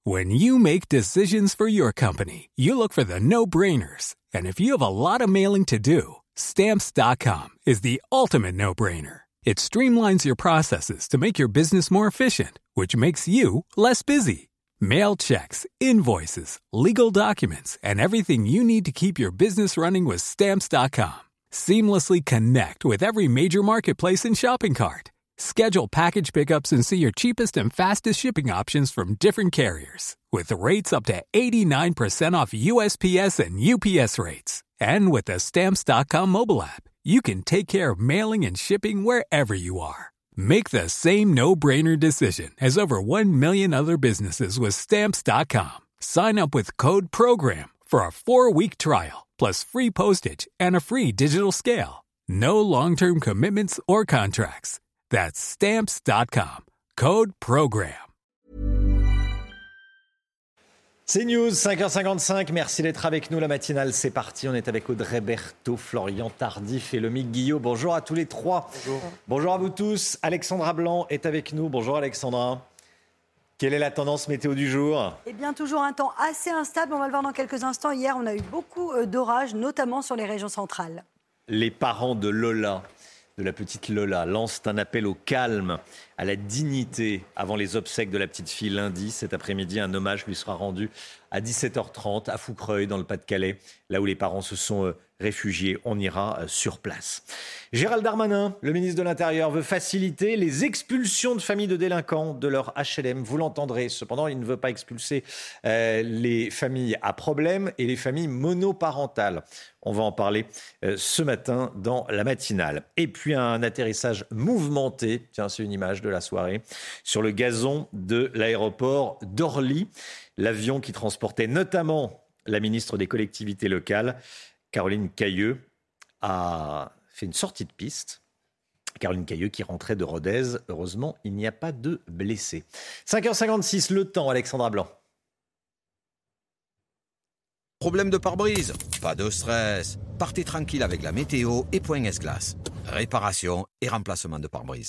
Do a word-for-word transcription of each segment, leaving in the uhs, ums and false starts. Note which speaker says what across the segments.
Speaker 1: When you make decisions for your company, you look for the no-brainers. And if you have a lot of mailing to do, Stamps dot com is the ultimate no-brainer. It streamlines your processes to make your business more efficient, which makes you less busy. Mail checks, invoices, legal documents, and everything you need to keep your business running with Stamps dot com. Seamlessly connect with every major marketplace and shopping cart. Schedule package pickups and see your cheapest and fastest shipping options from different carriers. With rates up to eighty-nine percent off U S P S and U P S rates. And with the Stamps dot com mobile app, you can take care of mailing and shipping wherever you are. Make the same no-brainer decision as over one million other businesses with Stamps dot com. Sign up with code PROGRAM for a four-week trial, plus free postage and a free digital scale. No long-term commitments or contracts. That's Stamps dot com. Code PROGRAM.
Speaker 2: C'est News, cinq heures cinquante-cinq. Merci d'être avec nous. La matinale, c'est parti. On est avec Audrey Berthaud, Florian Tardif et Lomique Guillot. Bonjour à tous les trois. Bonjour. Bonjour à vous tous. Alexandra Blanc est avec nous. Bonjour Alexandra. Quelle est la tendance météo du jour ?
Speaker 3: Eh bien, toujours un temps assez instable. On va le voir dans quelques instants. Hier, on a eu beaucoup d'orages, notamment sur les régions centrales.
Speaker 2: Les parents de Lola, de la petite Lola, lancent un appel au calme, à la dignité avant les obsèques de la petite fille lundi. Cet après-midi, un hommage lui sera rendu à dix-sept heures trente à Foucreuil, dans le Pas-de-Calais, là où les parents se sont réfugiés. On ira sur place. Gérald Darmanin, le ministre de l'Intérieur, veut faciliter les expulsions de familles de délinquants de leur H L M. Vous l'entendrez. Cependant, il ne veut pas expulser euh, les familles à problème et les familles monoparentales. On va en parler euh, ce matin dans la matinale. Et puis un atterrissage mouvementé, tiens, c'est une image de la soirée, sur le gazon de l'aéroport d'Orly. L'avion qui transportait notamment la ministre des collectivités locales, Caroline Cayeux, a fait une sortie de piste. Caroline Cayeux qui rentrait de Rodez. Heureusement, il n'y a pas de blessés. cinq heures cinquante-six, le temps, Alexandra Blanc.
Speaker 4: Problème de pare-brise ? Pas de stress. Partez tranquille avec la météo et Point S-Glace. Réparation et remplacement de pare-brise.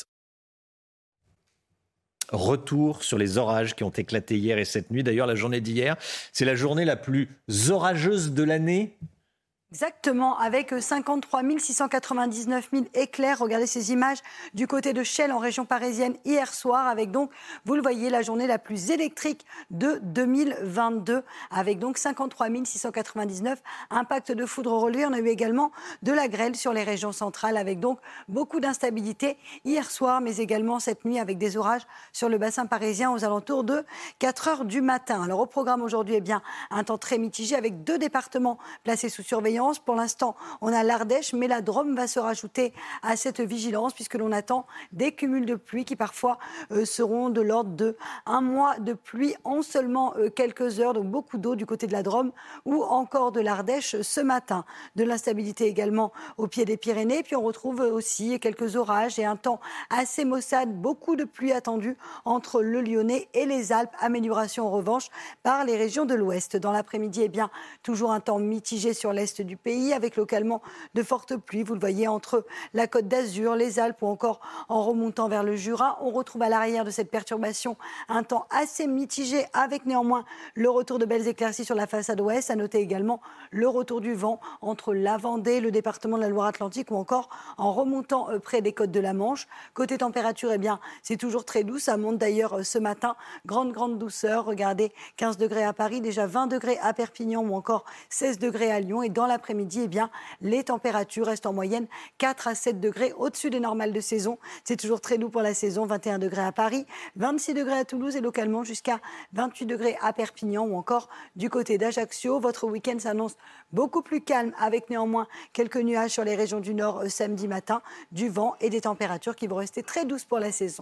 Speaker 2: Retour sur les orages qui ont éclaté hier et cette nuit. D'ailleurs, la journée d'hier, c'est la journée la plus orageuse de l'année.
Speaker 3: Exactement, avec cinquante-trois mille six cent quatre-vingt-dix-neuf mille éclairs. Regardez ces images du côté de Chelles en région parisienne hier soir, avec donc, vous le voyez, la journée la plus électrique de deux mille vingt-deux, avec donc cinquante-trois mille six cent quatre-vingt-dix-neuf impacts de foudre relevés. On a eu également de la grêle sur les régions centrales, avec donc beaucoup d'instabilité hier soir, mais également cette nuit avec des orages sur le bassin parisien aux alentours de quatre heures du matin. Alors au programme aujourd'hui, eh bien, un temps très mitigé avec deux départements placés sous surveillance. Pour l'instant, on a l'Ardèche, mais la Drôme va se rajouter à cette vigilance puisque l'on attend des cumuls de pluie qui parfois euh, seront de l'ordre de un mois de pluie en seulement euh, quelques heures. Donc beaucoup d'eau du côté de la Drôme ou encore de l'Ardèche ce matin. De l'instabilité également au pied des Pyrénées. Puis on retrouve aussi quelques orages et un temps assez maussade. Beaucoup de pluie attendue entre le Lyonnais et les Alpes. Amélioration en revanche par les régions de l'Ouest. Dans l'après-midi, eh bien, toujours un temps mitigé sur l'Est du pays, avec localement de fortes pluies. Vous le voyez entre la Côte d'Azur, les Alpes ou encore en remontant vers le Jura. On retrouve à l'arrière de cette perturbation un temps assez mitigé, avec néanmoins le retour de belles éclaircies sur la façade ouest. À noter également le retour du vent entre la Vendée, le département de la Loire-Atlantique ou encore en remontant près des côtes de la Manche. Côté température, eh bien, c'est toujours très doux. Ça monte d'ailleurs ce matin. Grande, grande douceur. Regardez, quinze degrés à Paris, déjà vingt degrés à Perpignan ou encore seize degrés à Lyon. Et dans la L'après-midi, eh bien, les températures restent en moyenne quatre à sept degrés au-dessus des normales de saison. C'est toujours très doux pour la saison. vingt et un degrés à Paris, vingt-six degrés à Toulouse et localement jusqu'à vingt-huit degrés à Perpignan ou encore du côté d'Ajaccio. Votre week-end s'annonce beaucoup plus calme avec néanmoins quelques nuages sur les régions du Nord euh, samedi matin, du vent et des températures qui vont rester très douces pour la saison.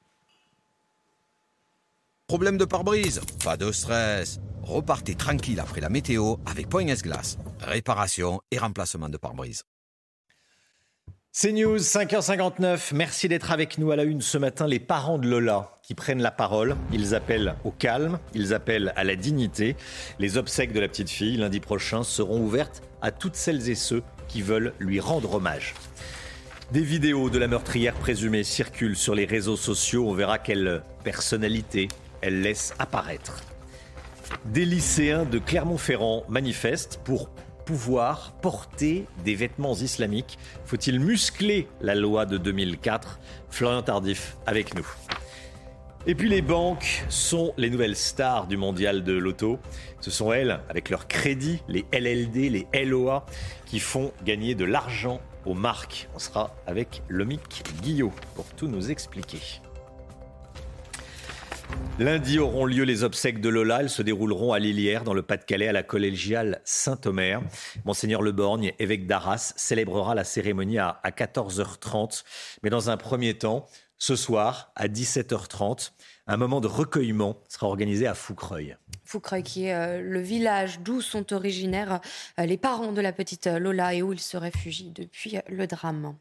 Speaker 4: Problème de pare-brise ? Pas de stress. Repartez tranquille après la météo avec Point S-Glace. Réparation et remplacement de pare-brise.
Speaker 2: C'est News, cinq heures cinquante-neuf. Merci d'être avec nous à la une ce matin. Les parents de Lola qui prennent la parole. Ils appellent au calme, ils appellent à la dignité. Les obsèques de la petite fille, lundi prochain, seront ouvertes à toutes celles et ceux qui veulent lui rendre hommage. Des vidéos de la meurtrière présumée circulent sur les réseaux sociaux. On verra quelle personnalité elle laisse apparaître. Des lycéens de Clermont-Ferrand manifestent pour pouvoir porter des vêtements islamiques. Faut-il muscler la loi de deux mille quatre ? Florian Tardif avec nous. Et puis les banques sont les nouvelles stars du mondial de l'auto. Ce sont elles, avec leurs crédits, les L L D, les L O A, qui font gagner de l'argent aux marques. On sera avec Lomique Guillot pour tout nous expliquer. Lundi auront lieu les obsèques de Lola. Elles se dérouleront à Lilière, dans le Pas-de-Calais, à la collégiale Saint-Omer. Monseigneur Le Borgne, évêque d'Arras, célébrera la cérémonie à, à quatorze heures trente. Mais dans un premier temps, ce soir, à dix-sept heures trente, un moment de recueillement sera organisé à Foucreuil.
Speaker 5: Foucreuil, qui est euh, le village d'où sont originaires euh, les parents de la petite Lola et où ils se réfugient depuis euh, le drame.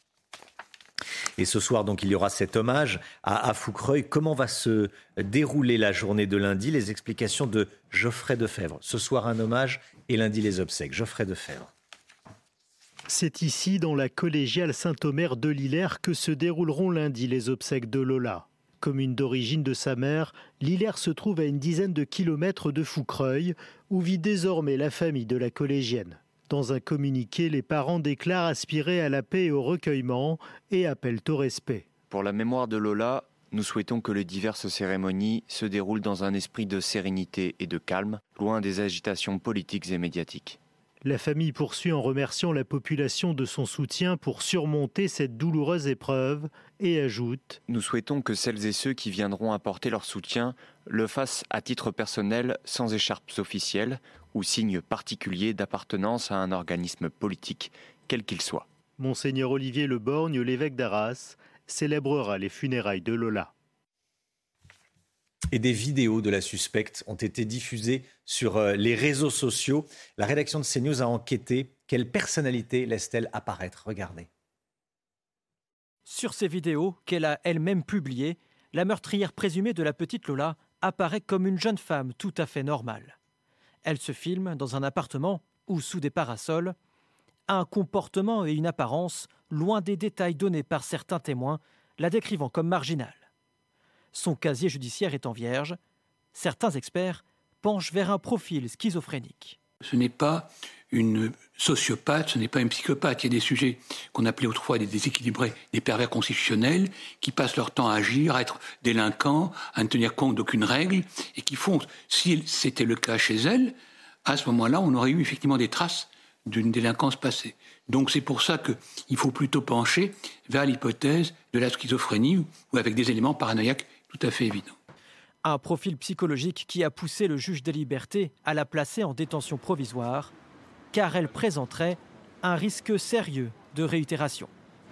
Speaker 2: Et ce soir, donc, il y aura cet hommage à, à Foucreuil. Comment va se dérouler la journée de lundi ? Les explications de Geoffrey Defebvre. Ce soir, un hommage et lundi, les obsèques. Geoffrey Defebvre.
Speaker 6: C'est ici, dans la collégiale Saint-Omer de Lillers, que se dérouleront lundi les obsèques de Lola. Commune d'origine de sa mère, Lillers se trouve à une dizaine de kilomètres de Foucreuil, où vit désormais la famille de la collégienne. Dans un communiqué, les parents déclarent aspirer à la paix et au recueillement et appellent au respect.
Speaker 7: Pour la mémoire de Lola, nous souhaitons que les diverses cérémonies se déroulent dans un esprit de sérénité et de calme, loin des agitations politiques et médiatiques.
Speaker 6: La famille poursuit en remerciant la population de son soutien pour surmonter cette douloureuse épreuve et ajoute «
Speaker 7: Nous souhaitons que celles et ceux qui viendront apporter leur soutien le fassent à titre personnel, sans écharpes officielles ou signes particuliers d'appartenance à un organisme politique, quel qu'il soit. »
Speaker 6: Monseigneur Olivier Le Borgne, l'évêque d'Arras, célébrera les funérailles de Lola.
Speaker 2: Et des vidéos de la suspecte ont été diffusées sur les réseaux sociaux. La rédaction de CNews a enquêté. Quelle personnalité laisse-t-elle apparaître ? Regardez.
Speaker 8: Sur ces vidéos qu'elle a elle-même publiées, la meurtrière présumée de la petite Lola apparaît comme une jeune femme tout à fait normale. Elle se filme dans un appartement ou sous des parasols. Un comportement et une apparence loin des détails donnés par certains témoins, la décrivant comme marginale. Son casier judiciaire étant vierge, certains experts penchent vers un profil schizophrénique.
Speaker 9: Ce n'est pas une sociopathe, ce n'est pas une psychopathe. Il y a des sujets qu'on appelait autrefois des déséquilibrés, des pervers constitutionnels, qui passent leur temps à agir, à être délinquants, à ne tenir compte d'aucune règle, et qui font, si c'était le cas chez elle, à ce moment-là, on aurait eu effectivement des traces d'une délinquance passée. Donc c'est pour ça qu'il faut plutôt pencher vers l'hypothèse de la schizophrénie ou avec des éléments paranoïaques tout à fait évidents.
Speaker 8: Un profil psychologique qui a poussé le juge des libertés à la placer en détention provisoire, car elle présenterait un risque sérieux de réitération.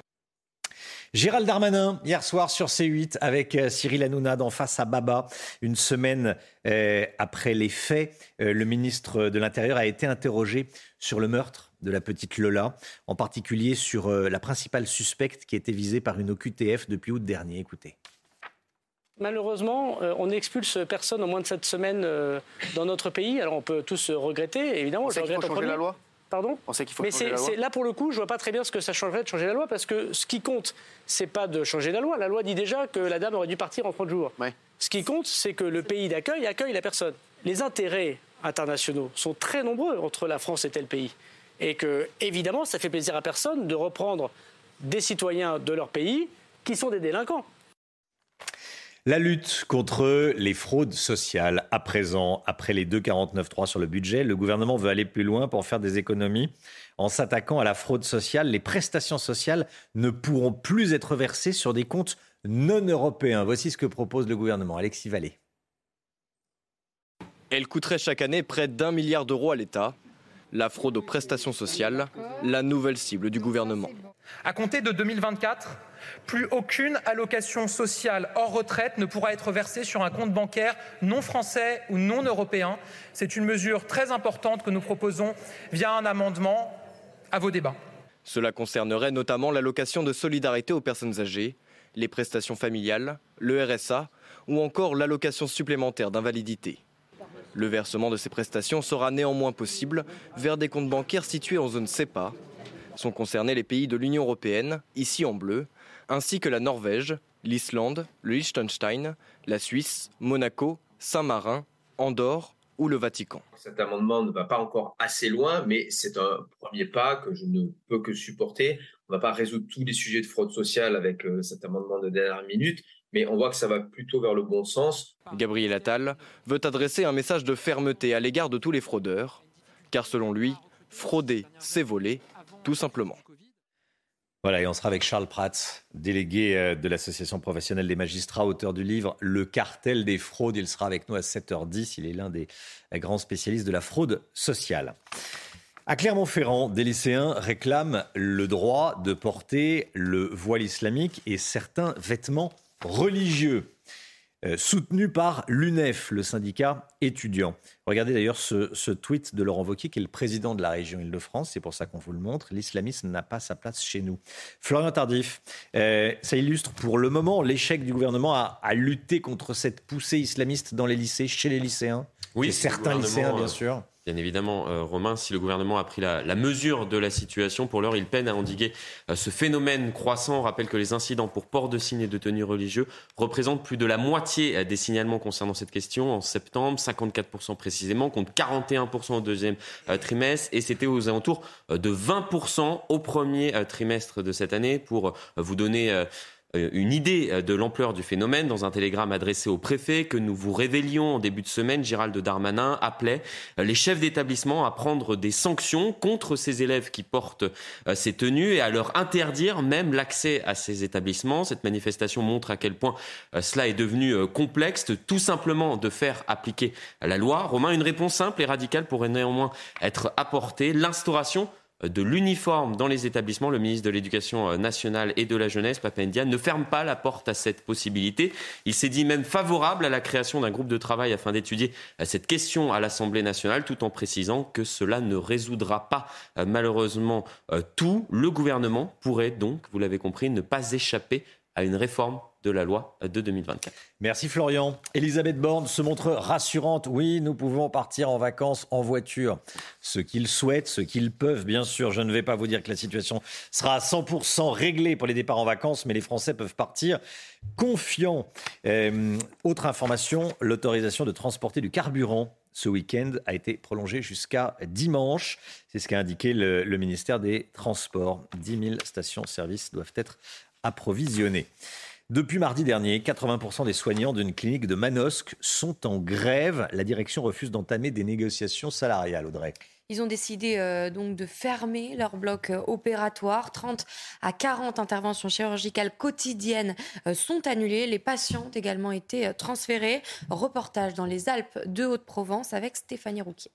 Speaker 2: Gérald Darmanin, hier soir sur C huit, avec Cyril Hanouna dans Face à Baba. Une semaine euh, après les faits, euh, le ministre de l'Intérieur a été interrogé sur le meurtre de la petite Lola, en particulier sur euh, la principale suspecte qui était visée par une O Q T F depuis août dernier. Écoutez.
Speaker 10: Malheureusement, euh, on n'expulse personne en moins de sept semaines euh, dans notre pays. Alors on peut tous regretter, évidemment.
Speaker 11: On sait qu'il faut changer la loi.
Speaker 10: Pardon ?
Speaker 11: On sait qu'il faut
Speaker 10: Mais
Speaker 11: changer
Speaker 10: c'est,
Speaker 11: la loi.
Speaker 10: c'est, là, pour le coup, je ne vois pas très bien ce que ça changerait de changer la loi, parce que ce qui compte, ce n'est pas de changer la loi. La loi dit déjà que la dame aurait dû partir en trente jours. Ouais. Ce qui compte, c'est que le pays d'accueil accueille la personne. Les intérêts internationaux sont très nombreux entre la France et tel pays. Et que, évidemment, ça fait plaisir à personne de reprendre des citoyens de leur pays qui sont des délinquants.
Speaker 2: La lutte contre les fraudes sociales. À présent, après les deux virgule quarante-neuf trois sur le budget, le gouvernement veut aller plus loin pour faire des économies. En s'attaquant à la fraude sociale, les prestations sociales ne pourront plus être versées sur des comptes non européens. Voici ce que propose le gouvernement. Alexis Vallée.
Speaker 12: Elle coûterait chaque année près d'un milliard d'euros à l'État. La fraude aux prestations sociales, la nouvelle cible du gouvernement.
Speaker 13: À compter de deux mille vingt-quatre, plus aucune allocation sociale hors retraite ne pourra être versée sur un compte bancaire non français ou non européen. C'est une mesure très importante que nous proposons via un amendement à vos débats.
Speaker 12: Cela concernerait notamment l'allocation de solidarité aux personnes âgées, les prestations familiales, le R S A ou encore l'allocation supplémentaire d'invalidité. Le versement de ces prestations sera néanmoins possible vers des comptes bancaires situés en zone CEPA. Sont concernés les pays de l'Union européenne, ici en bleu, ainsi que la Norvège, l'Islande, le Liechtenstein, la Suisse, Monaco, Saint-Marin, Andorre, ou le Vatican.
Speaker 11: Cet amendement ne va pas encore assez loin, mais c'est un premier pas que je ne peux que supporter. On ne va pas résoudre tous les sujets de fraude sociale avec euh, cet amendement de dernière minute, mais on voit que ça va plutôt vers le bon sens.
Speaker 12: Gabriel Attal veut adresser un message de fermeté à l'égard de tous les fraudeurs, car selon lui, frauder, c'est voler, tout simplement.
Speaker 2: Voilà, et on sera avec Charles Prats, délégué de l'Association professionnelle des magistrats, auteur du livre « Le cartel des fraudes ». Il sera avec nous à sept heures dix. Il est l'un des grands spécialistes de la fraude sociale. À Clermont-Ferrand, des lycéens réclament le droit de porter le voile islamique et certains vêtements religieux. Euh, soutenu par l'U N E F, le syndicat étudiant. Regardez d'ailleurs ce, ce tweet de Laurent Wauquiez, qui est le président de la région Île-de-France. C'est pour ça qu'on vous le montre. L'islamisme n'a pas sa place chez nous. Florian Tardif, euh, ça illustre pour le moment l'échec du gouvernement à, à lutter contre cette poussée islamiste dans les lycées, chez les lycéens.
Speaker 14: Oui,
Speaker 2: et certains lycéens, bien sûr.
Speaker 14: Bien évidemment, euh, Romain, si le gouvernement a pris la, la mesure de la situation, pour l'heure, il peine à endiguer euh, ce phénomène croissant. On rappelle que les incidents pour port de signes et de tenues religieux représentent plus de la moitié euh, des signalements concernant cette question en septembre, cinquante-quatre pour cent précisément, contre quarante et un pour cent au deuxième euh, trimestre, et c'était aux alentours euh, de vingt pour cent au premier euh, trimestre de cette année. Pour euh, vous donner euh, une idée de l'ampleur du phénomène, dans un télégramme adressé au préfet que nous vous révélions en début de semaine, Gérald Darmanin appelait les chefs d'établissement à prendre des sanctions contre ces élèves qui portent ces tenues et à leur interdire même l'accès à ces établissements. Cette manifestation montre à quel point cela est devenu complexe, tout simplement de faire appliquer la loi. Romain, une réponse simple et radicale pourrait néanmoins être apportée, l'instauration de l'uniforme dans les établissements. Le ministre de l'Éducation nationale et de la jeunesse, Papa Ndiaye, ne ferme pas la porte à cette possibilité. Il s'est dit même favorable à la création d'un groupe de travail afin d'étudier cette question à l'Assemblée nationale, tout en précisant que cela ne résoudra pas malheureusement tout. Le gouvernement pourrait donc, vous l'avez compris, ne pas échapper à une réforme de la loi de deux mille vingt-quatre.
Speaker 2: Merci Florian. Elisabeth Borne se montre rassurante. Oui, nous pouvons partir en vacances en voiture. Ce qu'ils souhaitent, ce qu'ils peuvent, bien sûr. Je ne vais pas vous dire que la situation sera à cent pour cent réglée pour les départs en vacances, mais les Français peuvent partir confiants. Euh, autre information, l'autorisation de transporter du carburant ce week-end a été prolongée jusqu'à dimanche. C'est ce qu'a indiqué le, le ministère des Transports. dix mille stations-service doivent être approvisionnées. Depuis mardi dernier, quatre-vingts pour cent des soignants d'une clinique de Manosque sont en grève. La direction refuse d'entamer des négociations salariales, Audrey.
Speaker 5: Ils ont décidé euh, donc de fermer leur bloc euh, opératoire. trente à quarante interventions chirurgicales quotidiennes euh, sont annulées. Les patients ont également été euh, transférés. Reportage dans les Alpes de Haute-Provence avec Stéphanie Rouquier.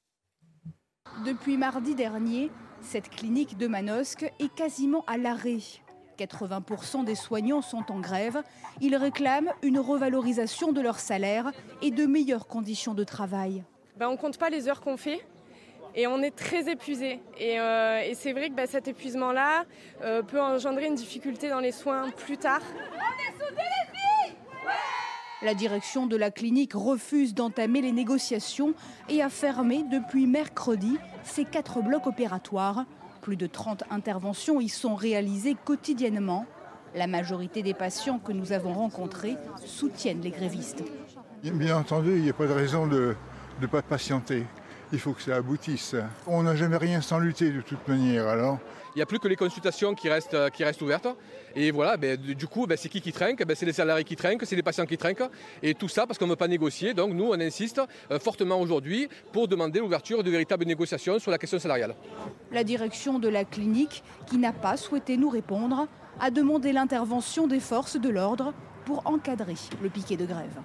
Speaker 15: Depuis mardi dernier, cette clinique de Manosque est quasiment à l'arrêt. quatre-vingts pour cent des soignants sont en grève. Ils réclament une revalorisation de leur salaire et de meilleures conditions de travail.
Speaker 16: Ben, on ne compte pas les heures qu'on fait et on est très épuisé. Et, euh, et c'est vrai que ben, cet épuisement-là euh, peut engendrer une difficulté dans les soins plus tard.
Speaker 15: On est soudés les filles ! La direction de la clinique refuse d'entamer les négociations et a fermé depuis mercredi ses quatre blocs opératoires. Plus de trente interventions y sont réalisées quotidiennement. La majorité des patients que nous avons rencontrés soutiennent les grévistes.
Speaker 17: Bien entendu, il n'y a pas de raison de ne pas patienter. Il faut que ça aboutisse. On n'a jamais rien sans lutter de toute manière, alors.
Speaker 18: Il n'y a plus que les consultations qui restent, qui restent ouvertes. Et voilà, ben, du coup, ben, c'est qui qui trinque ben, c'est les salariés qui trinquent, c'est les patients qui trinquent. Et tout ça parce qu'on ne veut pas négocier. Donc nous, on insiste euh, fortement aujourd'hui pour demander l'ouverture de véritables négociations sur la question salariale.
Speaker 15: La direction de la clinique, qui n'a pas souhaité nous répondre, a demandé l'intervention des forces de l'ordre pour encadrer le piquet de grève.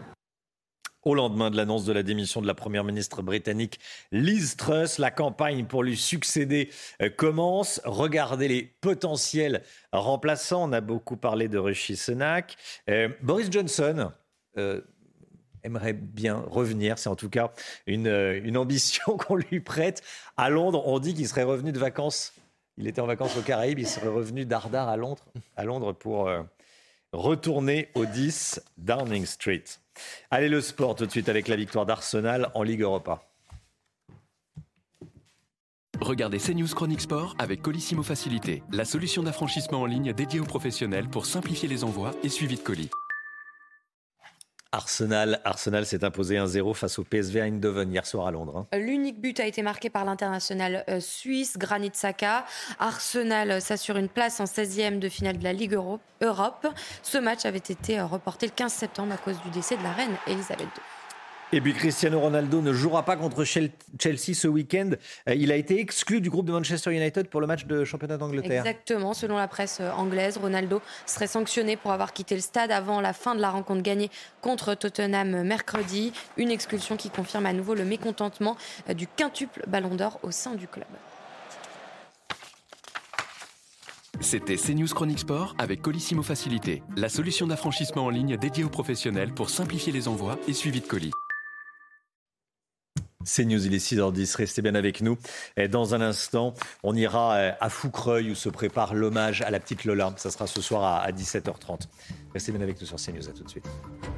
Speaker 2: Au lendemain de l'annonce de la démission de la première ministre britannique Liz Truss, la campagne pour lui succéder commence. Regardez les potentiels remplaçants. On a beaucoup parlé de Rishi Sunak. Euh, Boris Johnson euh, aimerait bien revenir. C'est en tout cas une, une ambition qu'on lui prête. À Londres, on dit qu'il serait revenu de vacances. Il était en vacances aux Caraïbes. Il serait revenu dardard à Londres, à Londres pour euh, retourner au dix Downing Street. Allez, le sport tout de suite avec la victoire d'Arsenal en Ligue Europa.
Speaker 19: Regardez CNews Chronique Sport avec Colissimo Facilité, la solution d'affranchissement en ligne dédiée aux professionnels pour simplifier les envois et suivi de colis.
Speaker 2: Arsenal, Arsenal s'est imposé un zéro face au P S V Eindhoven hier soir à Londres. Hein.
Speaker 5: L'unique but a été marqué par l'international suisse Granit Xhaka. Arsenal s'assure une place en seizième de finale de la Ligue Europe. Ce match avait été reporté le quinze septembre à cause du décès de la reine Elisabeth deux.
Speaker 2: Et puis Cristiano Ronaldo ne jouera pas contre Chelsea ce week-end. Il a été exclu du groupe de Manchester United pour le match de championnat d'Angleterre.
Speaker 5: Exactement, selon la presse anglaise, Ronaldo serait sanctionné pour avoir quitté le stade avant la fin de la rencontre gagnée contre Tottenham mercredi. Une expulsion qui confirme à nouveau le mécontentement du quintuple Ballon d'Or au sein du club.
Speaker 19: C'était CNews Chronique Sport avec Colissimo Facilité, la solution d'affranchissement en ligne dédiée aux professionnels pour simplifier les envois et suivi de colis.
Speaker 2: CNews, il est six heures dix, restez bien avec nous. Et dans un instant, on ira à Foucreuil où se prépare l'hommage à la petite Lola. Ça sera ce soir à dix-sept heures trente. Restez bien avec nous sur CNews, à tout de suite.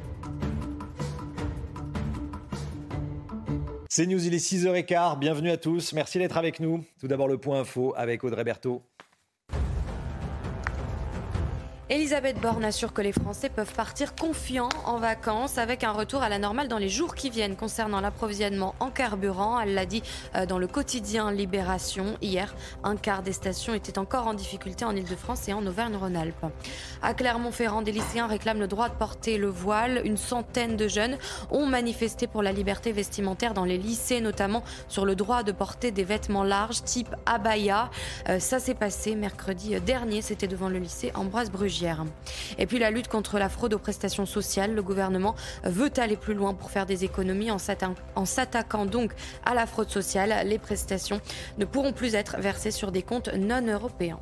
Speaker 2: CNews, il est six heures quinze, bienvenue à tous, merci d'être avec nous. Tout d'abord le point info avec Audrey Berthaud.
Speaker 5: Elisabeth Borne assure que les Français peuvent partir confiants en vacances avec un retour à la normale dans les jours qui viennent concernant l'approvisionnement en carburant. Elle l'a dit dans le quotidien Libération. Hier, un quart des stations étaient encore en difficulté en Ile-de-France et en Auvergne-Rhône-Alpes. À Clermont-Ferrand, des lycéens réclament le droit de porter le voile. Une centaine de jeunes ont manifesté pour la liberté vestimentaire dans les lycées, notamment sur le droit de porter des vêtements larges type abaya. Ça s'est passé mercredi dernier, c'était devant le lycée Ambroise Brugière. Et puis la lutte contre la fraude aux prestations sociales. Le gouvernement veut aller plus loin pour faire des économies en s'attaquant donc à la fraude sociale. Les prestations ne pourront plus être versées sur des comptes non européens.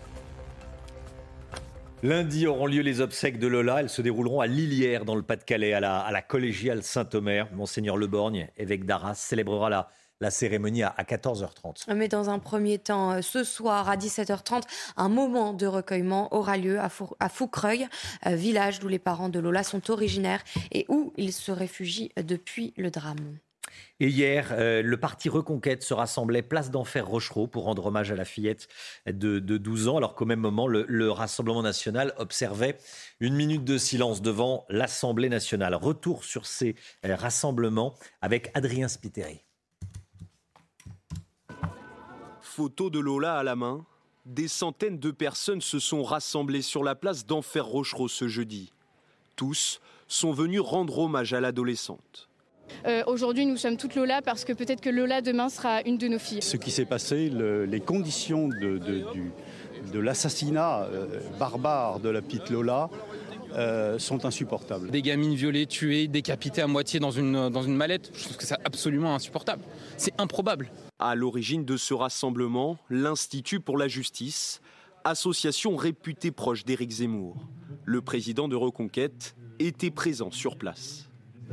Speaker 2: Lundi auront lieu les obsèques de Lola. Elles se dérouleront à Lilières, dans le Pas-de-Calais, à la, à la collégiale Saint-Omer. Monseigneur Le Borgne, évêque d'Arras, célébrera la La cérémonie à quatorze heures trente.
Speaker 5: Mais dans un premier temps, ce soir à dix-sept heures trente, un moment de recueillement aura lieu à, Fou- à Foucreuil, village d'où les parents de Lola sont originaires et où ils se réfugient depuis le drame.
Speaker 2: Et hier, euh, le parti Reconquête se rassemblait place d'Enfer Rochereau pour rendre hommage à la fillette de, de douze ans, alors qu'au même moment, le, le Rassemblement national observait une minute de silence devant l'Assemblée nationale. Retour sur ces euh, rassemblements avec Adrien Spiteri.
Speaker 20: Photo de Lola à la main, des centaines de personnes se sont rassemblées sur la place d'Enfer Rochereau ce jeudi. Tous sont venus rendre hommage à l'adolescente.
Speaker 21: Euh, aujourd'hui, nous sommes toutes Lola parce que peut-être que Lola demain sera une de nos filles.
Speaker 22: Ce qui s'est passé, le, les conditions de, de, du, de l'assassinat euh, barbare de la petite Lola euh, sont insupportables.
Speaker 23: Des gamines violées, tuées, décapitées à moitié dans une, dans une mallette, je trouve que c'est absolument insupportable. C'est improbable.
Speaker 20: À l'origine de ce rassemblement, l'Institut pour la justice, association réputée proche d'Éric Zemmour. Le président de Reconquête était présent sur place.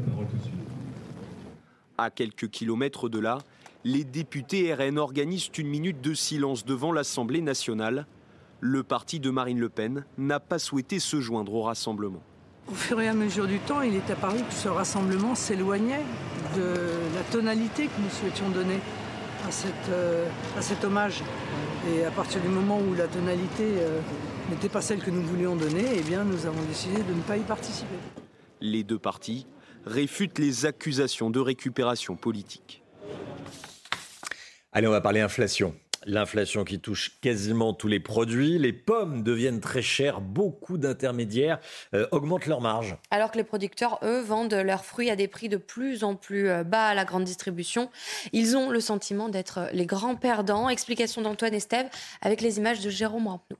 Speaker 20: À quelques kilomètres de là, les députés R N organisent une minute de silence devant l'Assemblée nationale. Le parti de Marine Le Pen n'a pas souhaité se joindre au rassemblement.
Speaker 24: Au fur et à mesure du temps, il est apparu que ce rassemblement s'éloignait de la tonalité que nous souhaitions donner à, cette, euh, à cet hommage. Et à partir du moment où la tonalité euh, n'était pas celle que nous voulions donner, eh bien, nous avons décidé de ne pas y participer.
Speaker 20: Les deux partis réfutent les accusations de récupération politique.
Speaker 2: Allez, on va parler inflation. L'inflation qui touche quasiment tous les produits. Les pommes deviennent très chères. Beaucoup d'intermédiaires euh, augmentent leurs marges.
Speaker 5: Alors que les producteurs, eux, vendent leurs fruits à des prix de plus en plus bas à la grande distribution. Ils ont le sentiment d'être les grands perdants. Explication d'Antoine Estève avec les images de Jérôme Rampenou.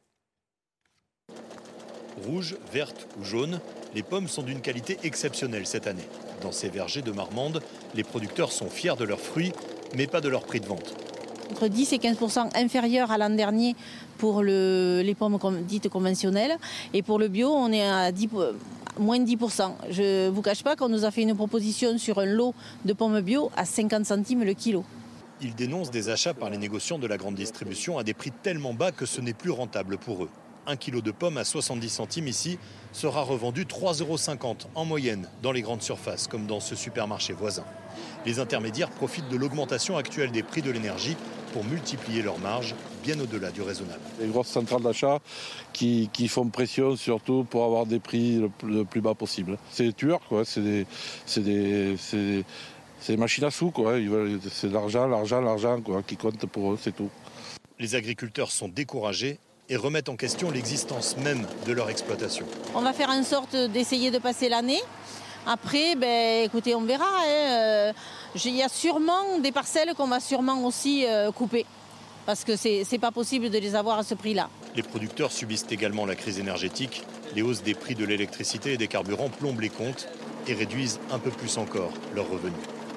Speaker 25: Rouges, vertes ou jaunes, les pommes sont d'une qualité exceptionnelle cette année. Dans ces vergers de Marmande, les producteurs sont fiers de leurs fruits, mais pas de leur prix de vente.
Speaker 26: Entre dix et quinze pour cent inférieur à l'an dernier pour le, les pommes dites conventionnelles. Et pour le bio, on est à dix, moins de dix pour cent. Je ne vous cache pas qu'on nous a fait une proposition sur un lot de pommes bio à cinquante centimes le kilo.
Speaker 25: Ils dénoncent des achats par les négociants de la grande distribution à des prix tellement bas que ce n'est plus rentable pour eux. Un kilo de pommes à soixante-dix centimes ici sera revendu trois euros cinquante en moyenne dans les grandes surfaces, comme dans ce supermarché voisin. Les intermédiaires profitent de l'augmentation actuelle des prix de l'énergie pour multiplier leurs marges bien au-delà du raisonnable.
Speaker 1: Les grosses centrales d'achat qui, qui font pression surtout pour avoir des prix le, le plus bas possible. C'est des tueurs, quoi. C'est des, c'est des, c'est des, c'est des machines à sous, quoi. Ils veulent, c'est de l'argent, l'argent, l'argent, quoi, qui compte pour eux, c'est tout.
Speaker 25: Les agriculteurs sont découragés et remettent en question l'existence même de leur exploitation.
Speaker 26: On va faire en sorte d'essayer de passer l'année. Après, ben, écoutez, on verra. Hein. Il y a sûrement des parcelles qu'on va sûrement aussi euh, couper. Parce que c'est n'est pas possible de les avoir à ce prix-là.
Speaker 25: Les producteurs subissent également la crise énergétique. Les hausses des prix de l'électricité et des carburants plombent les comptes et réduisent un peu plus encore leurs revenus.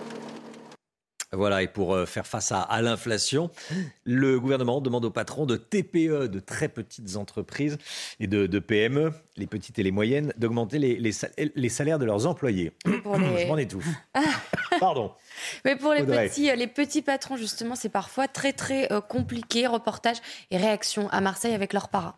Speaker 2: Voilà, et pour faire face à, à l'inflation, le gouvernement demande aux patrons de T P E, de très petites entreprises, et de, de P M E, les petites et les moyennes, d'augmenter les, les, les salaires de leurs employés. Pour les... Je m'en étouffe. Pardon.
Speaker 5: Mais pour les
Speaker 2: Audrey.
Speaker 5: petits, les petits patrons, justement, c'est parfois très, très euh, compliqué. Reportage et réaction à Marseille avec leurs paras.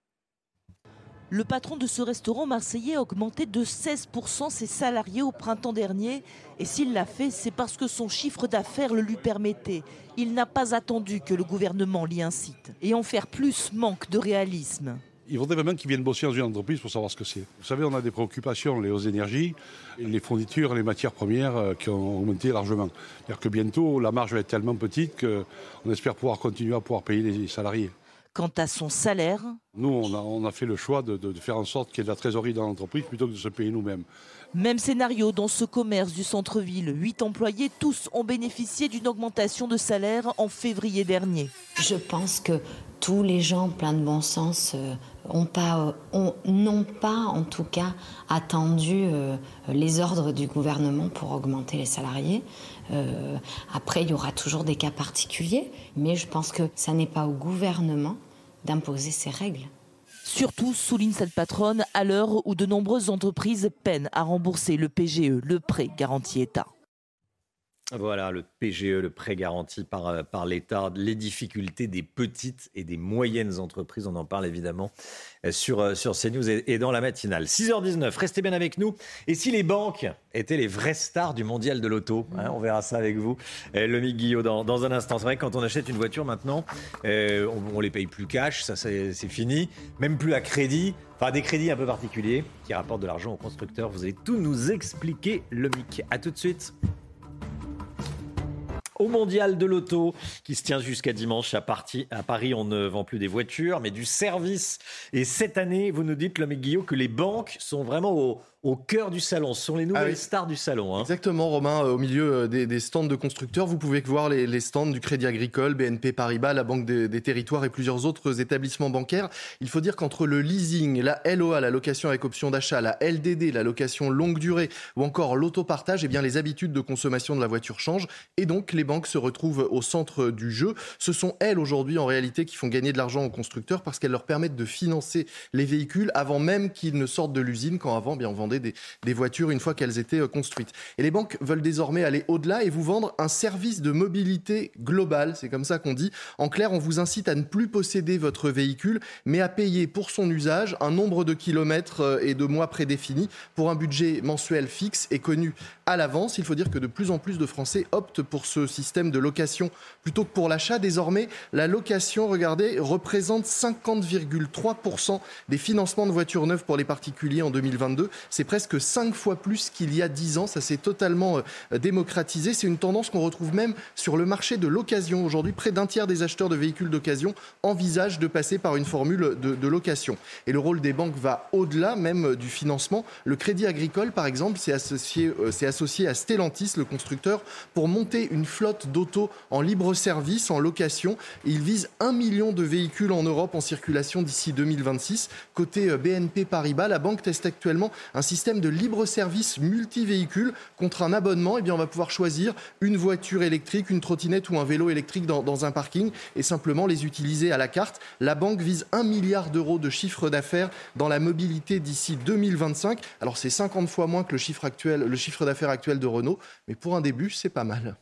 Speaker 3: Le patron de ce restaurant marseillais a augmenté de seize pour cent ses salariés au printemps dernier. Et s'il l'a fait, c'est parce que son chiffre d'affaires le lui permettait. Il n'a pas attendu que le gouvernement l'y incite. Et en faire plus manque de réalisme.
Speaker 22: Il faudrait vraiment qu'ils viennent bosser dans une entreprise pour savoir ce que c'est. Vous savez, on a des préoccupations, les hausses d'énergie, les fournitures, les matières premières qui ont augmenté largement. C'est-à-dire que bientôt, la marge va être tellement petite qu'on espère pouvoir continuer à pouvoir payer les salariés.
Speaker 3: Quant à son salaire...
Speaker 22: Nous, on a, on a fait le choix de, de, de faire en sorte qu'il y ait de la trésorerie dans l'entreprise plutôt que de se payer nous-mêmes.
Speaker 3: Même scénario dans ce commerce du centre-ville. Huit employés, tous ont bénéficié d'une augmentation de salaire en février dernier.
Speaker 4: Je pense que tous les gens pleins de bon sens euh, ont pas, euh, ont, n'ont pas, en tout cas, attendu euh, les ordres du gouvernement pour augmenter les salariés. Euh, après, il y aura toujours des cas particuliers, mais je pense que ça n'est pas au gouvernement d'imposer ces règles.
Speaker 3: Surtout, souligne cette patronne, à l'heure où de nombreuses entreprises peinent à rembourser le P G E, le prêt garanti État.
Speaker 2: Voilà, le P G E, le prêt garanti par, par l'État, les difficultés des petites et des moyennes entreprises. On en parle évidemment sur, sur CNews et, et dans la matinale. six heures dix-neuf, restez bien avec nous. Et si les banques étaient les vraies stars du mondial de l'auto, hein, on verra ça avec vous. Euh, Lomique Guillot dans, dans un instant. C'est vrai que quand on achète une voiture maintenant, euh, on ne les paye plus cash, ça c'est, c'est fini. Même plus à crédit. Enfin, des crédits un peu particuliers qui rapportent de l'argent aux constructeurs. Vous allez tout nous expliquer, Lomique. À tout de suite. Au mondial de l'auto qui se tient jusqu'à dimanche à, Paris, à Paris, on ne vend plus des voitures, mais du service. Et cette année, vous nous dites, Lomique Guillot, que les banques sont vraiment au, au cœur du salon. Ce sont les nouvelles ah oui. stars du salon. Hein.
Speaker 6: Exactement, Romain. Au milieu des, des stands de constructeurs, vous pouvez voir les, les stands du Crédit Agricole, B N P Paribas, la Banque des, des Territoires et plusieurs autres établissements bancaires. Il faut dire qu'entre le leasing, la L O A, la location avec option d'achat, la L D D, la location longue durée ou encore l'autopartage, eh bien, les habitudes de consommation de la voiture changent et donc les banques se retrouvent au centre du jeu. Ce sont elles aujourd'hui en réalité qui font gagner de l'argent aux constructeurs parce qu'elles leur permettent de financer les véhicules avant même qu'ils ne sortent de l'usine, quand avant bien, on vendait des, des voitures une fois qu'elles étaient construites. Et les banques veulent désormais aller au-delà et vous vendre un service de mobilité globale, c'est comme ça qu'on dit. En clair, on vous incite à ne plus posséder votre véhicule mais à payer pour son usage un nombre de kilomètres et de mois prédéfinis pour un budget mensuel fixe et connu à l'avance. Il faut dire que de plus en plus de Français optent pour ce système de location plutôt que pour l'achat. Désormais, la location, regardez, représente cinquante virgule trois pour cent des financements de voitures neuves pour les particuliers en deux mille vingt-deux. C'est presque cinq fois plus qu'il y a dix ans. Ça s'est totalement euh, démocratisé. C'est une tendance qu'on retrouve même sur le marché de l'occasion. Aujourd'hui, près d'un tiers des acheteurs de véhicules d'occasion envisagent de passer par une formule de, de location. Et le rôle des banques va au-delà même du financement. Le Crédit Agricole, par exemple, s'est associé, euh, s'est associé à Stellantis, le constructeur, pour monter une flotte d'auto en libre service, en location. Il vise un million de véhicules en Europe en circulation d'ici deux mille vingt-six. Côté B N P Paribas, la banque teste actuellement un système de libre service multi-véhicules contre un abonnement. Eh bien, on va pouvoir choisir une voiture électrique, une trottinette ou un vélo électrique dans, dans un parking et simplement les utiliser à la carte. La banque vise un milliard d'euros de chiffre d'affaires dans la mobilité d'ici deux mille vingt-cinq. Alors, c'est cinquante fois moins que le chiffre actuel, le chiffre d'affaires actuel de Renault, mais pour un début, c'est pas mal.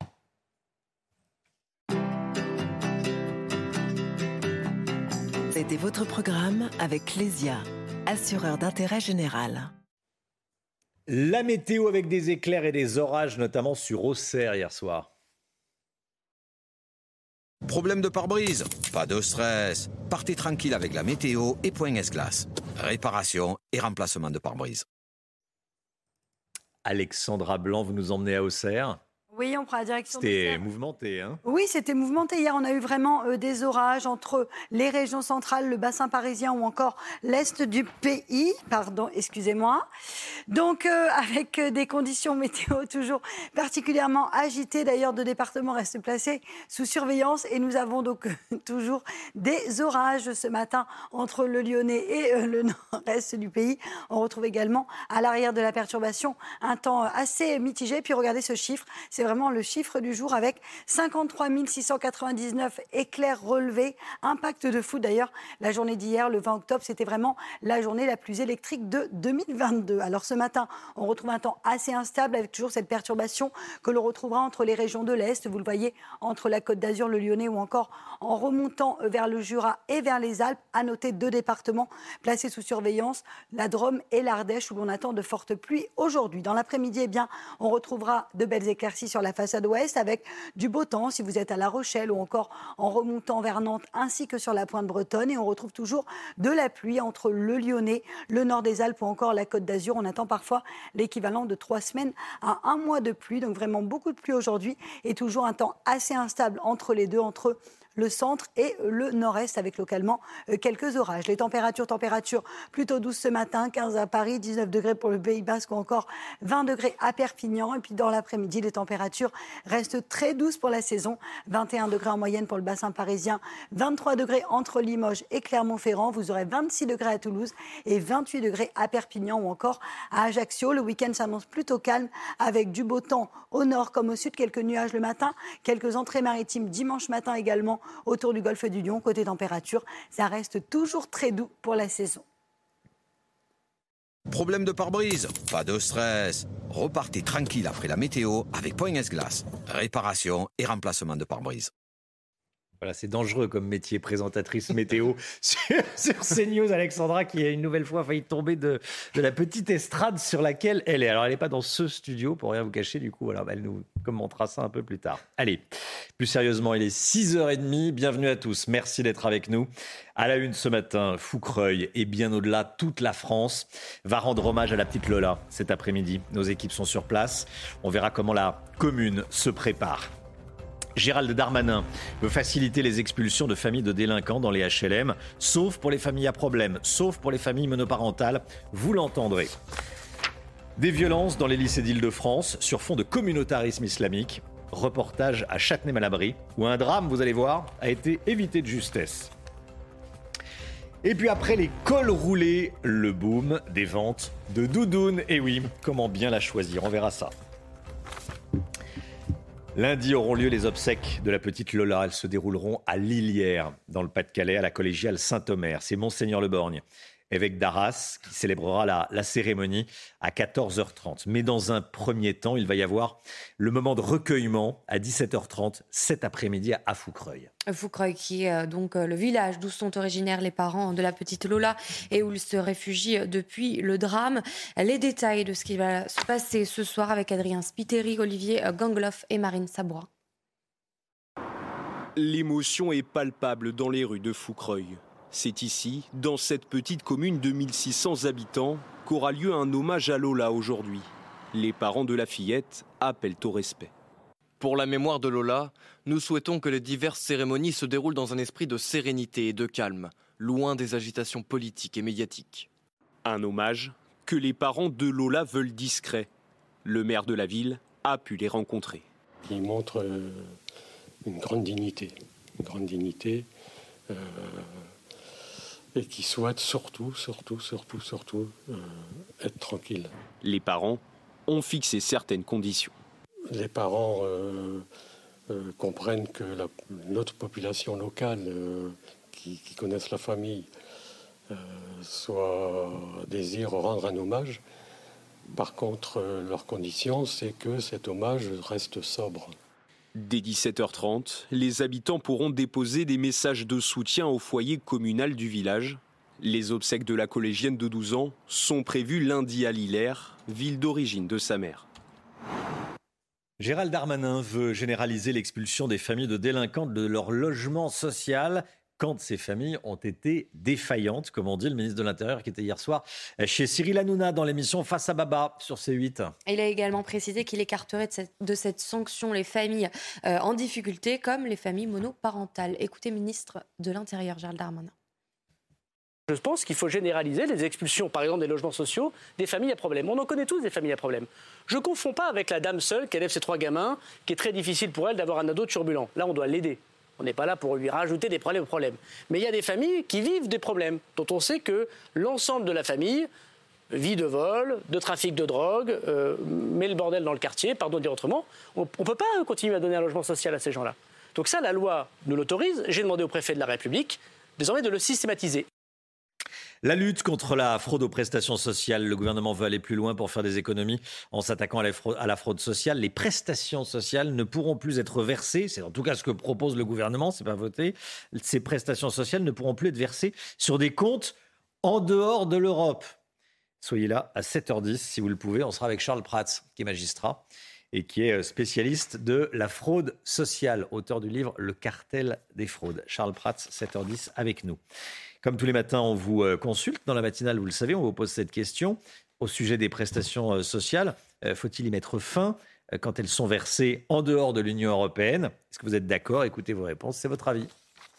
Speaker 7: C'était votre programme avec Clésia, assureur d'intérêt général.
Speaker 2: La météo avec des éclairs et des orages, notamment sur Auxerre hier soir.
Speaker 8: Problème de pare-brise? Pas de stress. Partez tranquille avec la météo et Point S-Glace. Réparation et remplacement de pare-brise.
Speaker 2: Alexandra Blanc, vous nous emmenez à Auxerre.
Speaker 9: Oui, on prend la direction.
Speaker 2: C'était mouvementé, hein?
Speaker 9: Oui, c'était mouvementé. Hier, on a eu vraiment euh, des orages entre les régions centrales, le bassin parisien ou encore l'est du pays. Pardon, excusez-moi. Donc, euh, avec euh, des conditions météo toujours particulièrement agitées. D'ailleurs, deux départements restent placés sous surveillance. Et nous avons donc euh, toujours des orages ce matin entre le Lyonnais et euh, le nord-est du pays. On retrouve également à l'arrière de la perturbation un temps assez mitigé. Puis regardez ce chiffre. C'est vraiment le chiffre du jour avec cinquante-trois mille six cent quatre-vingt-dix-neuf éclairs relevés. Impact de fou d'ailleurs. La journée d'hier, le vingt octobre, c'était vraiment la journée la plus électrique de deux mille vingt-deux. Alors ce matin, on retrouve un temps assez instable avec toujours cette perturbation que l'on retrouvera entre les régions de l'Est. Vous le voyez, entre la Côte d'Azur, le Lyonnais ou encore en remontant vers le Jura et vers les Alpes. À noter deux départements placés sous surveillance, la Drôme et l'Ardèche où l'on attend de fortes pluies aujourd'hui. Dans l'après-midi, eh bien, on retrouvera de belles éclaircies sur la façade ouest avec du beau temps si vous êtes à La Rochelle ou encore en remontant vers Nantes ainsi que sur la pointe bretonne. Et on retrouve toujours de la pluie entre le Lyonnais, le nord des Alpes ou encore la Côte d'Azur. On attend parfois l'équivalent de trois semaines à un mois de pluie. Donc vraiment beaucoup de pluie aujourd'hui et toujours un temps assez instable entre les deux, entre le centre et le nord-est avec localement quelques orages. Les températures, températures plutôt douces ce matin, quinze à Paris, dix-neuf degrés pour le Pays Basque ou encore vingt degrés à Perpignan. Et puis dans l'après-midi, les températures restent très douces pour la saison. vingt et un degrés en moyenne pour le bassin parisien, vingt-trois degrés entre Limoges et Clermont-Ferrand. Vous aurez vingt-six degrés à Toulouse et vingt-huit degrés à Perpignan ou encore à Ajaccio. Le week-end s'annonce plutôt calme avec du beau temps au nord comme au sud, quelques nuages le matin, quelques entrées maritimes dimanche matin également autour du golfe du Lion. Côté température, ça reste toujours très doux pour la saison.
Speaker 8: Problème de pare-brise? Pas de stress. Repartez tranquille après la météo avec Point S-Glace. Réparation et remplacement de pare-brise.
Speaker 2: Voilà, c'est dangereux comme métier, présentatrice météo sur, sur CNews. Alexandra qui a une nouvelle fois failli tomber de, de la petite estrade sur laquelle elle est. Alors, elle n'est pas dans ce studio, pour rien vous cacher, du coup, alors, elle nous commentera ça un peu plus tard. Allez, plus sérieusement, il est six heures trente. Bienvenue à tous. Merci d'être avec nous. À la une ce matin, Foucreuil et bien au-delà, toute la France va rendre hommage à la petite Lola cet après-midi. Nos équipes sont sur place. On verra comment la commune se prépare. Gérald Darmanin veut faciliter les expulsions de familles de délinquants dans les H L M, sauf pour les familles à problème, sauf pour les familles monoparentales. Vous l'entendrez. Des violences dans les lycées d'Île-de-France sur fond de communautarisme islamique. Reportage à Châtenay-Malabry, où un drame, vous allez voir, a été évité de justesse. Et puis après les cols roulés, le boom des ventes de doudounes. Et oui, comment bien la choisir, on verra ça. Lundi auront lieu les obsèques de la petite Lola. Elles se dérouleront à Lilières, dans le Pas-de-Calais, à la collégiale Saint-Omer. C'est Monseigneur Le Borgne, évêque d'Arras, qui célébrera la, la cérémonie à quatorze heures trente. Mais dans un premier temps, il va y avoir le moment de recueillement à dix-sept heures trente cet après-midi à Foucreuil.
Speaker 5: Foucreuil qui est donc le village d'où sont originaires les parents de la petite Lola et où ils se réfugient depuis le drame. Les détails de ce qui va se passer ce soir avec Adrien Spiteri, Olivier Gangloff et Marine Sabourin.
Speaker 20: L'émotion est palpable dans les rues de Foucreuil. C'est ici, dans cette petite commune de mille six cents habitants, qu'aura lieu un hommage à Lola aujourd'hui. Les parents de la fillette appellent au respect.
Speaker 10: Pour la mémoire de Lola, nous souhaitons que les diverses cérémonies se déroulent dans un esprit de sérénité et de calme, loin des agitations politiques et médiatiques.
Speaker 20: Un hommage que les parents de Lola veulent discret. Le maire de la ville a pu les rencontrer.
Speaker 11: Il montre euh, une grande dignité, une grande dignité, euh, et qui souhaite surtout, surtout, surtout, surtout euh, être tranquille.
Speaker 20: Les parents ont fixé certaines conditions.
Speaker 11: Les parents euh, euh, comprennent que la, notre population locale, euh, qui, qui connaissent la famille, euh, soit désire rendre un hommage. Par contre, euh, leur condition, c'est que cet hommage reste sobre.
Speaker 20: Dès dix-sept heures trente, les habitants pourront déposer des messages de soutien au foyer communal du village. Les obsèques de la collégienne de douze ans sont prévues lundi à Lillers, ville d'origine de sa mère.
Speaker 2: Gérald Darmanin veut généraliser l'expulsion des familles de délinquants de leur logement social quand ces familles ont été défaillantes, comme on dit le ministre de l'Intérieur qui était hier soir chez Cyril Hanouna dans l'émission Face à Baba sur C huit.
Speaker 5: Il a également précisé qu'il écarterait de cette, de cette sanction les familles euh, en difficulté comme les familles monoparentales. Écoutez, ministre de l'Intérieur Gérald Darmanin.
Speaker 12: Je pense qu'il faut généraliser les expulsions, par exemple, des logements sociaux, des familles à problème. On en connaît tous des familles à problème. Je ne confonds pas avec la dame seule qui élève ses trois gamins, qui est très difficile pour elle d'avoir un ado turbulent. Là, on doit l'aider. On n'est pas là pour lui rajouter des problèmes aux problèmes. Mais il y a des familles qui vivent des problèmes, dont on sait que l'ensemble de la famille vit de vol, de trafic de drogue, euh, met le bordel dans le quartier, pardon de dire autrement. On ne peut pas continuer à donner un logement social à ces gens-là. Donc ça, la loi nous l'autorise. J'ai demandé au préfet de la République, désormais, de le systématiser.
Speaker 2: La lutte contre la fraude aux prestations sociales. Le gouvernement veut aller plus loin pour faire des économies en s'attaquant à la fraude, à la fraude sociale. Les prestations sociales ne pourront plus être versées, c'est en tout cas ce que propose le gouvernement, c'est pas voté. Ces prestations sociales ne pourront plus être versées sur des comptes en dehors de l'Europe. Soyez là à sept heures dix si vous le pouvez. On sera avec Charles Prats, qui est magistrat et qui est spécialiste de la fraude sociale, auteur du livre Le cartel des fraudes. Charles Prats, sept heures dix avec nous. Comme tous les matins, on vous consulte dans la matinale, vous le savez, on vous pose cette question au sujet des prestations sociales. Faut-il y mettre fin quand elles sont versées en dehors de l'Union européenne ? Est-ce que vous êtes d'accord ? Écoutez vos réponses, c'est votre avis.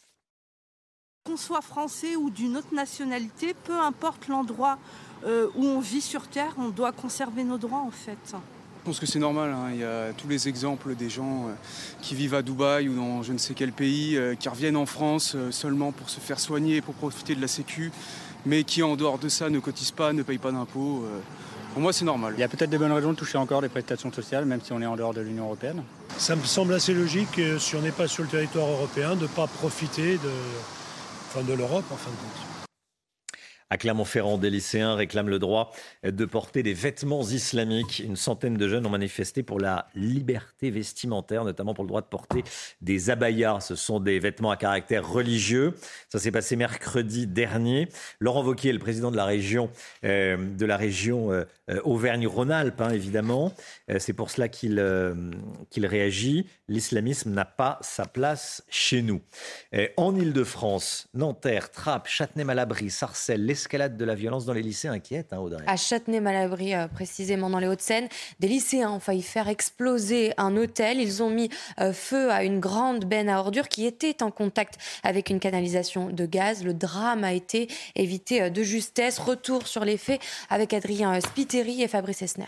Speaker 13: Qu'on soit français ou d'une autre nationalité, peu importe l'endroit euh, où on vit sur Terre, on doit conserver nos droits en fait.
Speaker 14: Je pense que c'est normal, hein. Il y a tous les exemples des gens euh, qui vivent à Dubaï ou dans je ne sais quel pays, euh, qui reviennent en France euh, seulement pour se faire soigner, pour profiter de la Sécu, mais qui en dehors de ça ne cotisent pas, ne payent pas d'impôts. Euh, pour moi c'est normal.
Speaker 16: Il y a peut-être des bonnes raisons de toucher encore des prestations sociales, même si on est en dehors de l'Union européenne.
Speaker 17: Ça me semble assez logique, euh, si on n'est pas sur le territoire européen, de ne pas profiter de, enfin, de l'Europe en fin de compte.
Speaker 2: À Clermont-Ferrand, des lycéens réclament le droit de porter des vêtements islamiques. Une centaine de jeunes ont manifesté pour la liberté vestimentaire, notamment pour le droit de porter des abayas. Ce sont des vêtements à caractère religieux. Ça s'est passé mercredi dernier. Laurent Wauquiez, le président de la région, euh, de la région euh, Auvergne-Rhône-Alpes, hein, évidemment. Euh, c'est pour cela qu'il, euh, qu'il réagit. L'islamisme n'a pas sa place chez nous. Euh, en Ile-de-France, Nanterre, Trappes, Châtenay-Malabry, Sarcelles, l'escalade de la violence dans les lycées inquiète, hein, Audrey.
Speaker 5: À Châtenay-Malabry, euh, précisément dans les Hauts-de-Seine, des lycéens ont failli faire exploser un hôtel. Ils ont mis euh, feu à une grande benne à ordures qui était en contact avec une canalisation de gaz. Le drame a été évité euh, de justesse. Retour sur les faits avec Adrien Spiteri et Fabrice Esner.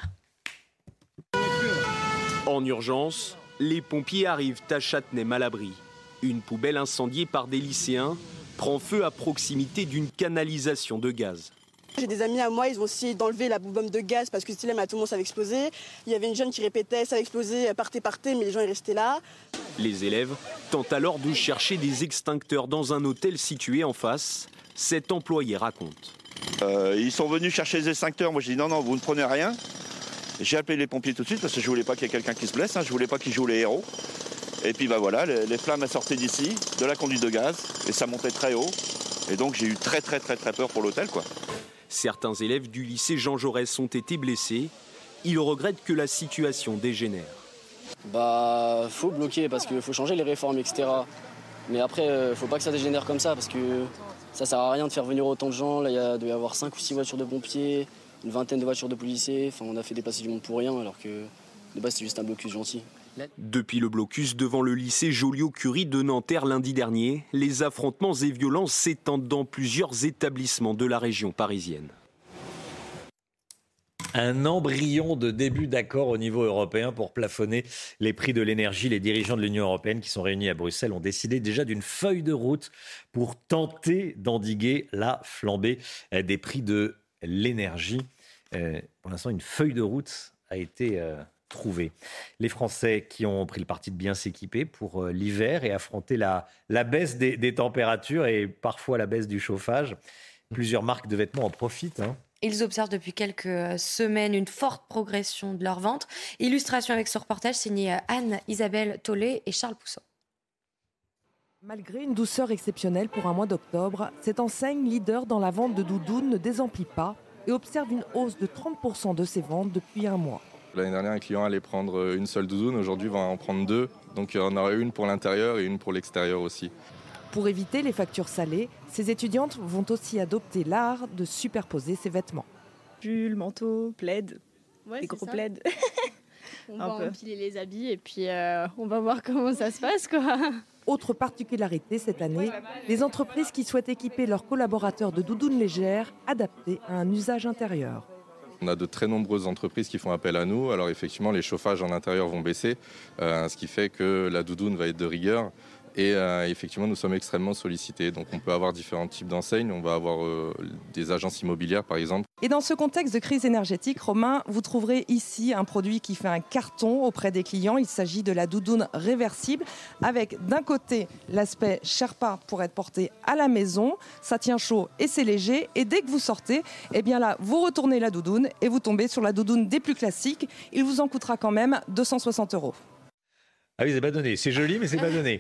Speaker 20: En urgence, les pompiers arrivent à Châtenay-Malabry. Une poubelle incendiée par des lycéens prend feu à proximité d'une canalisation de gaz.
Speaker 18: J'ai des amis à moi, ils ont essayé d'enlever la bombe de gaz parce que c'était là, mais à tout le monde ça avait explosé. Il y avait une jeune qui répétait, ça va exploser, partez, partez, mais les gens ils restaient là.
Speaker 20: Les élèves tentent alors de chercher des extincteurs dans un hôtel situé en face. Cet employé raconte.
Speaker 27: Euh, ils sont venus chercher les extincteurs, moi j'ai dit non, non, vous ne prenez rien. J'ai appelé les pompiers tout de suite parce que je voulais pas qu'il y ait quelqu'un qui se blesse, hein, je voulais pas qu'ils jouent les héros. Et puis bah voilà, les, les flammes sortaient d'ici, de la conduite de gaz, et ça montait très haut. Et donc j'ai eu très très très très peur pour l'hôtel, quoi.
Speaker 20: Certains élèves du lycée Jean Jaurès ont été blessés. Ils regrettent que la situation dégénère.
Speaker 18: Bah, faut bloquer parce qu'il faut changer les réformes, et cetera. Mais après, euh, faut pas que ça dégénère comme ça parce que ça sert à rien de faire venir autant de gens. Là, il y a, doit y avoir cinq ou six voitures de pompiers, une vingtaine de voitures de policiers. Enfin, on a fait dépasser du monde pour rien alors que de base, c'est juste un blocus gentil.
Speaker 20: Depuis le blocus devant le lycée Joliot-Curie de Nanterre lundi dernier, les affrontements et violences s'étendent dans plusieurs établissements de la région parisienne.
Speaker 2: Un embryon de début d'accord au niveau européen pour plafonner les prix de l'énergie. Les dirigeants de l'Union européenne qui sont réunis à Bruxelles ont décidé déjà d'une feuille de route pour tenter d'endiguer la flambée des prix de l'énergie. Euh, pour l'instant, une feuille de route a été euh, trouvée. Les Français qui ont pris le parti de bien s'équiper pour euh, l'hiver et affronter la, la baisse des, des températures et parfois la baisse du chauffage. Plusieurs marques de vêtements en profitent, hein.
Speaker 5: Ils observent depuis quelques semaines une forte progression de leurs ventes. Illustration avec ce reportage signé Anne-Isabelle Tollet et Charles Pousseau.
Speaker 28: Malgré une douceur exceptionnelle pour un mois d'octobre, cette enseigne leader dans la vente de doudounes ne désemplit pas et observe une hausse de trente pour cent de ses ventes depuis un mois.
Speaker 1: L'année dernière, un client allait prendre une seule doudoune, aujourd'hui, il va en prendre deux. Donc on aura une pour l'intérieur et une pour l'extérieur aussi.
Speaker 28: Pour éviter les factures salées, ces étudiantes vont aussi adopter l'art de superposer ces vêtements.
Speaker 15: Pull, manteau, plaid,
Speaker 19: ouais,
Speaker 15: des gros
Speaker 19: ça.
Speaker 15: plaids.
Speaker 19: On va peu. empiler les habits et puis euh, on va voir comment ça se passe, quoi.
Speaker 28: Autre particularité cette année, les entreprises qui souhaitent équiper leurs collaborateurs de doudounes légères adaptées à un usage intérieur.
Speaker 1: On a de très nombreuses entreprises qui font appel à nous. Alors effectivement, les chauffages en intérieur vont baisser, euh, ce qui fait que la doudoune va être de rigueur. Et euh, effectivement, nous sommes extrêmement sollicités. Donc on peut avoir différents types d'enseignes. On va avoir euh, des agences immobilières, par exemple.
Speaker 28: Et dans ce contexte de crise énergétique, Romain, vous trouverez ici un produit qui fait un carton auprès des clients. Il s'agit de la doudoune réversible avec d'un côté l'aspect Sherpa pour être porté à la maison. Ça tient chaud et c'est léger. Et dès que vous sortez, eh bien là, vous retournez la doudoune et vous tombez sur la doudoune des plus classiques. Il vous en coûtera quand même deux cent soixante euros.
Speaker 2: Ah oui, c'est pas donné. C'est joli, mais c'est pas donné.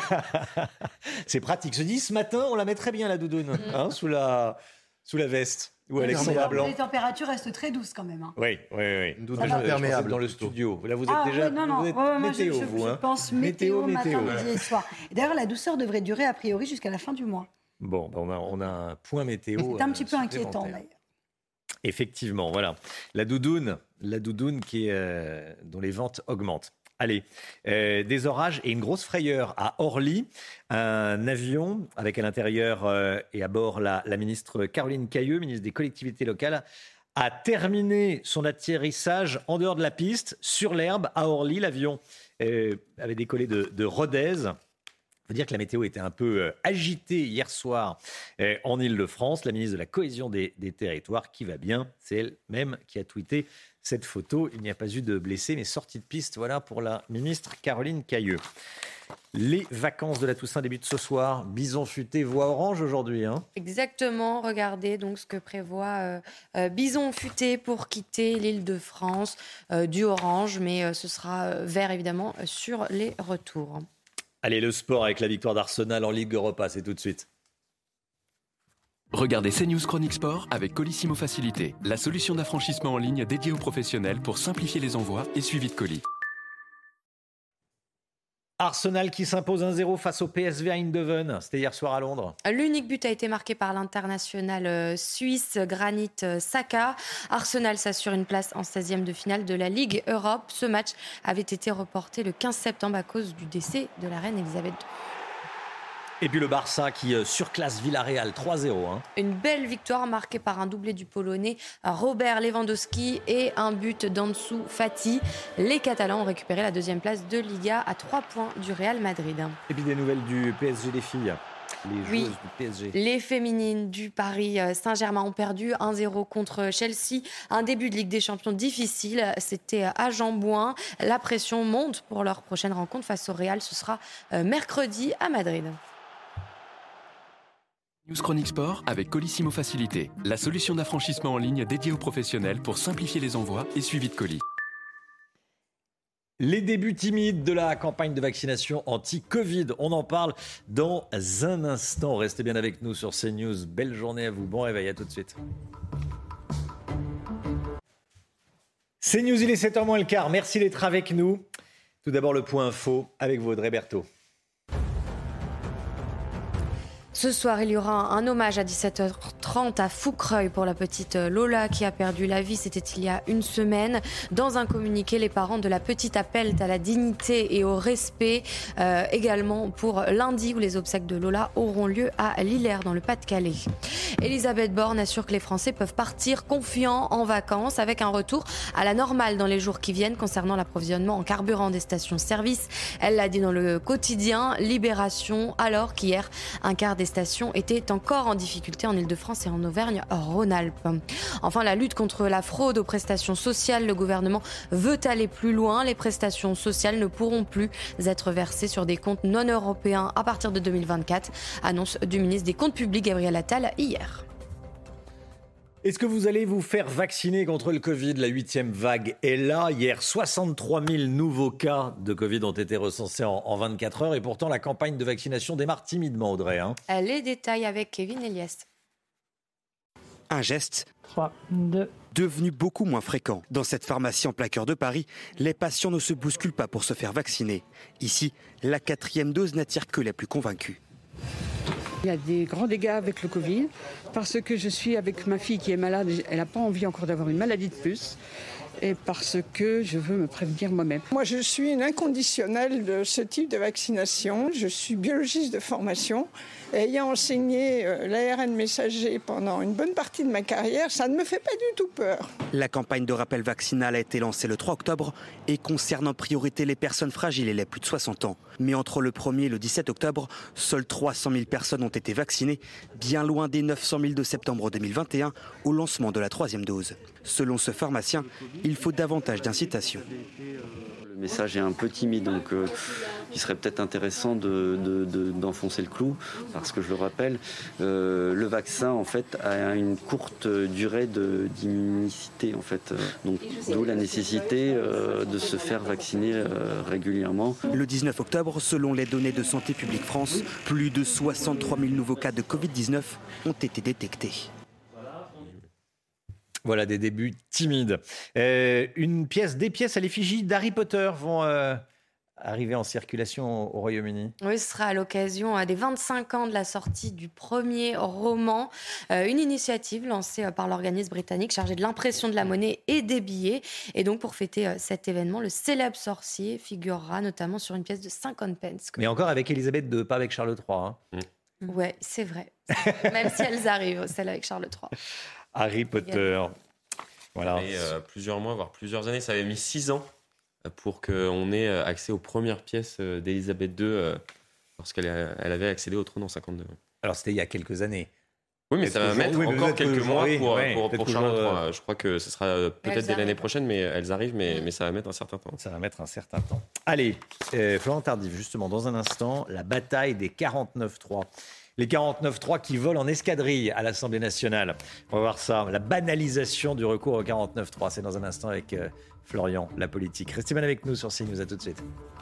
Speaker 2: C'est pratique. Se dit, ce matin, on la met très bien, la doudoune, hein, sous, la, sous la veste. Ou Alexandra Blanc.
Speaker 9: Les températures restent très douces quand même. Hein.
Speaker 2: Oui, oui, oui.
Speaker 6: Une doudoune imperméable.
Speaker 2: Dans le studio. Là, vous êtes
Speaker 9: ah,
Speaker 2: déjà
Speaker 9: oui, non, non.
Speaker 2: vous êtes
Speaker 9: ouais,
Speaker 2: météo,
Speaker 9: je, je,
Speaker 2: vous.
Speaker 9: Je
Speaker 2: hein.
Speaker 9: pense météo,
Speaker 2: météo
Speaker 9: matin, midi et soir. Et d'ailleurs, la douceur devrait durer a priori jusqu'à la fin du mois.
Speaker 2: Bon, ben on, a, on a un point météo.
Speaker 9: C'est un petit
Speaker 2: euh,
Speaker 9: peu inquiétant d'ailleurs.
Speaker 2: Effectivement, voilà. La doudoune, la doudoune qui est, euh, dont les ventes augmentent. Allez, euh, des orages et une grosse frayeur à Orly. Un avion avec à l'intérieur euh, et à bord la, la ministre Caroline Cayeux, ministre des collectivités locales, a terminé son atterrissage en dehors de la piste, sur l'herbe, à Orly. L'avion euh, avait décollé de, de Rodez. Il faut dire que la météo était un peu euh, agitée hier soir euh, en Ile-de-France. La ministre de la Cohésion des, des Territoires, qui va bien, c'est elle-même qui a tweeté cette photo. Il n'y a pas eu de blessés, mais sortie de piste, voilà, pour la ministre Caroline Cayeux. Les vacances de la Toussaint débutent ce soir. Bison futé, voie orange aujourd'hui. Hein.
Speaker 5: Exactement. Regardez donc ce que prévoit euh, euh, Bison futé pour quitter l'Île-de-France. Euh, du orange, mais euh, ce sera euh, vert évidemment euh, sur les retours.
Speaker 2: Allez, le sport avec la victoire d'Arsenal en Ligue Europa, c'est tout de suite.
Speaker 21: Regardez CNews Chronique Sport avec Colissimo Facilité, la solution d'affranchissement en ligne dédiée aux professionnels pour simplifier les envois et suivi de colis.
Speaker 2: Arsenal qui s'impose un zéro face au P S V Eindhoven. C'était hier soir à Londres.
Speaker 5: L'unique but a été marqué par l'international suisse Granit Xhaka. Arsenal s'assure une place en seizième de finale de la Ligue Europe. Ce match avait été reporté le quinze septembre à cause du décès de la reine Elisabeth deux.
Speaker 2: Et puis le Barça qui surclasse Villarreal trois zéro. Hein.
Speaker 5: Une belle victoire marquée par un doublé du Polonais Robert Lewandowski et un but d'Ansu Fati. Les Catalans ont récupéré la deuxième place de Liga à trois points du Real Madrid.
Speaker 2: Et puis des nouvelles du P S G des filles. Les joueuses
Speaker 5: oui,
Speaker 2: du P S G.
Speaker 5: Les féminines du Paris Saint-Germain ont perdu un zéro contre Chelsea. Un début de Ligue des Champions difficile. C'était à Jean-Bouin. La pression monte pour leur prochaine rencontre face au Real. Ce sera mercredi à Madrid.
Speaker 21: News Chronique Sport avec Colissimo Facilité, la solution d'affranchissement en ligne dédiée aux professionnels pour simplifier les envois et suivi de colis.
Speaker 2: Les débuts timides de la campagne de vaccination anti-Covid, on en parle dans un instant. Restez bien avec nous sur CNews. Belle journée à vous, bon réveil, à tout de suite. CNews, il est sept heures moins le quart, merci d'être avec nous. Tout d'abord le point info avec vous, Audrey Berthaud.
Speaker 5: Ce soir, il y aura un hommage à dix-sept heures trente à Foucreuil pour la petite Lola qui a perdu la vie. C'était il y a une semaine. Dans un communiqué, les parents de la petite appellent à la dignité et au respect. Euh, également pour lundi où les obsèques de Lola auront lieu à Lillers dans le Pas-de-Calais. Elisabeth Borne assure que les Français peuvent partir confiants en vacances avec un retour à la normale dans les jours qui viennent concernant l'approvisionnement en carburant des stations-service. Elle l'a dit dans le quotidien Libération alors qu'hier, un quart des stations étaient encore en difficulté en Ile-de-France et en Auvergne-Rhône-Alpes. Enfin, la lutte contre la fraude aux prestations sociales. Le gouvernement veut aller plus loin. Les prestations sociales ne pourront plus être versées sur des comptes non européens à partir de deux mille vingt-quatre. Annonce du ministre des Comptes publics Gabriel Attal hier.
Speaker 2: Est-ce que vous allez vous faire vacciner contre le Covid ? La huitième vague est là. Hier, soixante-trois mille nouveaux cas de Covid ont été recensés en, en vingt-quatre heures. Et pourtant, la campagne de vaccination démarre timidement, Audrey. Hein.
Speaker 5: Les détails avec Kevin Elias.
Speaker 23: Un geste
Speaker 3: trois, deux.
Speaker 4: Devenu beaucoup moins fréquent. Dans cette pharmacie en plein cœur de Paris, les patients ne se bousculent pas pour se faire vacciner. Ici, la quatrième dose n'attire que les plus convaincus.
Speaker 7: Il y a des grands dégâts avec le Covid parce que je suis avec ma fille qui est malade, elle n'a pas envie encore d'avoir une maladie de plus. Et parce que je veux me prévenir moi-même.
Speaker 22: Moi, je suis une inconditionnelle de ce type de vaccination. Je suis biologiste de formation. Et ayant enseigné l'A R N messager pendant une bonne partie de ma carrière, ça ne me fait pas du tout peur.
Speaker 4: La campagne de rappel vaccinal a été lancée le trois octobre et concerne en priorité les personnes fragiles et les plus de soixante ans. Mais entre le premier et le dix-sept octobre, seules trois cent mille personnes ont été vaccinées, bien loin des neuf cent mille de septembre deux mille vingt et un au lancement de la troisième dose. Selon ce pharmacien, il faut davantage d'incitation.
Speaker 23: Le message est un peu timide, donc euh, il serait peut-être intéressant de, de, de, d'enfoncer le clou, parce que je le rappelle, euh, le vaccin en fait a une courte durée de, d'immunicité en fait, donc d'où la nécessité euh, de se faire vacciner euh, régulièrement.
Speaker 4: Le dix-neuf octobre, selon les données de Santé publique France, plus de soixante-trois mille nouveaux cas de covid dix-neuf ont été détectés.
Speaker 2: Voilà des débuts timides. Euh, une pièce, des pièces à l'effigie d'Harry Potter vont euh, arriver en circulation au Royaume-Uni.
Speaker 5: Oui, ce sera à l'occasion des vingt-cinq ans de la sortie du premier roman. Euh, une initiative lancée par l'organisme britannique chargé de l'impression de la monnaie et des billets. Et donc, pour fêter cet événement, le célèbre sorcier figurera notamment sur une pièce de cinquante pence.
Speaker 2: Mais encore avec Elisabeth deux, pas avec Charles trois. Hein.
Speaker 5: Mmh. Ouais, c'est vrai. Même si elles arrivent, celle avec Charles trois.
Speaker 2: Harry Potter. Voilà.
Speaker 24: Et, euh, plusieurs mois, voire plusieurs années. Ça avait mis six ans pour qu'on ait accès aux premières pièces d'Elisabeth deux euh, lorsqu'elle elle avait accédé au trône en cinquante-deux.
Speaker 2: Alors, c'était il y a quelques années.
Speaker 24: Oui, mais ça va mettre oui, encore quelques mois oui, pour, oui, pour, pour Charles trois. Euh... Je crois que ce sera peut-être dès l'année prochaine, mais elles arrivent, mais, mmh. mais ça va mettre un certain temps.
Speaker 2: Ça va mettre un certain temps. Allez, euh, Florent Tardif, justement, dans un instant, la bataille des quarante-neuf trois. Les quarante-neuf trois qui volent en escadrille à l'Assemblée nationale. On va voir ça, la banalisation du recours au quarante-neuf trois. C'est dans un instant avec euh, Florian, la politique. Restez bien avec nous sur CNews, à tout de suite.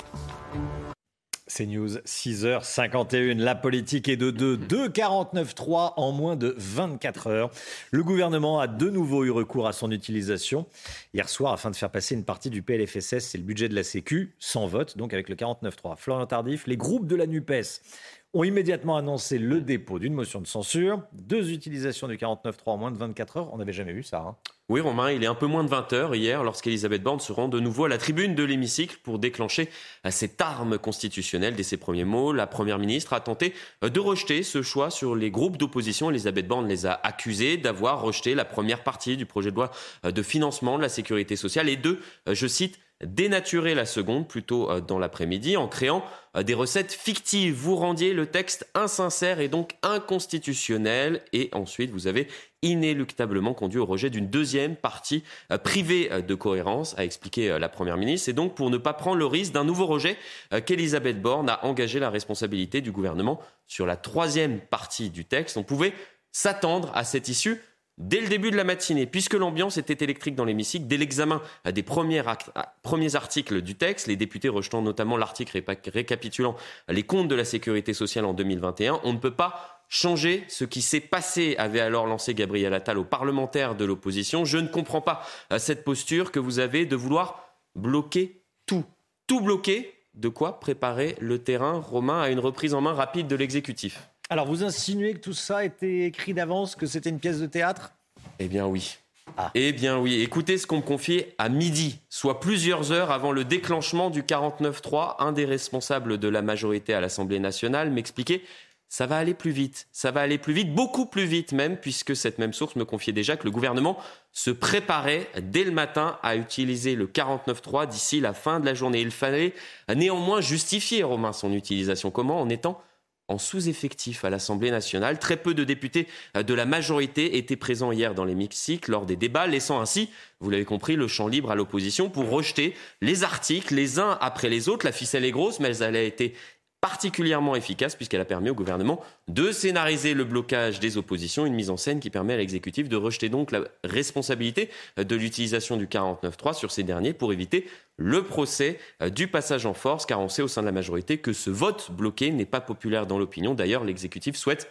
Speaker 2: CNews, six heures cinquante et une. La politique est de deux. deux quarante-neuf trois en moins de vingt-quatre heures. Le gouvernement a de nouveau eu recours à son utilisation hier soir afin de faire passer une partie du P L F S S. C'est le budget de la Sécu, sans vote, donc avec le quarante-neuf trois. Florian Tardif, les groupes de la NUPES ont immédiatement annoncé le dépôt d'une motion de censure. Deux utilisations du quarante-neuf trois en moins de vingt-quatre heures. On n'avait jamais vu ça. Hein.
Speaker 24: Oui, Romain, il est un peu moins de vingt heures hier lorsqu'Elisabeth Borne se rend de nouveau à la tribune de l'hémicycle pour déclencher cette arme constitutionnelle. Dès ses premiers mots, la Première ministre a tenté de rejeter ce choix sur les groupes d'opposition. Elisabeth Borne les a accusés d'avoir rejeté la première partie du projet de loi de financement de la sécurité sociale et de, je cite, dénaturer la seconde plus tôt dans l'après-midi en créant des recettes fictives. Vous rendiez le texte insincère et donc inconstitutionnel. Et ensuite, vous avez inéluctablement conduit au rejet d'une deuxième partie privée de cohérence, a expliqué la Première ministre. Et donc, pour ne pas prendre le risque d'un nouveau rejet, qu'Elisabeth Borne a engagé la responsabilité du gouvernement sur la troisième partie du texte. On pouvait s'attendre à cette issue dès le début de la matinée, puisque l'ambiance était électrique dans l'hémicycle. Dès l'examen des premiers, act- premiers articles du texte, les députés rejetant notamment l'article répa- récapitulant les comptes de la sécurité sociale en deux mille vingt et un, on ne peut pas changer ce qui s'est passé, avait alors lancé Gabriel Attal aux parlementaires de l'opposition. Je ne comprends pas cette posture que vous avez de vouloir bloquer tout. Tout bloquer, de quoi préparer le terrain, Romain, à une reprise en main rapide de l'exécutif.
Speaker 2: Alors, vous insinuez que tout ça était écrit d'avance, que c'était une pièce de théâtre ?
Speaker 24: Eh bien oui. Ah. Eh bien oui. Écoutez ce qu'on me confiait à midi, soit plusieurs heures avant le déclenchement du quarante-neuf trois. Un des responsables de la majorité à l'Assemblée nationale m'expliquait « ça va aller plus vite, ça va aller plus vite, beaucoup plus vite même », puisque cette même source me confiait déjà que le gouvernement se préparait dès le matin à utiliser le quarante-neuf trois d'ici la fin de la journée. Il fallait néanmoins justifier, Romain, son utilisation. Comment ? En étant en sous-effectif à l'Assemblée nationale. Très peu de députés de la majorité étaient présents hier dans l'hémicycle lors des débats, laissant ainsi, vous l'avez compris, le champ libre à l'opposition pour rejeter les articles les uns après les autres. La ficelle est grosse, mais elle a été particulièrement efficace puisqu'elle a permis au gouvernement de scénariser le blocage des oppositions, une mise en scène qui permet à l'exécutif de rejeter donc la responsabilité de l'utilisation du quarante-neuf trois sur ces derniers pour éviter le procès du passage en force, car on sait au sein de la majorité que ce vote bloqué n'est pas populaire dans l'opinion. D'ailleurs, l'exécutif souhaite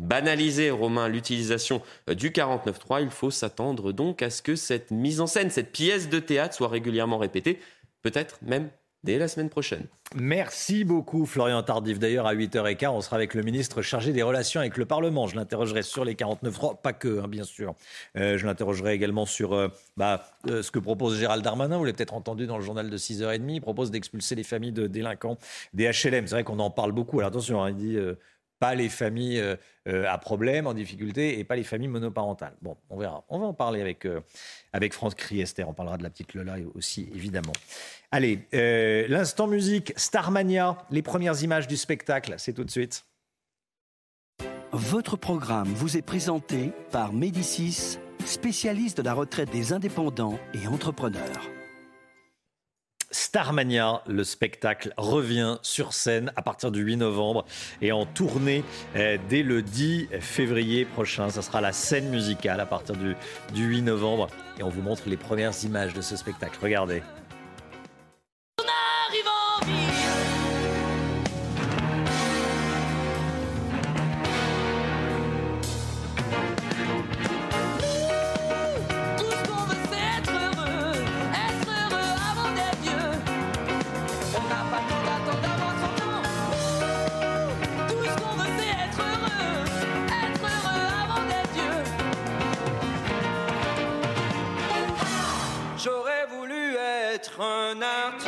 Speaker 24: banaliser, Romain, l'utilisation du quarante-neuf trois. Il faut s'attendre donc à ce que cette mise en scène, cette pièce de théâtre soit régulièrement répétée, peut-être même dès la semaine prochaine.
Speaker 2: Merci beaucoup Florian Tardif. D'ailleurs, à huit heures quinze, on sera avec le ministre chargé des relations avec le Parlement. Je l'interrogerai sur les quarante-neuf trois, pas que, hein, bien sûr. Euh, je l'interrogerai également sur euh, bah, euh, ce que propose Gérald Darmanin. Vous l'avez peut-être entendu dans le journal de six heures trente. Il propose d'expulser les familles de délinquants des H L M. C'est vrai qu'on en parle beaucoup. Alors attention, hein, il dit... Euh, pas les familles euh, euh, à problème, en difficulté, et pas les familles monoparentales. Bon, on verra. On va en parler avec, euh, avec Franck Riester. On parlera de la petite Lola aussi, évidemment. Allez, euh, l'instant musique, Starmania, les premières images du spectacle, c'est tout de suite.
Speaker 3: Votre programme vous est présenté par Médicis, spécialiste de la retraite des indépendants et entrepreneurs.
Speaker 2: Starmania, le spectacle revient sur scène à partir du huit novembre et en tournée euh, dès le dix février prochain. Ça sera la scène musicale à partir du, du huit novembre et on vous montre les premières images de ce spectacle. Regardez.
Speaker 8: On arrive en ville. J'aurais voulu être un artiste.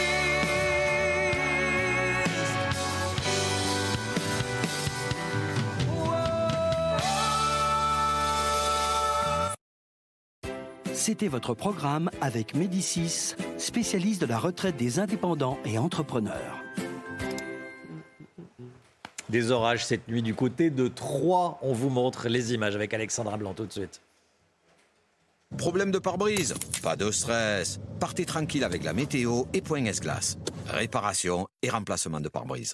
Speaker 3: C'était votre programme avec Médicis, spécialiste de la retraite des indépendants et entrepreneurs.
Speaker 2: Des orages cette nuit du côté de Troyes. On vous montre les images avec Alexandra Blanc tout de suite.
Speaker 10: Problème de pare-brise? Pas de stress. Partez tranquille avec la météo et Point S-Glace. Réparation et remplacement de pare-brise.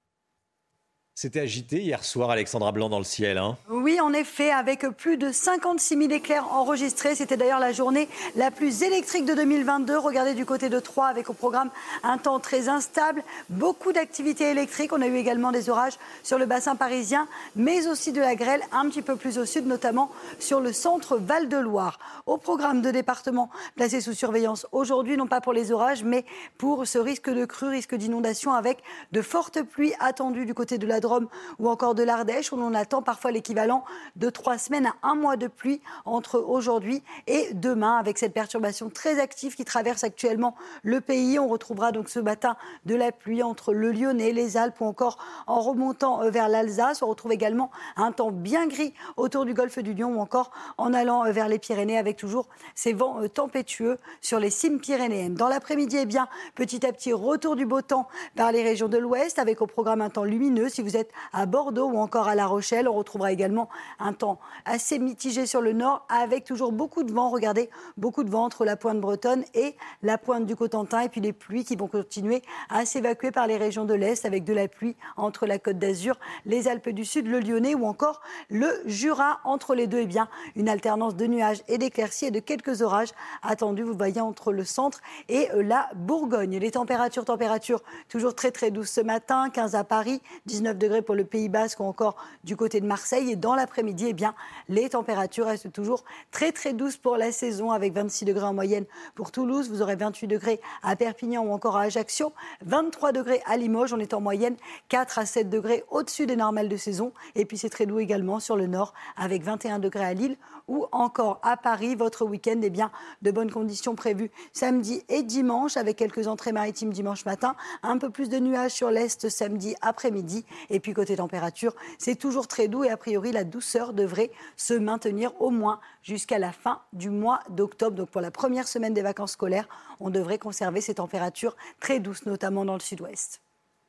Speaker 2: C'était agité hier soir, Alexandra Blanc, dans le ciel. Hein.
Speaker 9: Oui, en effet, avec plus de cinquante-six mille éclairs enregistrés. C'était d'ailleurs la journée la plus électrique de deux mille vingt-deux. Regardez du côté de Troyes, avec au programme un temps très instable. Beaucoup d'activités électriques. On a eu également des orages sur le bassin parisien, mais aussi de la grêle un petit peu plus au sud, notamment sur le centre Val-de-Loire. Au programme de départements placés sous surveillance aujourd'hui, non pas pour les orages, mais pour ce risque de crue, risque d'inondation, avec de fortes pluies attendues du côté de la Drôme ou encore de l'Ardèche, où l'on attend parfois l'équivalent de trois semaines à un mois de pluie entre aujourd'hui et demain, avec cette perturbation très active qui traverse actuellement le pays. On retrouvera donc ce matin de la pluie entre le Lyonnais, les Alpes ou encore en remontant vers l'Alsace. On retrouve également un temps bien gris autour du golfe du Lion ou encore en allant vers les Pyrénées, avec toujours ces vents tempétueux sur les cimes pyrénéennes. Dans l'après-midi, eh bien, petit à petit, retour du beau temps vers les régions de l'Ouest, avec au programme un temps lumineux. Si vous êtes à Bordeaux ou encore à La Rochelle, on retrouvera également un temps assez mitigé sur le nord, avec toujours beaucoup de vent. Regardez, beaucoup de vent entre la pointe bretonne et la pointe du Cotentin, et puis les pluies qui vont continuer à s'évacuer par les régions de l'Est, avec de la pluie entre la Côte d'Azur, les Alpes du Sud, le Lyonnais ou encore le Jura. Entre les deux, eh bien, une alternance de nuages et d'éclaircies et de quelques orages attendus, vous voyez, entre le centre et la Bourgogne. Les températures, températures toujours très très douces ce matin, quinze à Paris, dix-neuf degrés pour le Pays Basque ou encore du côté de Marseille. Et dans l'après-midi, eh bien, les températures restent toujours très très douces pour la saison, avec vingt-six degrés en moyenne pour Toulouse. Vous aurez vingt-huit degrés à Perpignan ou encore à Ajaccio, vingt-trois degrés à Limoges. On est en moyenne quatre à sept degrés au-dessus des normales de saison. Et puis c'est très doux également sur le nord, avec vingt et un degrés à Lille ou encore à Paris. Votre week-end, eh bien, de bonnes conditions prévues samedi et dimanche, avec quelques entrées maritimes dimanche matin, un peu plus de nuages sur l'est samedi après-midi. Et puis côté température, c'est toujours très doux et a priori la douceur devrait se maintenir au moins jusqu'à la fin du mois d'octobre. Donc pour la première semaine des vacances scolaires, on devrait conserver ces températures très douces, notamment dans le sud-ouest.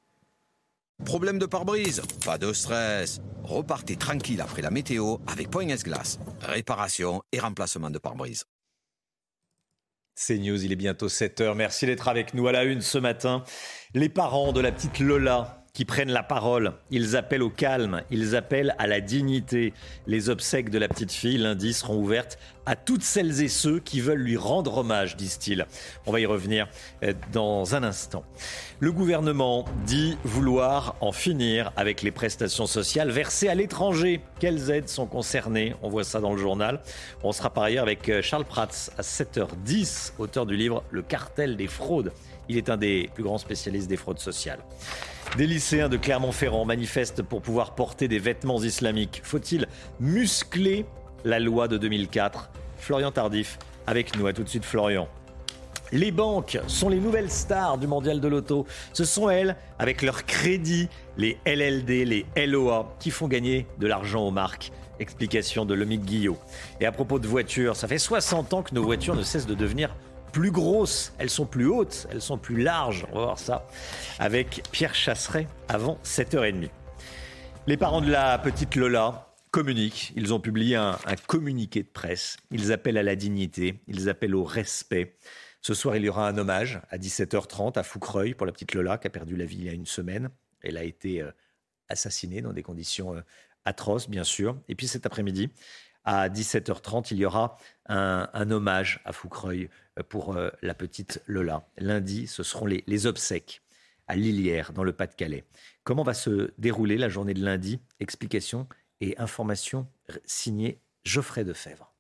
Speaker 10: Problème de pare-brise? Pas de stress. Repartez tranquille après la météo avec Point S-Glace. Réparation et remplacement de pare-brise.
Speaker 2: C'est News, il est bientôt sept heures. Merci d'être avec nous à la une ce matin. Les parents de la petite Lola, qui prennent la parole. Ils appellent au calme, ils appellent à la dignité. Les obsèques de la petite fille lundi seront ouvertes à toutes celles et ceux qui veulent lui rendre hommage, disent-ils. On va y revenir dans un instant. Le gouvernement dit vouloir en finir avec les prestations sociales versées à l'étranger. Quelles aides sont concernées? On voit ça dans le journal. On sera par ailleurs avec Charles Prats à sept heures dix, auteur du livre Le cartel des fraudes. Il est un des plus grands spécialistes des fraudes sociales. Des lycéens de Clermont-Ferrand manifestent pour pouvoir porter des vêtements islamiques. Faut-il muscler la loi de deux mille quatre? Florian Tardif avec nous. À tout de suite, Florian. Les banques sont les nouvelles stars du mondial de l'auto. Ce sont elles, avec leurs crédits, les L L D, les L O A, qui font gagner de l'argent aux marques. Explication de Lomique Guillot. Et à propos de voitures, ça fait soixante ans que nos voitures ne cessent de devenir plus grosses. Elles sont plus hautes, elles sont plus larges. On va voir ça avec Pierre Chasseret avant sept heures trente. Les parents de la petite Lola communiquent. Ils ont publié un, un communiqué de presse. Ils appellent à la dignité, ils appellent au respect. Ce soir, il y aura un hommage à dix-sept heures trente à Foucreuil pour la petite Lola qui a perdu la vie il y a une semaine. Elle a été euh, assassinée dans des conditions euh, atroces, bien sûr. Et puis cet après-midi, à dix-sept heures trente, il y aura un, un hommage à Foucreuil pour euh, la petite Lola. Lundi, ce seront les, les obsèques à Lilière, dans le Pas-de-Calais. Comment va se dérouler la journée de lundi? Explications et informations signées Geoffrey Defebvre.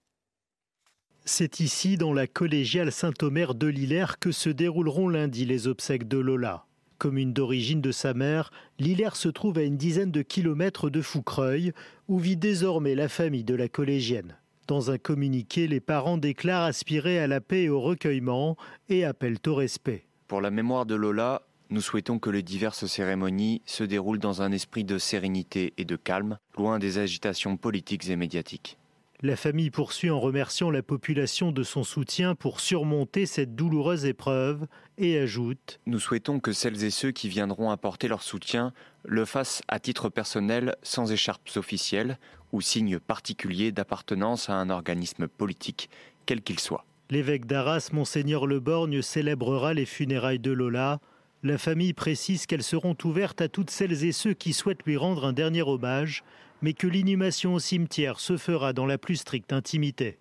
Speaker 11: C'est ici, dans la collégiale Saint-Omer de Lillers, que se dérouleront lundi les obsèques de Lola. Commune d'origine de sa mère, Lillers se trouve à une dizaine de kilomètres de Foucreuil, où vit désormais la famille de la collégienne. Dans un communiqué, les parents déclarent aspirer à la paix et au recueillement et appellent au respect.
Speaker 12: Pour la mémoire de Lola, nous souhaitons que les diverses cérémonies se déroulent dans un esprit de sérénité et de calme, loin des agitations politiques et médiatiques.
Speaker 11: La famille poursuit en remerciant la population de son soutien pour surmonter cette douloureuse épreuve et ajoute «
Speaker 12: Nous souhaitons que celles et ceux qui viendront apporter leur soutien le fassent à titre personnel, sans écharpes officielles ou signes particuliers d'appartenance à un organisme politique, quel qu'il soit. »
Speaker 11: L'évêque d'Arras, Monseigneur Leborgne, célébrera les funérailles de Lola. La famille précise qu'elles seront ouvertes à toutes celles et ceux qui souhaitent lui rendre un dernier hommage, mais que l'inhumation au cimetière se fera dans la plus stricte intimité.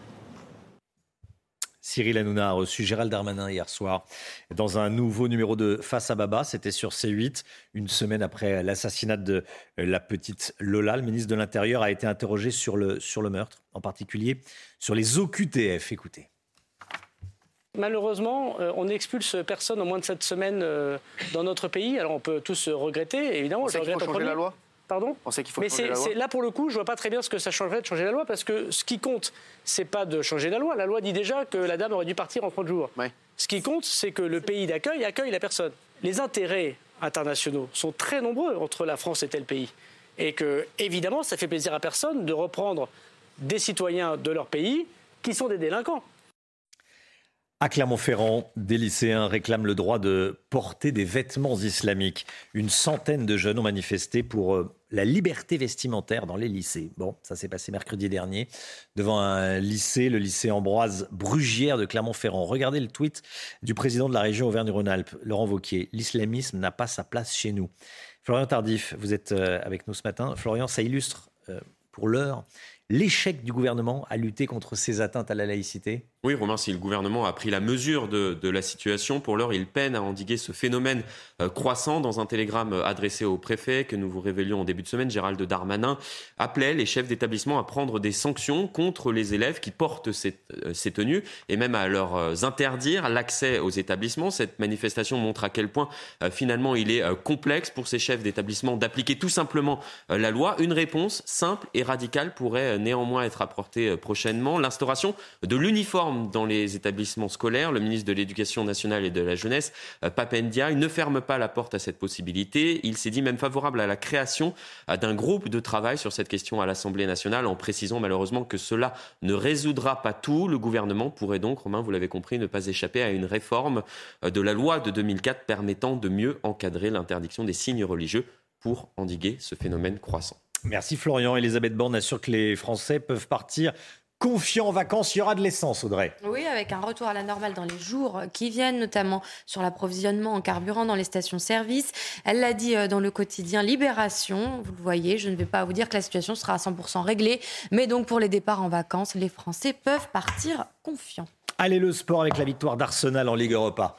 Speaker 2: Cyril Hanouna a reçu Gérald Darmanin hier soir dans un nouveau numéro de Face à Baba. C'était sur C huit, une semaine après l'assassinat de la petite Lola. Le ministre de l'Intérieur a été interrogé sur le, sur le meurtre, en particulier sur les O Q T F. Écoutez.
Speaker 13: Malheureusement, on n'expulse personne en moins de sept semaines dans notre pays. Alors on peut tous regretter, évidemment.
Speaker 14: On sait qu'il faut changer la loi.
Speaker 13: Pardon ?
Speaker 14: On sait qu'il faut
Speaker 13: Mais
Speaker 14: changer
Speaker 13: c'est,
Speaker 14: la loi.
Speaker 13: c'est, là, pour le coup, je ne vois pas très bien ce que ça changerait de changer la loi, parce que ce qui compte, ce n'est pas de changer la loi. La loi dit déjà que la dame aurait dû partir en trente jours. Ouais. Ce qui compte, c'est que le pays d'accueil accueille la personne. Les intérêts internationaux sont très nombreux entre la France et tel pays. Et que, évidemment, ça fait plaisir à personne de reprendre des citoyens de leur pays qui sont des délinquants.
Speaker 2: À Clermont-Ferrand, des lycéens réclament le droit de porter des vêtements islamiques. Une centaine de jeunes ont manifesté pour euh, la liberté vestimentaire dans les lycées. Bon, ça s'est passé mercredi dernier devant un lycée, le lycée Ambroise Brugière de Clermont-Ferrand. Regardez le tweet du président de la région Auvergne-Rhône-Alpes, Laurent Wauquiez. L'islamisme n'a pas sa place chez nous. Florian Tardif, vous êtes euh, avec nous ce matin. Florian, ça illustre euh, pour l'heure l'échec du gouvernement à lutter contre ces atteintes à la laïcité.
Speaker 24: Oui, Romain, si le gouvernement a pris la mesure de, de la situation, pour l'heure, il peine à endiguer ce phénomène euh, croissant. Dans un télégramme adressé au préfet que nous vous révélions en début de semaine, Gérald Darmanin appelait les chefs d'établissement à prendre des sanctions contre les élèves qui portent ces, euh, ces tenues et même à leur euh, interdire l'accès aux établissements. Cette manifestation montre à quel point euh, finalement il est euh, complexe pour ces chefs d'établissement d'appliquer tout simplement euh, la loi. Une réponse simple et radicale pourrait euh, néanmoins être apportée euh, prochainement. L'instauration de l'uniforme dans les établissements scolaires. Le ministre de l'Éducation nationale et de la jeunesse, Pape Ndiaye, ne ferme pas la porte à cette possibilité. Il s'est dit même favorable à la création d'un groupe de travail sur cette question à l'Assemblée nationale, en précisant malheureusement que cela ne résoudra pas tout. Le gouvernement pourrait donc, Romain, vous l'avez compris, ne pas échapper à une réforme de la loi de deux mille quatre permettant de mieux encadrer l'interdiction des signes religieux pour endiguer ce phénomène croissant.
Speaker 2: Merci Florian. Elisabeth Borne assure que les Français peuvent partir confiants en vacances. Il y aura de l'essence, Audrey.
Speaker 5: Oui, avec un retour à la normale dans les jours qui viennent, notamment sur l'approvisionnement en carburant dans les stations-service. Elle l'a dit dans le quotidien Libération. Vous le voyez, je ne vais pas vous dire que la situation sera à cent pour cent réglée. Mais donc, pour les départs en vacances, les Français peuvent partir confiants.
Speaker 2: Allez, le sport avec la victoire d'Arsenal en Ligue Europa.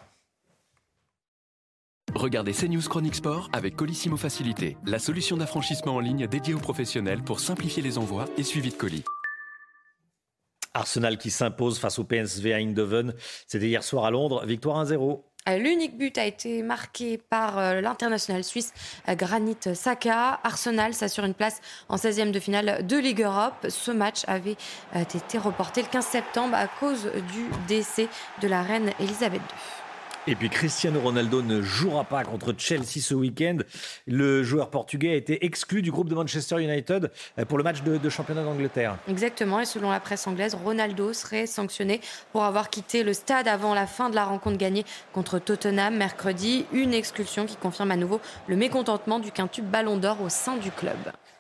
Speaker 21: Regardez CNews Chronique Sport avec Colissimo Facilité, la solution d'affranchissement en ligne dédiée aux professionnels pour simplifier les envois et suivi de colis.
Speaker 2: Arsenal qui s'impose face au P S V à Eindhoven. C'était hier soir à Londres. Victoire un zéro.
Speaker 5: L'unique but a été marqué par l'international suisse Granit Xhaka. Arsenal s'assure une place en seizième de finale de Ligue Europe. Ce match avait été reporté le quinze septembre à cause du décès de la reine Elisabeth deux.
Speaker 2: Et puis Cristiano Ronaldo ne jouera pas contre Chelsea ce week-end. Le joueur portugais a été exclu du groupe de Manchester United pour le match de, de championnat d'Angleterre.
Speaker 5: Exactement, et selon la presse anglaise, Ronaldo serait sanctionné pour avoir quitté le stade avant la fin de la rencontre gagnée contre Tottenham mercredi. Une expulsion qui confirme à nouveau le mécontentement du quintuple Ballon d'Or au sein du club.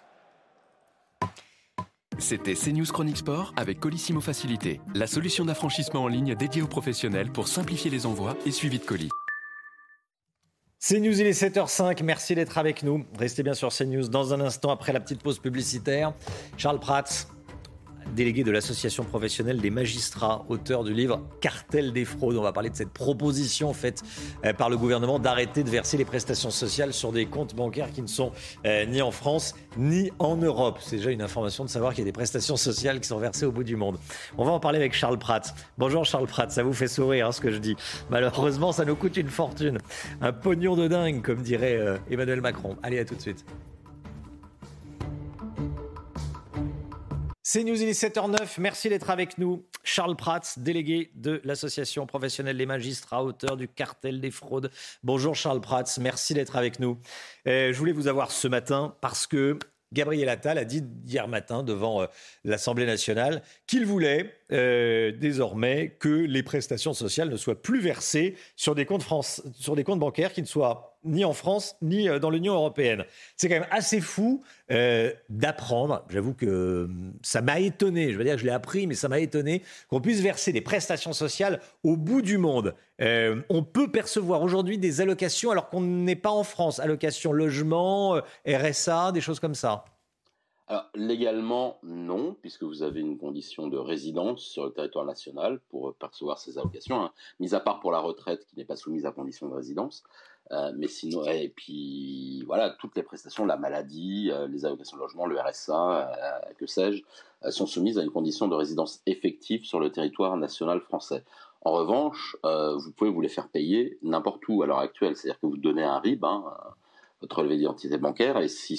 Speaker 21: C'était CNews Chronique Sport avec Colissimo Facilité, la solution d'affranchissement en ligne dédiée aux professionnels pour simplifier les envois et suivi de colis.
Speaker 2: CNews, il est sept heures cinq, merci d'être avec nous. Restez bien sur CNews dans un instant après la petite pause publicitaire. Charles Prats, délégué de l'association professionnelle des magistrats, auteur du livre Cartel des fraudes. On va parler de cette proposition faite par le gouvernement d'arrêter de verser les prestations sociales sur des comptes bancaires qui ne sont euh, ni en France ni en Europe. C'est déjà une information de savoir qu'il y a des prestations sociales qui sont versées au bout du monde. On va en parler avec Charles Prats. Bonjour Charles Prats, ça vous fait sourire hein, ce que je dis. Malheureusement, ça nous coûte une fortune. Un pognon de dingue, comme dirait euh, Emmanuel Macron. Allez, à tout de suite. CNews, il est sept heures neuf, merci d'être avec nous. Charles Prats, délégué de l'association professionnelle des magistrats, auteur du Cartel des fraudes. Bonjour Charles Prats, merci d'être avec nous. Euh, je voulais vous avoir ce matin parce que Gabriel Attal a dit hier matin devant euh, l'Assemblée nationale qu'il voulait euh, désormais que les prestations sociales ne soient plus versées sur des comptes, France, sur des comptes bancaires qui ne soient ni en France, ni dans l'Union européenne. C'est quand même assez fou euh, d'apprendre, j'avoue que ça m'a étonné, je veux dire que je l'ai appris, mais ça m'a étonné qu'on puisse verser des prestations sociales au bout du monde. Euh, on peut percevoir aujourd'hui des allocations alors qu'on n'est pas en France, allocations logement, R S A, des choses comme ça.
Speaker 14: Alors, légalement, non, puisque vous avez une condition de résidence sur le territoire national pour percevoir ces allocations, hein, mis à part pour la retraite qui n'est pas soumise à condition de résidence. Euh, mais sinon, et puis voilà, toutes les prestations, la maladie, euh, les allocations de logement, le R S A, euh, que sais-je, euh, sont soumises à une condition de résidence effective sur le territoire national français. En revanche, euh, vous pouvez vous les faire payer n'importe où à l'heure actuelle, c'est-à-dire que vous donnez un R I B, hein, votre relevé d'identité bancaire, et si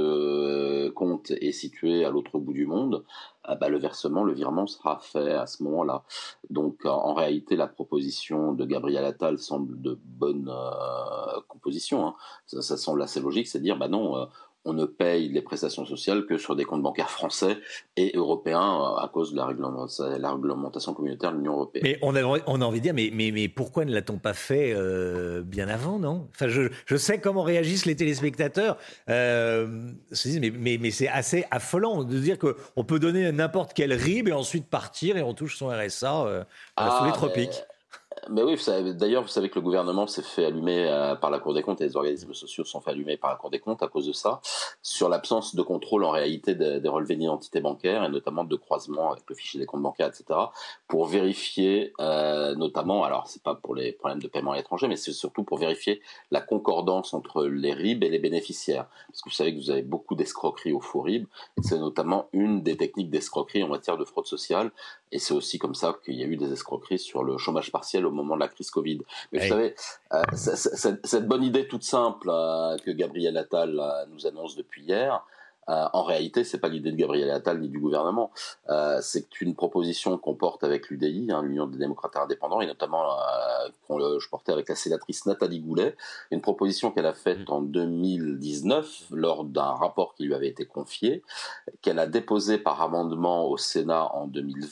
Speaker 14: ce compte est situé à l'autre bout du monde, euh, bah, le versement, le virement sera fait à ce moment-là. Donc en, en réalité, la proposition de Gabriel Attal semble de bonne euh, composition. Hein. Ça, ça semble assez logique, c'est de dire, bah non, euh, on ne paye les prestations sociales que sur des comptes bancaires français et européens à cause de la, réglement, la réglementation communautaire de l'Union européenne.
Speaker 2: Mais on a, on a envie de dire, mais, mais, mais pourquoi ne l'a-t-on pas fait euh, bien avant, non ? Enfin, je, je sais comment réagissent les téléspectateurs. Euh, mais, mais, mais c'est assez affolant de dire qu'on peut donner n'importe quel R I B et ensuite partir et on touche son R S A euh,
Speaker 14: ah,
Speaker 2: sous les
Speaker 14: mais...
Speaker 2: tropiques.
Speaker 14: Mais oui, vous savez, d'ailleurs, vous savez que le gouvernement s'est fait allumer euh, par la Cour des comptes et les organismes sociaux se sont fait allumer par la Cour des comptes à cause de ça, sur l'absence de contrôle en réalité des, des relevés d'identité bancaire et notamment de croisement avec le fichier des comptes bancaires, et cetera, pour vérifier euh, notamment, alors c'est pas pour les problèmes de paiement à l'étranger, mais c'est surtout pour vérifier la concordance entre les R I B et les bénéficiaires. Parce que vous savez que vous avez beaucoup d'escroqueries au faux R I B, et c'est notamment une des techniques d'escroquerie en matière de fraude sociale, et c'est aussi comme ça qu'il y a eu des escroqueries sur le chômage partiel au moment de la crise Covid. Mais hey. Vous savez, euh, c- c- cette bonne idée toute simple euh, que Gabriel Attal euh, nous annonce depuis hier, euh, en réalité, c'est pas l'idée de Gabriel Attal ni du gouvernement. Euh, c'est une proposition qu'on porte avec l'U D I, hein, l'Union des démocrates indépendants, et notamment euh, qu'on, je portais avec la sénatrice Nathalie Goulet, une proposition qu'elle a faite en deux mille dix-neuf lors d'un rapport qui lui avait été confié, qu'elle a déposé par amendement au Sénat en deux mille vingt,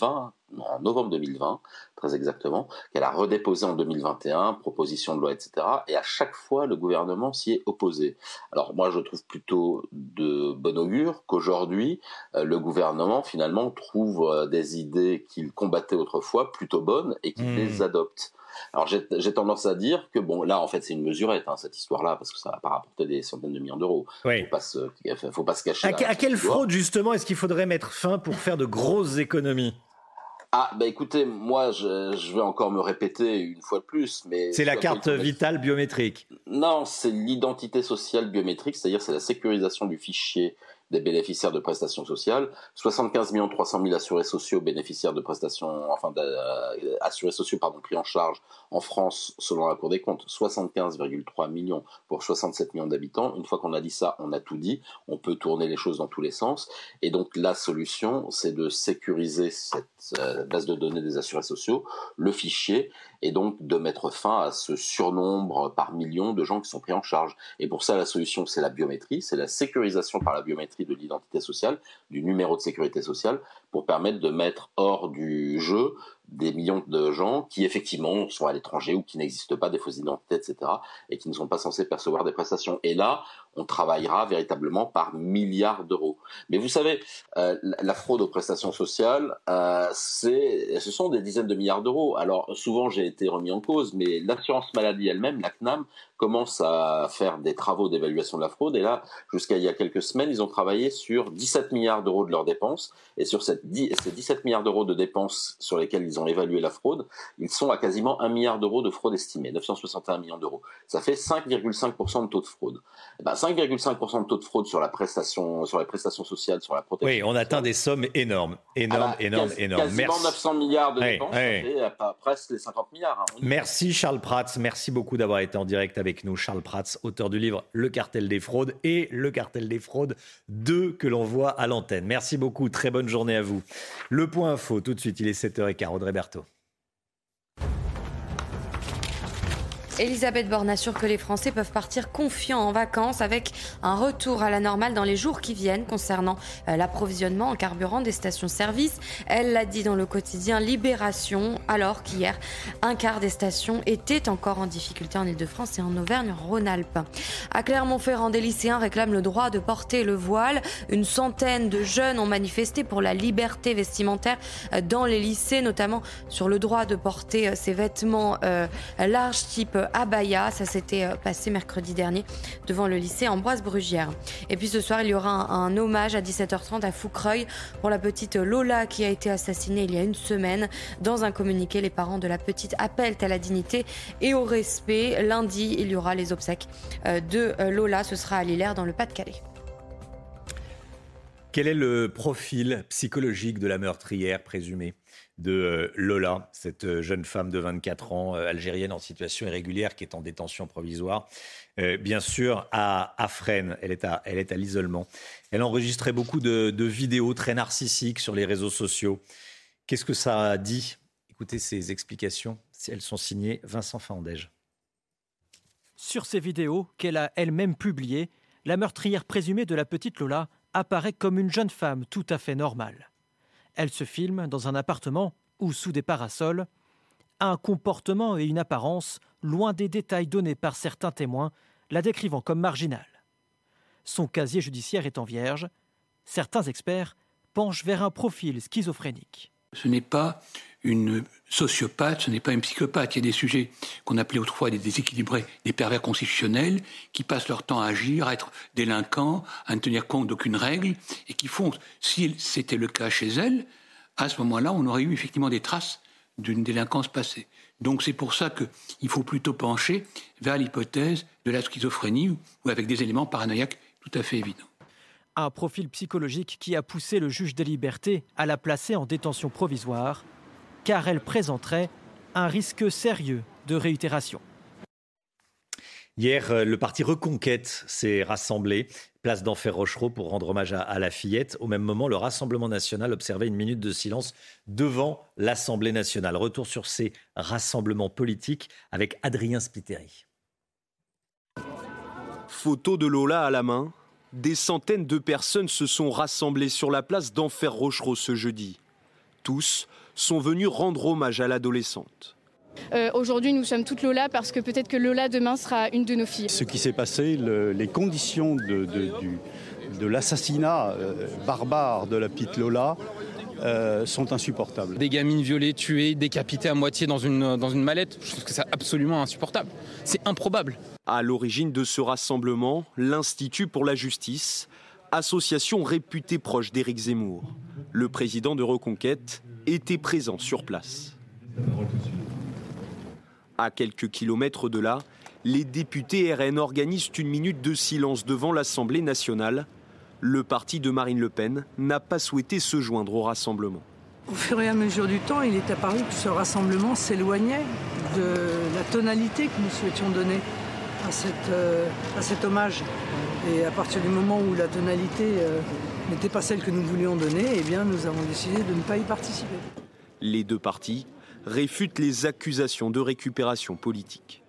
Speaker 14: en novembre deux mille vingt, très exactement, qu'elle a redéposé en deux mille vingt et un, proposition de loi, et cetera. Et à chaque fois, le gouvernement s'y est opposé. Alors moi, je trouve plutôt de bon augure qu'aujourd'hui, euh, le gouvernement, finalement, trouve euh, des idées qu'il combattait autrefois plutôt bonnes et qu'il mmh. les adopte. Alors j'ai, j'ai tendance à dire que bon là en fait c'est une mesurette hein, cette histoire-là parce que ça va pas rapporter des centaines de millions d'euros.
Speaker 2: Oui.
Speaker 14: Faut pas se, faut pas se cacher.
Speaker 2: À,
Speaker 14: là,
Speaker 2: à quelle
Speaker 14: histoire.
Speaker 2: fraude justement est-ce qu'il faudrait mettre fin pour faire de grosses économies ?
Speaker 14: Ah bah écoutez, moi je, je vais encore me répéter une fois de plus, mais
Speaker 2: c'est la carte vitale biométrique.
Speaker 14: Non, c'est l'identité sociale biométrique, c'est-à-dire c'est la sécurisation du fichier des bénéficiaires de prestations sociales, soixante-quinze millions trois cent mille assurés sociaux bénéficiaires de prestations, enfin euh, assurés sociaux pardon pris en charge en France selon la Cour des comptes, soixante-quinze virgule trois millions pour soixante-sept millions d'habitants. Une fois qu'on a dit ça, on a tout dit. On peut tourner les choses dans tous les sens. Et donc la solution, c'est de sécuriser cette euh, base de données des assurés sociaux, le fichier, et donc de mettre fin à ce surnombre par million de gens qui sont pris en charge. Et pour ça, la solution, c'est la biométrie, c'est la sécurisation par la biométrie de l'identité sociale, du numéro de sécurité sociale, pour permettre de mettre hors du jeu des millions de gens qui effectivement sont à l'étranger ou qui n'existent pas, des fausses identités, et cetera, et qui ne sont pas censés percevoir des prestations. Et là, on travaillera véritablement par milliards d'euros. Mais vous savez, euh, la fraude aux prestations sociales, euh, c'est, ce sont des dizaines de milliards d'euros. Alors souvent, j'ai été remis en cause, mais l'assurance maladie elle-même, la C N A M, commence à faire des travaux d'évaluation de la fraude. Et là, jusqu'à il y a quelques semaines, ils ont travaillé sur dix-sept milliards d'euros de leurs dépenses. Et sur cette, ces dix-sept milliards d'euros de dépenses sur lesquelles ils ont évalué la fraude, ils sont à quasiment un milliard d'euros de fraude estimée, neuf cent soixante et un millions d'euros. Ça fait cinq virgule cinq pour cent de taux de fraude. Et ben, cinq virgule cinq pour cent de taux de fraude sur la prestation, sur les prestations sociales, sur la protection.
Speaker 2: Oui, on
Speaker 14: sociale.
Speaker 2: atteint des sommes énormes, énormes,
Speaker 14: ah bah,
Speaker 2: énormes,
Speaker 14: quasi,
Speaker 2: énormes.
Speaker 14: Quasiment
Speaker 2: Merci.
Speaker 14: neuf cents milliards de
Speaker 2: oui,
Speaker 14: dépenses,
Speaker 2: oui.
Speaker 14: ça fait presque les cinquante milliards. Hein.
Speaker 2: Merci Charles Prats, merci beaucoup d'avoir été en direct avec nous. Charles Prats, auteur du livre Le cartel des fraudes et Le cartel des fraudes deux que l'on voit à l'antenne. Merci beaucoup, très bonne journée à vous. Le point info, tout de suite, il est sept heures quinze, Audrey Berthaud.
Speaker 5: Elisabeth Borne assure que les Français peuvent partir confiants en vacances avec un retour à la normale dans les jours qui viennent concernant l'approvisionnement en carburant des stations-service. Elle l'a dit dans le quotidien Libération, alors qu'hier, un quart des stations étaient encore en difficulté en Ile-de-France et en Auvergne-Rhône-Alpes. À Clermont-Ferrand, des lycéens réclament le droit de porter le voile. Une centaine de jeunes ont manifesté pour la liberté vestimentaire dans les lycées, notamment sur le droit de porter ces vêtements euh, larges type abaya. Ça s'était passé mercredi dernier devant le lycée Ambroise Brugière. Et puis ce soir, il y aura un, un hommage à dix-sept heures trente à Foucreuil pour la petite Lola qui a été assassinée il y a une semaine. Dans un communiqué, les parents de la petite appellent à la dignité et au respect. Lundi, il y aura les obsèques de Lola. Ce sera à Lillers dans le Pas-de-Calais.
Speaker 2: Quel est le profil psychologique de la meurtrière présumée de Lola, cette jeune femme de vingt-quatre ans, algérienne en situation irrégulière qui est en détention provisoire, euh, bien sûr à, à Fresnes, elle est à, elle est à l'isolement. Elle enregistrait beaucoup de, de vidéos très narcissiques sur les réseaux sociaux. Qu'est-ce que ça dit ? Écoutez ces explications, elles sont signées Vincent Fandège.
Speaker 15: Sur ces vidéos qu'elle a elle-même publiées, la meurtrière présumée de la petite Lola apparaît comme une jeune femme tout à fait normale. Elle se filme dans un appartement ou sous des parasols. Un comportement et une apparence loin des détails donnés par certains témoins, la décrivant comme marginale. Son casier judiciaire étant vierge, certains experts penchent vers un profil schizophrénique.
Speaker 16: Ce n'est pas une sociopathe, ce n'est pas une psychopathe. Il y a des sujets qu'on appelait autrefois des déséquilibrés, des pervers constitutionnels, qui passent leur temps à agir, à être délinquants, à ne tenir compte d'aucune règle, et qui font, si c'était le cas chez elle, à ce moment-là, on aurait eu effectivement des traces d'une délinquance passée. Donc c'est pour ça qu'il faut plutôt pencher vers l'hypothèse de la schizophrénie, ou avec des éléments paranoïaques tout à fait évidents.
Speaker 15: Un profil psychologique qui a poussé le juge des libertés à la placer en détention provisoire, car elle présenterait un risque sérieux de réitération.
Speaker 2: Hier, le parti Reconquête s'est rassemblé, place d'Enfer Rochereau, pour rendre hommage à, à la fillette. Au même moment, le Rassemblement national observait une minute de silence devant l'Assemblée nationale. Retour sur ces rassemblements politiques avec Adrien Spiteri.
Speaker 17: Photo de Lola à la main, des centaines de personnes se sont rassemblées sur la place d'Enfer Rochereau ce jeudi. tous sont venus rendre hommage à l'adolescente.
Speaker 1: Euh, aujourd'hui, nous sommes toutes Lola parce que peut-être que Lola demain sera une de nos filles.
Speaker 18: Ce qui s'est passé, le, les conditions de, de, du, de l'assassinat euh, barbare de la petite Lola euh, sont insupportables.
Speaker 19: Des gamines violées, tuées, décapitées à moitié dans une, dans une mallette, je trouve que c'est absolument insupportable. C'est improbable.
Speaker 17: À l'origine de ce rassemblement, l'Institut pour la justice, association réputée proche d'Éric Zemmour. Le président de Reconquête était présent sur place. À quelques kilomètres de là, les députés R N organisent une minute de silence devant l'Assemblée nationale. Le parti de Marine Le Pen n'a pas souhaité se joindre au rassemblement.
Speaker 20: Au fur et à mesure du temps, il est apparu que ce rassemblement s'éloignait de la tonalité que nous souhaitions donner à, cette, euh, à cet hommage. Et à partir du moment où la tonalité euh, n'était pas celle que nous voulions donner, eh bien, nous avons décidé de ne pas y participer.
Speaker 17: Les deux partis réfutent les accusations de récupération politique.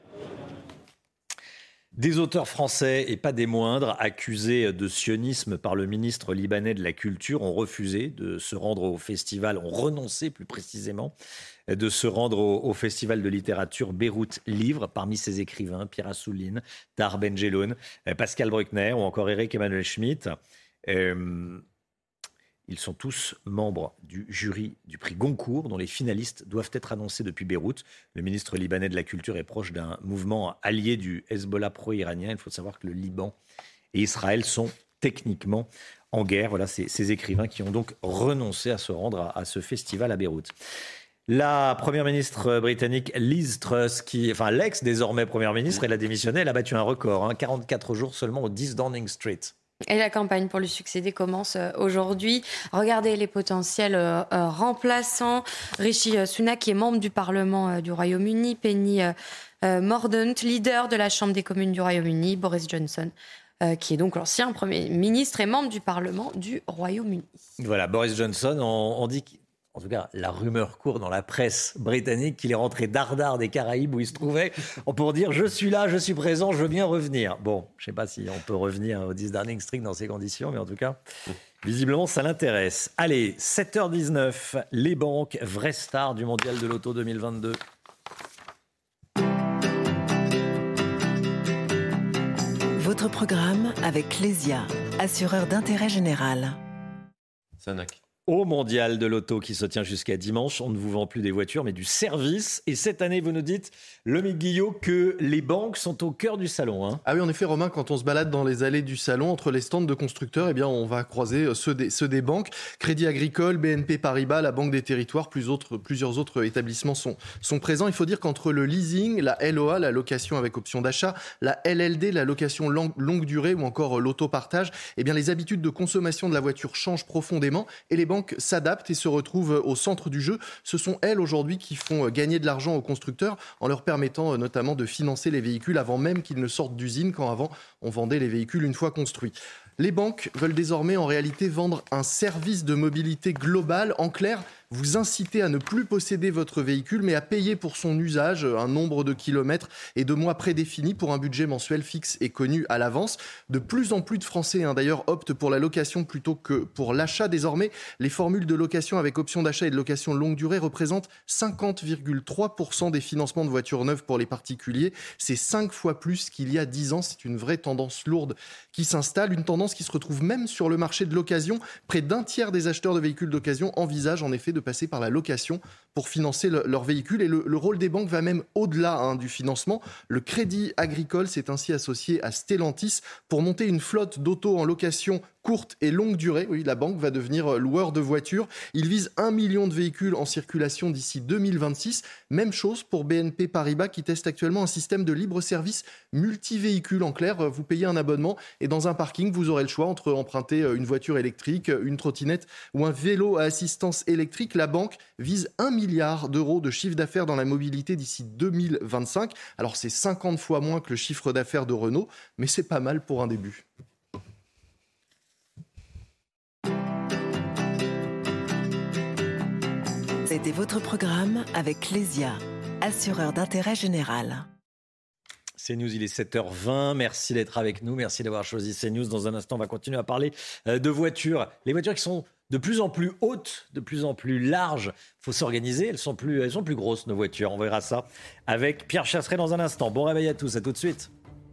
Speaker 2: Des auteurs français, et pas des moindres, accusés de sionisme par le ministre libanais de la Culture, ont refusé de se rendre au festival, ont renoncé plus précisément, de se rendre au, au festival de littérature Beyrouth Livre. Parmi ces écrivains, Pierre Assouline, Tahar Benjeloun, Pascal Bruckner ou encore Eric Emmanuel Schmitt. Euh, Ils sont tous membres du jury du prix Goncourt, dont les finalistes doivent être annoncés depuis Beyrouth. Le ministre libanais de la Culture est proche d'un mouvement allié du Hezbollah pro-iranien. Il faut savoir que le Liban et Israël sont techniquement en guerre. Voilà ces, ces écrivains qui ont donc renoncé à se rendre à, à ce festival à Beyrouth. La première ministre britannique Liz Truss, qui, enfin l'ex désormais première ministre, elle a démissionné, elle a battu un record, hein, quarante-quatre jours seulement au dix Downing Street.
Speaker 5: Et la campagne pour lui succéder commence aujourd'hui. Regardez les potentiels euh, remplaçants. Rishi Sunak, qui est membre du Parlement euh, du Royaume-Uni. Penny euh, Mordaunt, leader de la Chambre des communes du Royaume-Uni. Boris Johnson, euh, qui est donc l'ancien Premier ministre et membre du Parlement du Royaume-Uni.
Speaker 2: Voilà, Boris Johnson, on, on dit... En tout cas, la rumeur court dans la presse britannique qu'il est rentré dardard des Caraïbes où il se trouvait pour dire « je suis là, je suis présent, je veux bien revenir ». Bon, je ne sais pas si on peut revenir au dix Downing Street dans ces conditions, mais en tout cas, visiblement, ça l'intéresse. Allez, sept heures dix-neuf, les banques, vraies stars du Mondial de l'Auto deux mille vingt-deux.
Speaker 25: Votre programme avec Clésia, assureur d'intérêt général.
Speaker 2: Sanac. Au Mondial de l'Auto qui se tient jusqu'à dimanche, on ne vous vend plus des voitures mais du service. Et cette année, vous nous dites, Lomique Guillot, que les banques sont au cœur du salon. Hein.
Speaker 6: Ah oui, en effet, Romain, quand on se balade dans les allées du salon, entre les stands de constructeurs, eh bien, on va croiser ceux des, ceux des banques. Crédit Agricole, B N P Paribas, la Banque des Territoires, plus autres, plusieurs autres établissements sont, sont présents. Il faut dire qu'entre le leasing, la L O A, la location avec option d'achat, la L L D, la location long, longue durée ou encore l'autopartage, eh bien, les habitudes de consommation de la voiture changent profondément et les banques s'adaptent et se retrouvent au centre du jeu. Ce sont elles aujourd'hui qui font gagner de l'argent aux constructeurs en leur permettant notamment de financer les véhicules avant même qu'ils ne sortent d'usine, quand avant on vendait les véhicules une fois construits. Les banques veulent désormais en réalité vendre un service de mobilité global. En clair, vous inciter à ne plus posséder votre véhicule, mais à payer pour son usage un nombre de kilomètres et de mois prédéfinis pour un budget mensuel fixe et connu à l'avance. De plus en plus de Français, hein, d'ailleurs, optent pour la location plutôt que pour l'achat. Désormais, les formules de location avec option d'achat et de location longue durée représentent cinquante virgule trois pour cent des financements de voitures neuves pour les particuliers. C'est cinq fois plus qu'il y a dix ans. C'est une vraie tendance lourde qui s'installe, une tendance qui se retrouve même sur le marché de l'occasion. Près d'un tiers des acheteurs de véhicules d'occasion envisagent en effet de passer par la location pour financer le, leur véhicule. Et le, le rôle des banques va même au-delà hein, du financement. Le Crédit Agricole s'est ainsi associé à Stellantis pour monter une flotte d'autos en location courte et longue durée. Oui, la banque va devenir loueur de voitures. Il vise un million de véhicules en circulation d'ici deux mille vingt-six. Même chose pour B N P Paribas qui teste actuellement un système de libre-service multi-véhicules. En clair, vous payez un abonnement et dans un parking, vous aurez le choix entre emprunter une voiture électrique, une trottinette ou un vélo à assistance électrique. La banque vise un milliard d'euros de chiffre d'affaires dans la mobilité d'ici deux mille vingt-cinq. Alors c'est cinquante fois moins que le chiffre d'affaires de Renault, mais c'est pas mal pour un début.
Speaker 25: C'était votre programme avec Clésia, assureur d'intérêt général.
Speaker 2: CNews, il est sept heures vingt. Merci d'être avec nous. Merci d'avoir choisi CNews. Dans un instant, on va continuer à parler de voitures. Les voitures qui sont de plus en plus hautes, de plus en plus larges. Il faut s'organiser. Elles sont plus, elles sont plus grosses, nos voitures. On verra ça avec Pierre Chasseret dans un instant. Bon réveil à tous. À tout de suite.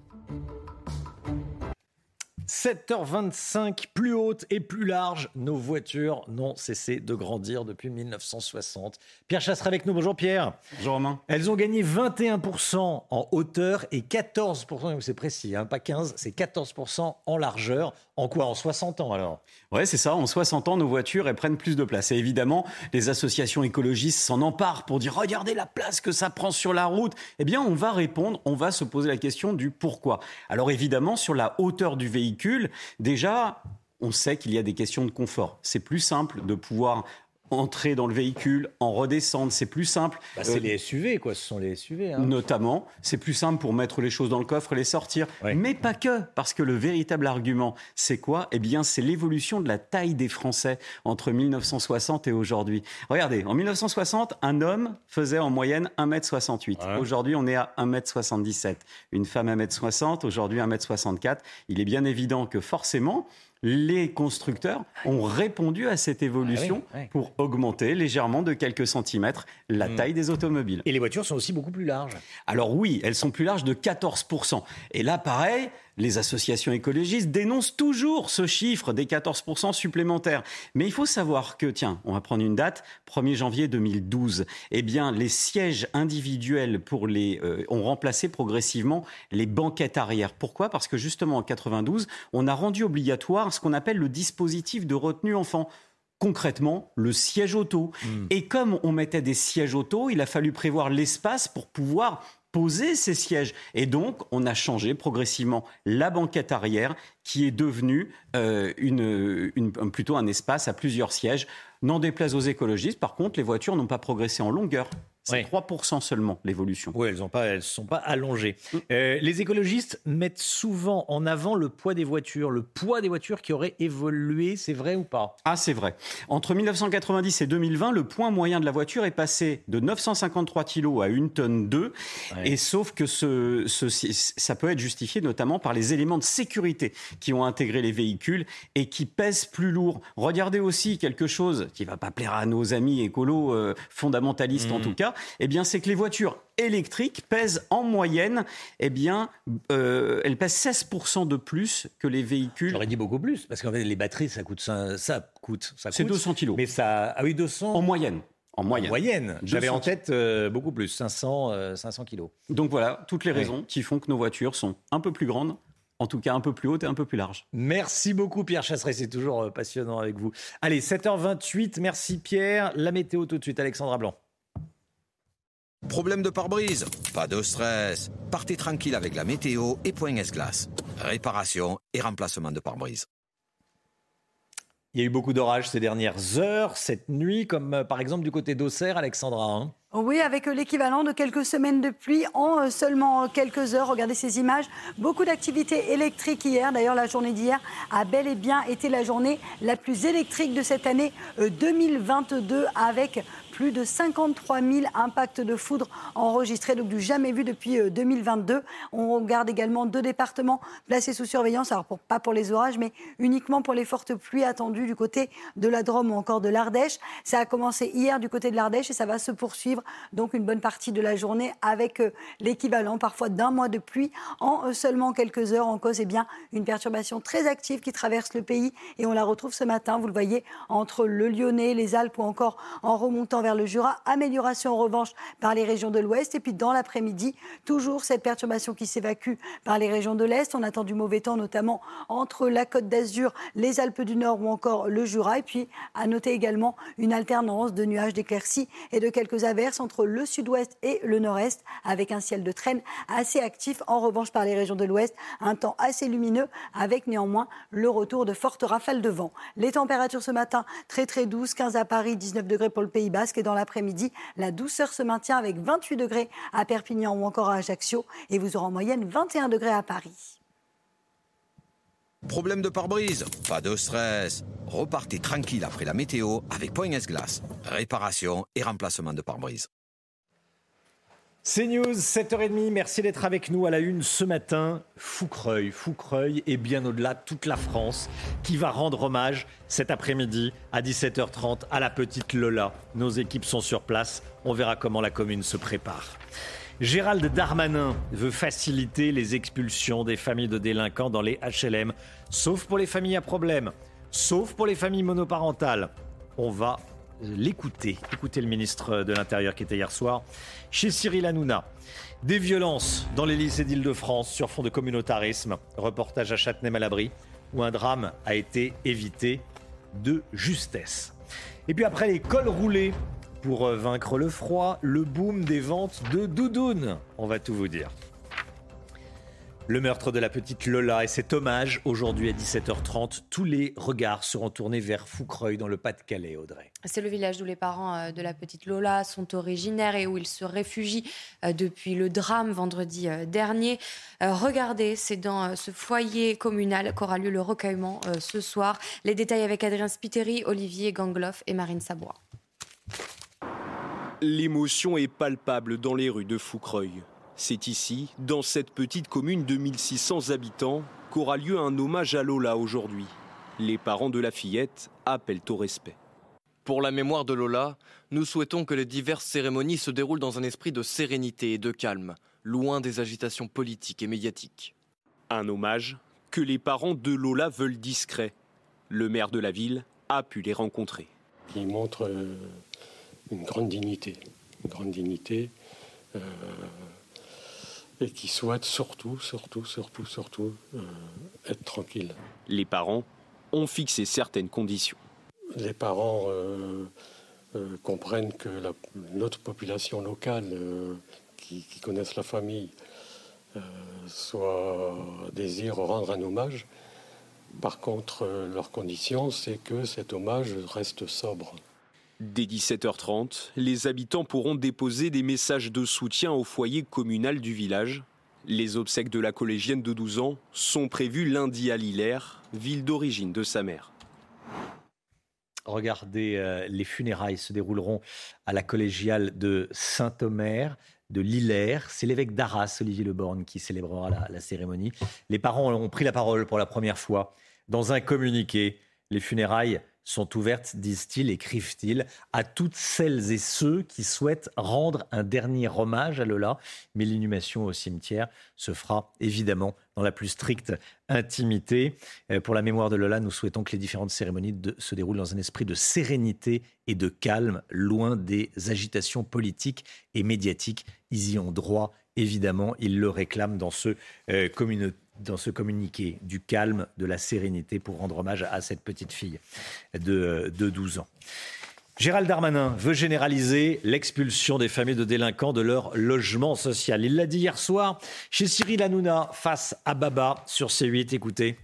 Speaker 2: sept heures vingt-cinq, plus hautes et plus larges, nos voitures n'ont cessé de grandir depuis mille neuf cent soixante. Pierre Chasseret avec nous. Bonjour Pierre.
Speaker 4: Bonjour Romain.
Speaker 2: Elles ont gagné vingt et un pour cent en hauteur et quatorze pour cent, c'est précis, hein, pas quinze, c'est quatorze pour cent en largeur. En quoi? En soixante ans alors?
Speaker 4: Ouais, c'est ça. En soixante ans, nos voitures, elles prennent plus de place. Et évidemment, les associations écologistes s'en emparent pour dire « Regardez la place que ça prend sur la route ». Eh bien, on va répondre, on va se poser la question du pourquoi. Alors évidemment, sur la hauteur du véhicule, déjà, on sait qu'il y a des questions de confort. C'est plus simple de pouvoir entrer dans le véhicule, en redescendre, c'est plus simple.
Speaker 2: Bah, c'est euh, les S U V, quoi. Ce sont les S U V. Hein.
Speaker 4: Notamment, c'est plus simple pour mettre les choses dans le coffre et les sortir. Oui. Mais pas que, parce que le véritable argument, c'est quoi? Eh bien, c'est l'évolution de la taille des Français entre mille neuf cent soixante et aujourd'hui. Regardez, en mille neuf cent soixante, un homme faisait en moyenne un mètre soixante-huit. Ouais. Aujourd'hui, on est à un mètre soixante-dix-sept. Une femme un mètre soixante, aujourd'hui un mètre soixante-quatre. Il est bien évident que forcément, les constructeurs ont répondu à cette évolution ah oui, oui. pour augmenter légèrement de quelques centimètres la mmh. taille des automobiles.
Speaker 2: Et les voitures sont aussi beaucoup plus larges.
Speaker 4: Alors oui, elles sont plus larges de quatorze pour cent. Et là, pareil, les associations écologistes dénoncent toujours ce chiffre des quatorze pour cent supplémentaires. Mais il faut savoir que, tiens, on va prendre une date, premier janvier deux mille douze. Eh bien, les sièges individuels pour les, euh, ont remplacé progressivement les banquettes arrière. Pourquoi? Parce que justement, en quatre-vingt-douze, on a rendu obligatoire ce qu'on appelle le dispositif de retenue enfant. Concrètement, le siège auto. Mmh. Et comme on mettait des sièges auto, il a fallu prévoir l'espace pour pouvoir poser ces sièges. Et donc, on a changé progressivement la banquette arrière qui est devenue euh, une, une, plutôt un espace à plusieurs sièges. N'en déplaise aux écologistes, par contre, les voitures n'ont pas progressé en longueur. C'est oui. trois pour cent seulement, l'évolution.
Speaker 2: Oui, elles ne sont pas allongées. Mmh. Euh, les écologistes mettent souvent en avant le poids des voitures, le poids des voitures qui auraient évolué, c'est vrai ou pas?
Speaker 4: Ah, c'est vrai. Entre mille neuf cent quatre-vingt-dix et deux mille vingt, le poids moyen de la voiture est passé de neuf cent cinquante-trois kilos à une tonne deux. Ouais. Et sauf que ce, ce, ça peut être justifié notamment par les éléments de sécurité qui ont intégré les véhicules et qui pèsent plus lourd. Regardez aussi quelque chose qui ne va pas plaire à nos amis écolos, euh, fondamentalistes mmh. en tout cas, eh bien, c'est que les voitures électriques pèsent en moyenne, eh bien, euh, elles pèsent seize pour cent de plus que les véhicules.
Speaker 2: J'aurais dit beaucoup plus, parce qu'en fait, les batteries, ça coûte, ça, ça coûte, ça
Speaker 4: c'est
Speaker 2: coûte.
Speaker 4: deux cents kilos.
Speaker 2: Mais ça, ah oui, deux cents
Speaker 4: en moyenne. En moyenne.
Speaker 2: En moyenne. J'avais en tête euh, beaucoup plus, cinq cents, euh, cinq cents kilos.
Speaker 4: Donc voilà, toutes les raisons oui. qui font que nos voitures sont un peu plus grandes. En tout cas, un peu plus haute et un peu plus large.
Speaker 2: Merci beaucoup, Pierre Chasseret. C'est toujours passionnant avec vous. Allez, sept heures vingt-huit. Merci, Pierre. La météo tout de suite, Alexandra Blanc.
Speaker 10: Problème de pare-brise? Pas de stress. Partez tranquille avec la météo et Point S-Glace. Réparation et remplacement de pare-brise.
Speaker 2: Il y a eu beaucoup d'orages ces dernières heures, cette nuit, comme euh, par exemple du côté d'Auxerre, Alexandra. Hein.
Speaker 9: Oui, avec l'équivalent de quelques semaines de pluie en seulement quelques heures. Regardez ces images. Beaucoup d'activités électriques hier. D'ailleurs, la journée d'hier a bel et bien été la journée la plus électrique de cette année deux mille vingt-deux, avec plus de cinquante-trois mille impacts de foudre enregistrés, donc du jamais vu depuis deux mille vingt-deux. On regarde également deux départements placés sous surveillance, alors pour, pas pour les orages, mais uniquement pour les fortes pluies attendues du côté de la Drôme ou encore de l'Ardèche. Ça a commencé hier du côté de l'Ardèche et ça va se poursuivre donc une bonne partie de la journée avec l'équivalent parfois d'un mois de pluie en seulement quelques heures. En cause, eh bien, une perturbation très active qui traverse le pays et on la retrouve ce matin, vous le voyez, entre le Lyonnais, les Alpes ou encore en remontant vers le Jura. Amélioration en revanche par les régions de l'Ouest. Et puis dans l'après-midi, toujours cette perturbation qui s'évacue par les régions de l'Est. On attend du mauvais temps, notamment entre la Côte d'Azur, les Alpes du Nord ou encore le Jura. Et puis à noter également une alternance de nuages, d'éclaircies et de quelques averses entre le sud-ouest et le nord-est, avec un ciel de traîne assez actif. En revanche, par les régions de l'Ouest, un temps assez lumineux, avec néanmoins le retour de fortes rafales de vent. Les températures ce matin, très très douces, quinze à Paris, dix-neuf degrés pour le Pays Basque. Et dans l'après-midi, la douceur se maintient avec vingt-huit degrés à Perpignan ou encore à Ajaccio. Et vous aurez en moyenne vingt et un degrés à Paris.
Speaker 10: Problème de pare-brise? Pas de stress. Repartez tranquille après la météo avec Point S-Glace. Réparation et remplacement de pare-brise.
Speaker 2: CNews, sept heures trente, merci d'être avec nous à la une ce matin. Foucreuil, Foucreuil et bien au-delà toute la France qui va rendre hommage cet après-midi à dix-sept heures trente à la petite Lola. Nos équipes sont sur place, on verra comment la commune se prépare. Gérald Darmanin veut faciliter les expulsions des familles de délinquants dans les H L M, sauf pour les familles à problème, sauf pour les familles monoparentales. On va l'écouter. Écoutez le ministre de l'Intérieur qui était hier soir chez Cyril Hanouna. Des violences dans les lycées d'Île-de-France sur fond de communautarisme. Reportage à Châtenay-Malabry où un drame a été évité de justesse. Et puis après les cols roulés pour vaincre le froid, le boom des ventes de doudounes. On va tout vous dire. Le meurtre de la petite Lola et cet hommage aujourd'hui à dix-sept heures trente. Tous les regards seront tournés vers Foucreuil dans le Pas-de-Calais, Audrey.
Speaker 5: C'est le village d'où les parents de la petite Lola sont originaires et où ils se réfugient depuis le drame vendredi dernier. Regardez, c'est dans ce foyer communal qu'aura lieu le recueillement ce soir. Les détails avec Adrien Spiteri, Olivier Gangloff et Marine Sabois.
Speaker 17: L'émotion est palpable dans les rues de Foucreuil. C'est ici, dans cette petite commune de mille six cents habitants, qu'aura lieu un hommage à Lola aujourd'hui. Les parents de la fillette appellent au respect.
Speaker 3: Pour la mémoire de Lola, nous souhaitons que les diverses cérémonies se déroulent dans un esprit de sérénité et de calme, loin des agitations politiques et médiatiques.
Speaker 17: Un hommage que les parents de Lola veulent discret. Le maire de la ville a pu les rencontrer.
Speaker 7: Il montre une grande dignité, une grande dignité. Euh... Et qui souhaitent surtout, surtout, surtout, surtout euh, être tranquilles.
Speaker 17: Les parents ont fixé certaines conditions.
Speaker 7: Les parents euh, euh, comprennent que la, notre population locale, euh, qui, qui connaissent la famille, euh, soit désire rendre un hommage. Par contre, euh, leur condition, c'est que cet hommage reste sobre.
Speaker 17: Dès dix-sept heures trente, les habitants pourront déposer des messages de soutien au foyer communal du village. Les obsèques de la collégienne de douze ans sont prévues lundi à Lillers, ville d'origine de sa mère.
Speaker 2: Regardez, euh, les funérailles se dérouleront à la collégiale de Saint-Omer de Lillers. C'est l'évêque d'Arras, Olivier Leborgne, qui célébrera la, la cérémonie. Les parents ont pris la parole pour la première fois dans un communiqué. Les funérailles sont ouvertes, disent-ils, écrivent-ils, à toutes celles et ceux qui souhaitent rendre un dernier hommage à Lola. Mais l'inhumation au cimetière se fera évidemment dans la plus stricte intimité. Pour la mémoire de Lola, nous souhaitons que les différentes cérémonies de, se déroulent dans un esprit de sérénité et de calme, loin des agitations politiques et médiatiques. Ils y ont droit, évidemment, ils le réclament dans ce euh, communauté. Dans ce communiqué, du calme, de la sérénité pour rendre hommage à cette petite fille de, de douze ans. Gérald Darmanin veut généraliser l'expulsion des familles de délinquants de leur logement social. Il l'a dit hier soir chez Cyril Hanouna face à Baba sur C huit. Écoutez.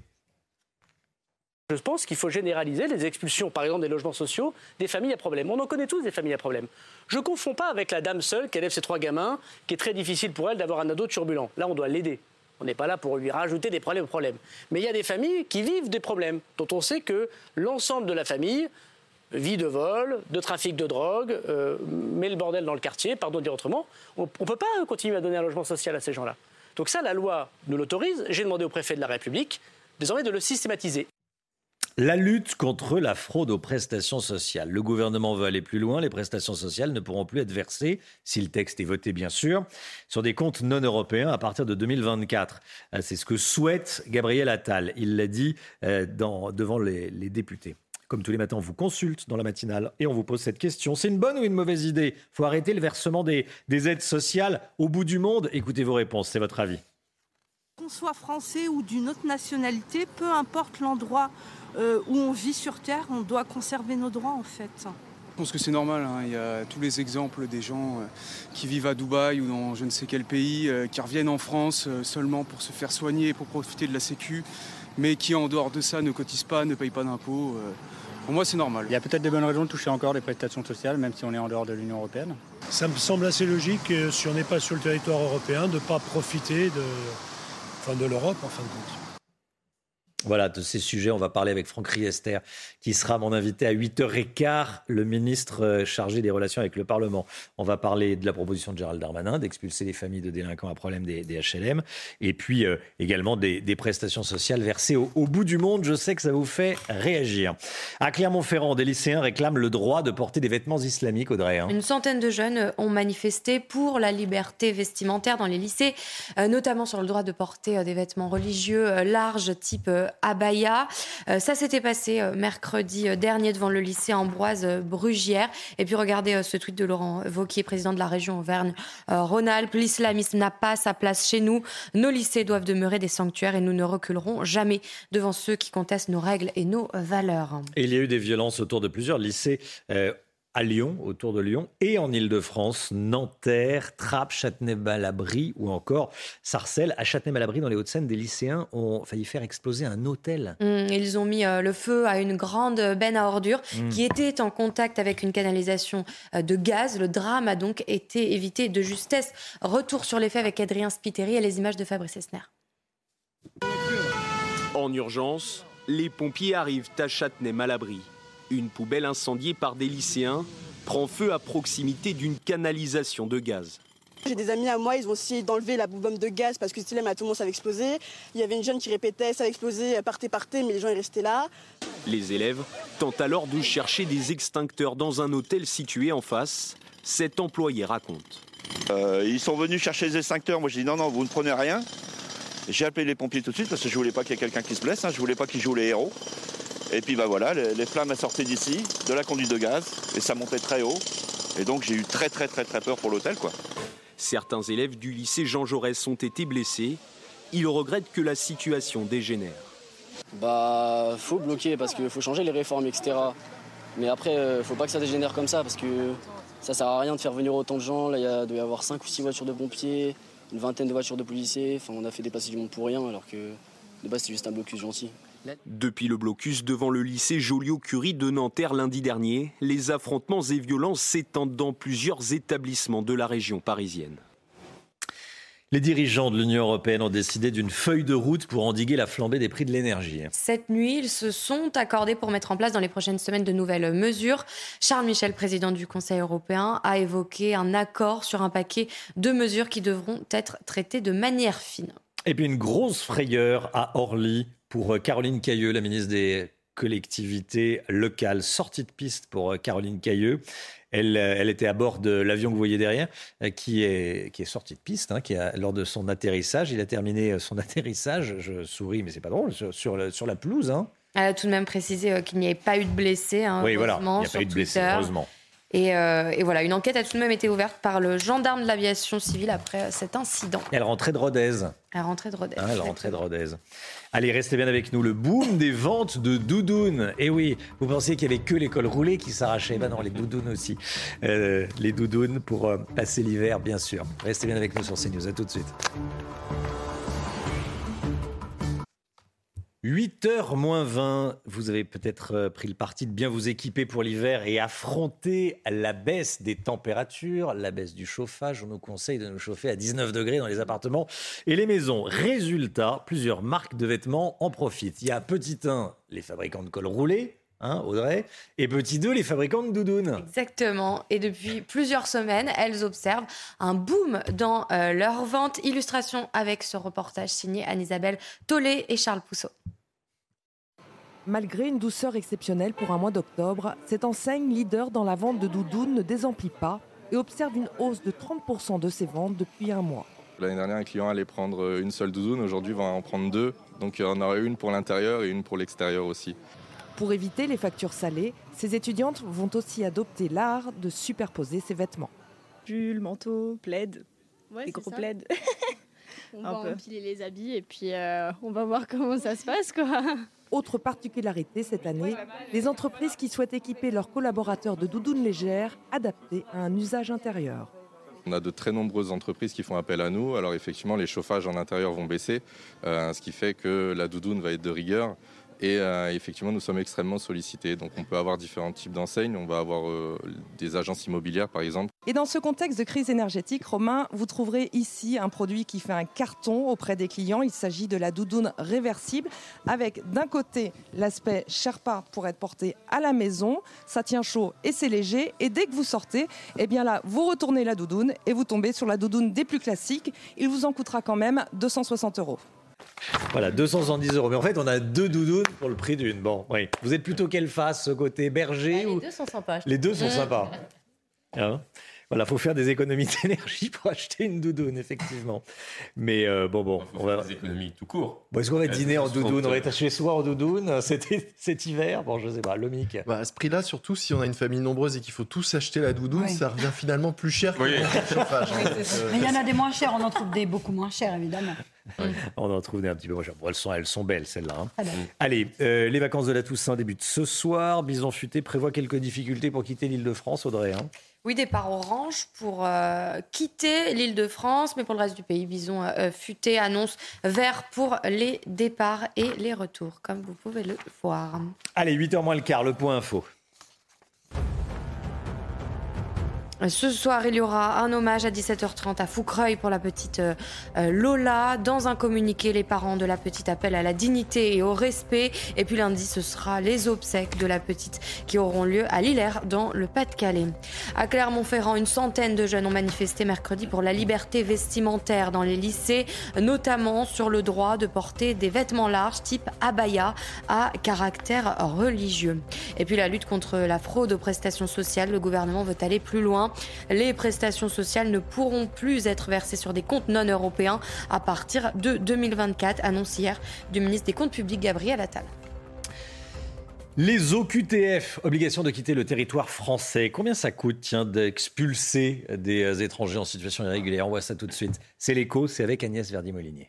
Speaker 13: Je pense qu'il faut généraliser les expulsions, par exemple, des logements sociaux, des familles à problème. On en connaît tous des familles à problème. Je ne confonds pas avec la dame seule qui élève ses trois gamins, qui est très difficile pour elle d'avoir un ado turbulent. Là, on doit l'aider. On n'est pas là pour lui rajouter des problèmes aux problèmes. Mais il y a des familles qui vivent des problèmes, dont on sait que l'ensemble de la famille vit de vol, de trafic de drogue, euh, met le bordel dans le quartier, pardon de dire autrement. On ne peut pas continuer à donner un logement social à ces gens-là. Donc ça, la loi nous l'autorise. J'ai demandé au préfet de la République désormais de le systématiser.
Speaker 2: La lutte contre la fraude aux prestations sociales. Le gouvernement veut aller plus loin. Les prestations sociales ne pourront plus être versées, si le texte est voté bien sûr, sur des comptes non européens à partir de deux mille vingt-quatre. C'est ce que souhaite Gabriel Attal. Il l'a dit euh, dans, devant les, les députés. Comme tous les matins, on vous consulte dans la matinale et on vous pose cette question. C'est une bonne ou une mauvaise idée ? Il faut arrêter le versement des, des aides sociales au bout du monde. Écoutez vos réponses, c'est votre avis.
Speaker 8: Qu'on soit français ou d'une autre nationalité, peu importe l'endroit Euh, où on vit sur Terre, on doit conserver nos droits en fait.
Speaker 22: Je pense que c'est normal, hein. Il y a tous les exemples des gens euh, qui vivent à Dubaï ou dans je ne sais quel pays, euh, qui reviennent en France euh, seulement pour se faire soigner, pour profiter de la Sécu, mais qui en dehors de ça ne cotisent pas, ne payent pas d'impôts. Euh, pour moi c'est normal.
Speaker 23: Il y a peut-être des bonnes raisons de toucher encore les prestations sociales, même si on est en dehors de l'Union européenne.
Speaker 26: Ça me semble assez logique, euh, si on n'est pas sur le territoire européen, de ne pas profiter de, enfin, de l'Europe en fin de compte.
Speaker 2: Voilà, de ces sujets, on va parler avec Franck Riester, qui sera mon invité à huit heures quinze, le ministre chargé des relations avec le Parlement. On va parler de la proposition de Gérald Darmanin d'expulser les familles de délinquants à problème des, des H L M, et puis euh, également des, des prestations sociales versées au, au bout du monde. Je sais que ça vous fait réagir. À Clermont-Ferrand, des lycéens réclament le droit de porter des vêtements islamiques, Audrey. Hein.
Speaker 5: Une centaine de jeunes ont manifesté pour la liberté vestimentaire dans les lycées, euh, notamment sur le droit de porter euh, des vêtements religieux euh, larges, type euh, abaya. Euh, ça s'était passé euh, mercredi euh, dernier devant le lycée Ambroise euh, Brugière. Et puis regardez euh, ce tweet de Laurent Wauquiez, président de la région Auvergne-Rhône-Alpes. L'islamisme n'a pas sa place chez nous. Nos lycées doivent demeurer des sanctuaires et nous ne reculerons jamais devant ceux qui contestent nos règles et nos valeurs.
Speaker 2: Et il y a eu des violences autour de plusieurs lycées euh, à Lyon, autour de Lyon, et en Ile-de-France, Nanterre, Trappes, Châtenay-Malabry ou encore Sarcelles. À Châtenay-Malabry, dans les Hauts-de-Seine, des lycéens ont failli faire exploser un hôtel.
Speaker 5: Mmh, ils ont mis euh, le feu à une grande benne à ordures mmh. qui était en contact avec une canalisation euh, de gaz. Le drame a donc été évité de justesse. Retour sur les faits avec Adrien Spiteri et les images de Fabrice Esner.
Speaker 17: En urgence, les pompiers arrivent à Châtenay-Malabry. Une poubelle incendiée par des lycéens prend feu à proximité d'une canalisation de gaz.
Speaker 11: J'ai des amis à moi, ils ont essayé d'enlever la bombe de gaz parce que c'était là, mais à tout le monde ça avait explosé. Il y avait une jeune qui répétait, ça va exploser, partez, partez, mais les gens ils restaient là.
Speaker 17: Les élèves tentent alors de chercher des extincteurs dans un hôtel situé en face. Cet employé raconte.
Speaker 12: Euh, ils sont venus chercher les extincteurs, moi j'ai dit non, non, vous ne prenez rien. J'ai appelé les pompiers tout de suite parce que je voulais pas qu'il y ait quelqu'un qui se blesse, hein, je voulais pas qu'ils jouent les héros. Et puis bah voilà, les, les flammes sortaient d'ici, de la conduite de gaz, et ça montait très haut. Et donc j'ai eu très très très très peur pour l'hôtel, quoi.
Speaker 17: Certains élèves du lycée Jean Jaurès ont été blessés. Ils regrettent que la situation dégénère.
Speaker 14: Bah, faut bloquer parce qu'il faut changer les réformes, et cetera. Mais après, euh, faut pas que ça dégénère comme ça parce que ça sert à rien de faire venir autant de gens. Là, il doit y avoir cinq ou six voitures de pompiers, une vingtaine de voitures de policiers. Enfin, on a fait dépasser du monde pour rien alors que de base c'est juste un blocus gentil.
Speaker 17: Depuis le blocus devant le lycée Joliot-Curie de Nanterre lundi dernier, les affrontements et violences s'étendent dans plusieurs établissements de la région parisienne.
Speaker 2: Les dirigeants de l'Union européenne ont décidé d'une feuille de route pour endiguer la flambée des prix de l'énergie.
Speaker 5: Cette nuit, ils se sont accordés pour mettre en place dans les prochaines semaines de nouvelles mesures. Charles Michel, président du Conseil européen, a évoqué un accord sur un paquet de mesures qui devront être traitées de manière fine.
Speaker 2: Et puis une grosse frayeur à Orly pour Caroline Cayeux, la ministre des collectivités locales. Sortie de piste pour Caroline Cayeux. Elle, elle était à bord de l'avion que vous voyez derrière, qui est, qui est sorti de piste, hein, qui a, lors de son atterrissage. Il a terminé son atterrissage, je souris, mais c'est pas drôle, sur, sur, le, sur la pelouse. Hein.
Speaker 5: Elle a tout de même précisé qu'il n'y avait pas eu de blessés. Hein,
Speaker 2: oui, voilà, il n'y a pas eu de blessés, heureusement.
Speaker 5: Et, euh, et voilà, une enquête a tout de même été ouverte par le gendarme de l'aviation civile après cet incident.
Speaker 2: Elle rentrait de Rodez.
Speaker 5: Elle rentrait de Rodez.
Speaker 2: Ah, elle rentrait de Rodez. Allez, restez bien avec nous. Le boom des ventes de doudounes. Et oui, vous pensiez qu'il n'y avait que les cols roulés qui s'arrachaient. Ben non, les doudounes aussi. Euh, les doudounes pour euh, passer l'hiver, bien sûr. Restez bien avec nous sur CNews. À tout de suite. huit heures moins vingt, vous avez peut-être pris le parti de bien vous équiper pour l'hiver et affronter la baisse des températures, la baisse du chauffage. On nous conseille de nous chauffer à dix-neuf degrés dans les appartements et les maisons. Résultat, plusieurs marques de vêtements en profitent. Il y a petit un, les fabricants de cols roulés, hein, Audrey, et petit deux, les fabricants de doudounes.
Speaker 5: Exactement. Et depuis plusieurs semaines, elles observent un boom dans euh, leurs ventes. Illustration avec ce reportage signé Anne-Isabelle Tollet et Charles Pousseau.
Speaker 16: Malgré une douceur exceptionnelle pour un mois d'octobre, cette enseigne leader dans la vente de doudounes ne désemplit pas et observe une hausse de trente pour cent de ses ventes depuis un mois.
Speaker 21: L'année dernière, un client allait prendre une seule doudoune. Aujourd'hui, il va en prendre deux. Donc, il y en aura une pour l'intérieur et une pour l'extérieur aussi.
Speaker 16: Pour éviter les factures salées, ces étudiantes vont aussi adopter l'art de superposer ses vêtements.
Speaker 24: Pull, manteau, plaid,
Speaker 27: ouais,
Speaker 24: des gros
Speaker 27: ça.
Speaker 24: plaids.
Speaker 27: On va empiler les habits et puis euh, on va voir comment ça se passe, quoi.
Speaker 16: Autre particularité cette année, les entreprises qui souhaitent équiper leurs collaborateurs de doudounes légères adaptées à un usage intérieur.
Speaker 21: On a de très nombreuses entreprises qui font appel à nous. Alors effectivement, les chauffages en intérieur vont baisser, euh, ce qui fait que la doudoune va être de rigueur. Et euh, effectivement, nous sommes extrêmement sollicités. Donc on peut avoir différents types d'enseignes. On va avoir euh, des agences immobilières, par exemple.
Speaker 16: Et dans ce contexte de crise énergétique, Romain, vous trouverez ici un produit qui fait un carton auprès des clients. Il s'agit de la doudoune réversible avec d'un côté l'aspect Sherpa pour être porté à la maison. Ça tient chaud et c'est léger. Et dès que vous sortez, eh bien là, vous retournez la doudoune et vous tombez sur la doudoune des plus classiques. Il vous en coûtera quand même deux cent soixante euros.
Speaker 2: Voilà, deux cent soixante-dix euros. Mais en fait, on a deux doudounes pour le prix d'une. Bon, oui. Vous êtes plutôt quelle face, ce côté berger
Speaker 1: bah,
Speaker 2: ou...
Speaker 1: Les deux sont sympas.
Speaker 2: Les deux sont sympas. Hein, voilà, il faut faire des économies d'énergie pour acheter une doudoune, effectivement. Mais euh, bon, bon.
Speaker 6: On va faire des économies tout court.
Speaker 2: Bon, est-ce qu'on va dîner en doudoune? On va être chez soi en doudoune cet, cet hiver? Bon, je sais pas, Lomic.
Speaker 15: Bah, à ce prix-là, surtout si on a une famille nombreuse et qu'il faut tous acheter la doudoune, oui. ça revient finalement plus cher que oui. le chauffage. Hein,
Speaker 9: oui, euh... Mais il y en a des moins chers, on en trouve des beaucoup moins chers, évidemment.
Speaker 2: Oui. On en trouve des un petit peu moins chers. Bon, elles sont, elles sont belles, celles-là. Hein. Ah Allez, euh, les vacances de la Toussaint débutent ce soir. Bison Futé prévoit quelques difficultés pour quitter l'Île-de-France, Audrey. Hein.
Speaker 5: Oui, départ orange pour euh, quitter l'Île-de-France, mais pour le reste du pays, Bison euh, Futé annonce vert pour les départs et les retours, comme vous pouvez le voir.
Speaker 2: Allez, huit heures moins le quart, le point info.
Speaker 5: Ce soir, il y aura un hommage à dix-sept heures trente à Foucreuil pour la petite euh, Lola. Dans un communiqué, les parents de la petite appellent à la dignité et au respect. Et puis lundi, ce sera les obsèques de la petite qui auront lieu à Lillers, dans le Pas-de-Calais. À Clermont-Ferrand, une centaine de jeunes ont manifesté mercredi pour la liberté vestimentaire dans les lycées, notamment sur le droit de porter des vêtements larges type abaya à caractère religieux. Et puis la lutte contre la fraude aux prestations sociales, le gouvernement veut aller plus loin. Les prestations sociales ne pourront plus être versées sur des comptes non européens à partir de deux mille vingt-quatre, annonce hier du ministre des Comptes publics Gabriel Attal.
Speaker 2: Les O Q T F, obligation de quitter le territoire français. Combien ça coûte, tiens, d'expulser des étrangers en situation irrégulière? On voit ça tout de suite. C'est l'écho, c'est avec Agnès Verdier-Molinier.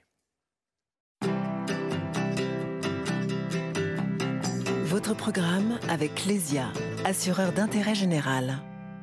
Speaker 18: Votre programme avec Clésia, assureur d'intérêt général.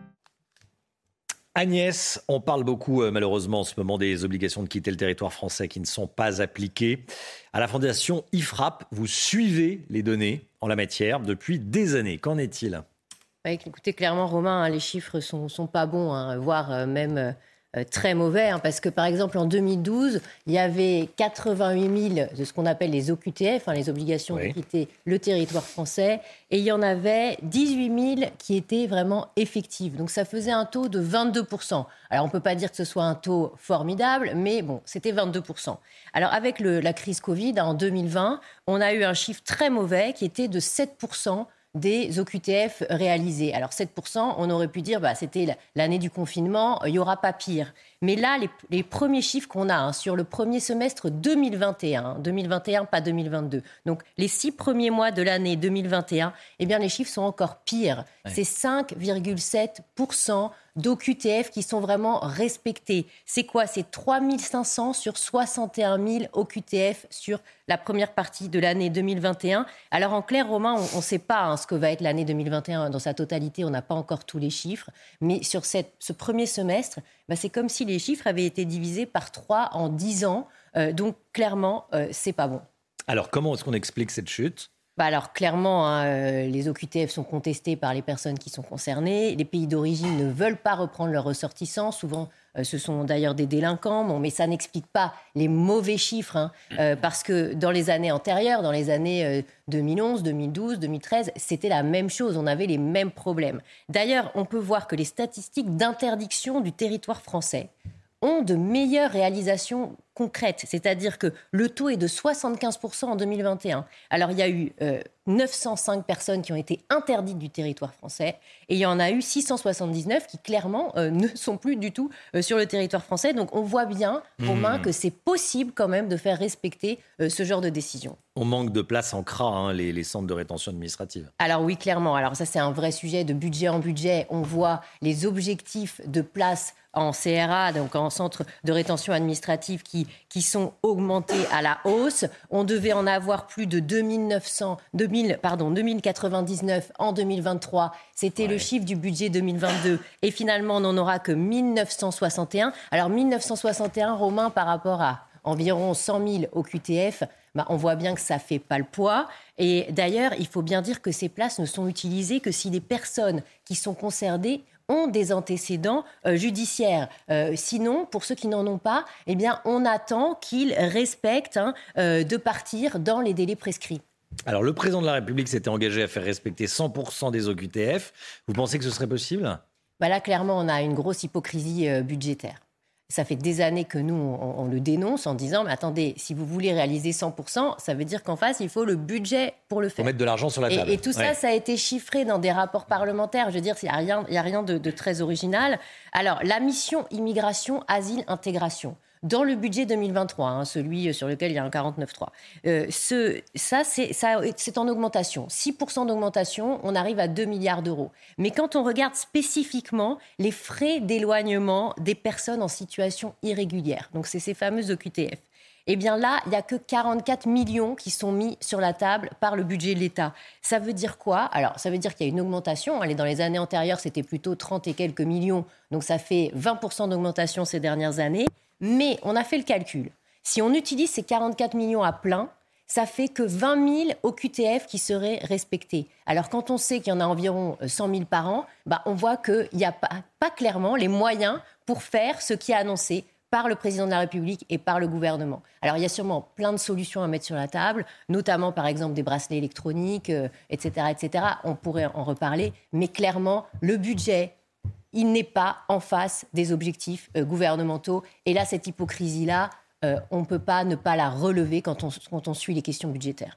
Speaker 2: Agnès, on parle beaucoup euh, malheureusement en ce moment des obligations de quitter le territoire français qui ne sont pas appliquées. À la Fondation I F R A P, vous suivez les données en la matière depuis des années. Qu'en est-il?
Speaker 1: Bah, écoutez, clairement, Romain, hein, les chiffres sont, sont pas bons, hein, voire euh, même euh, très mauvais. Hein, parce que, par exemple, en deux mille douze, il y avait quatre-vingt-huit mille de ce qu'on appelle les O Q T F, hein, les obligations oui. de quitter le territoire français. Et il y en avait dix-huit mille qui étaient vraiment effectives. Donc ça faisait un taux de vingt-deux pour cent. Alors on ne peut pas dire que ce soit un taux formidable, mais bon, c'était vingt-deux pour cent. Alors avec le, la crise Covid, en deux mille vingt, on a eu un chiffre très mauvais qui était de sept pour cent des O Q T F réalisés. Alors sept pour cent, on aurait pu dire bah, c'était l'année du confinement, il n'y aura pas pire. Mais là, les, les premiers chiffres qu'on a hein, sur le premier semestre deux mille vingt et un, deux mille vingt et un, pas deux mille vingt-deux. Donc les six premiers mois de l'année deux mille vingt et un, eh bien les chiffres sont encore pires. Ouais. C'est cinq virgule sept pour cent d'O Q T F qui sont vraiment respectés. C'est quoi? C'est trois mille cinq cents sur soixante et un mille O Q T F sur la première partie de l'année deux mille vingt et un. Alors en clair, Romain, on ne sait pas hein, ce que va être l'année deux mille vingt et un dans sa totalité. On n'a pas encore tous les chiffres. Mais sur cette, ce premier semestre, bah, c'est comme si les chiffres avaient été divisés par trois en dix ans. Euh, donc clairement, euh, c'est pas bon.
Speaker 2: Alors comment est-ce qu'on explique cette chute?
Speaker 1: Bah alors clairement, hein, euh, les O Q T F sont contestés par les personnes qui sont concernées. Les pays d'origine ne veulent pas reprendre leurs ressortissants. Souvent, euh, ce sont d'ailleurs des délinquants. Bon, mais ça n'explique pas les mauvais chiffres. Hein, euh, parce que dans les années antérieures, dans les années euh, deux mille onze, deux mille douze, deux mille treize, c'était la même chose. On avait les mêmes problèmes. D'ailleurs, on peut voir que les statistiques d'interdiction du territoire français ont de meilleures réalisations concrètes. C'est-à-dire que le taux est de soixante-quinze pour cent en deux mille vingt et un. Alors, il y a eu euh, neuf cent cinq personnes qui ont été interdites du territoire français et il y en a eu six cent soixante-dix-neuf qui, clairement, euh, ne sont plus du tout euh, sur le territoire français. Donc, on voit bien, Romain, mmh. que c'est possible quand même de faire respecter euh, ce genre de décision.
Speaker 2: On manque de place en C R A, hein, les, les centres de rétention administrative.
Speaker 1: Alors oui, clairement. Alors ça, c'est un vrai sujet de budget en budget. On voit les objectifs de place en C R A, donc en centre de rétention administrative, qui, qui sont augmentés à la hausse. On devait en avoir plus de deux mille neuf cents, deux mille, pardon, deux mille quatre-vingt-dix-neuf en deux mille vingt-trois. C'était ouais. le chiffre du budget deux mille vingt-deux. Et finalement, on n'en aura que mille neuf cent soixante et un. Alors mille neuf cent soixante et un, Romain, par rapport à environ cent mille O Q T F, bah, on voit bien que ça ne fait pas le poids. Et d'ailleurs, il faut bien dire que ces places ne sont utilisées que si les personnes qui sont concernées ont des antécédents euh, judiciaires. Euh, sinon, pour ceux qui n'en ont pas, eh bien, on attend qu'ils respectent hein, euh, de partir dans les délais prescrits.
Speaker 2: Alors, le président de la République s'était engagé à faire respecter cent pour cent des O Q T F. Vous pensez que ce serait possible ?
Speaker 1: Bah là, clairement, on a une grosse hypocrisie euh, budgétaire. Ça fait des années que nous, on, on le dénonce en disant « Mais attendez, si vous voulez réaliser cent pour cent, ça veut dire qu'en face, il faut le budget pour le faire. »
Speaker 2: Il faut mettre de l'argent sur la table.
Speaker 1: Et, et tout ça, ouais. ça a été chiffré dans des rapports parlementaires. Je veux dire, il n'y a rien, il y a rien de, de très original. Alors, la mission immigration, asile, intégration. Dans le budget deux mille vingt-trois, hein, celui sur lequel il y a un quarante-neuf virgule trois, euh, ce, ça, c'est, ça, c'est en augmentation. six pour cent d'augmentation, on arrive à deux milliards d'euros. Mais quand on regarde spécifiquement les frais d'éloignement des personnes en situation irrégulière, donc c'est ces fameuses O Q T F, eh bien là, il n'y a que quarante-quatre millions qui sont mis sur la table par le budget de l'État. Ça veut dire quoi ? Alors, ça veut dire qu'il y a une augmentation. Allez, dans les années antérieures, c'était plutôt trente et quelques millions. Donc, ça fait vingt pour cent d'augmentation ces dernières années. Mais on a fait le calcul. Si on utilise ces quarante-quatre millions à plein, ça fait que vingt mille O Q T F qui seraient respectés. Alors, quand on sait qu'il y en a environ cent mille par an, bah, on voit qu'il n'y a pas, pas clairement les moyens pour faire ce qui est annoncé par le président de la République et par le gouvernement. Alors, il y a sûrement plein de solutions à mettre sur la table, notamment, par exemple, des bracelets électroniques, euh, et cetera, et cetera. On pourrait en reparler, mais clairement, le budget, il n'est pas en face des objectifs euh, gouvernementaux. Et là, cette hypocrisie-là, euh, on ne peut pas ne pas la relever quand on, quand on suit les questions budgétaires.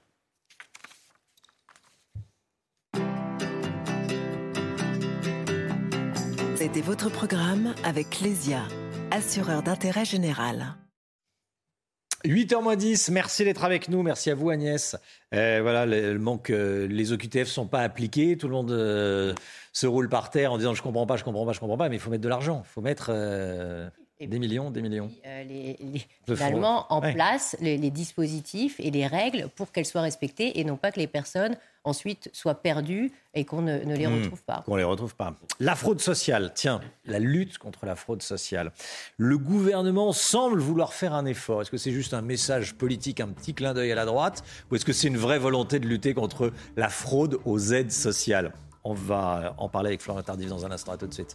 Speaker 18: C'était votre programme avec Clésia, assureur d'intérêt général.
Speaker 2: huit heures moins dix, merci d'être avec nous, merci à vous Agnès. Euh, voilà, le, le manque, euh, les O Q T F ne sont pas appliqués, tout le monde euh, se roule par terre en disant je comprends pas, je comprends pas, je comprends pas, mais il faut mettre de l'argent, il faut mettre euh, des millions, des millions.
Speaker 1: Euh, les, les, finalement, en ouais. place les, les dispositifs et les règles pour qu'elles soient respectées et non pas que les personnes ensuite soient perdues et qu'on ne, ne les mmh, retrouve pas.
Speaker 2: Qu'on les retrouve pas. La fraude sociale, tiens, la lutte contre la fraude sociale. Le gouvernement semble vouloir faire un effort. Est-ce que c'est juste un message politique, un petit clin d'œil à la droite, ou est-ce que c'est une vraie volonté de lutter contre la fraude aux aides sociales ? On va en parler avec Florent Tardif dans un instant. À tout de suite.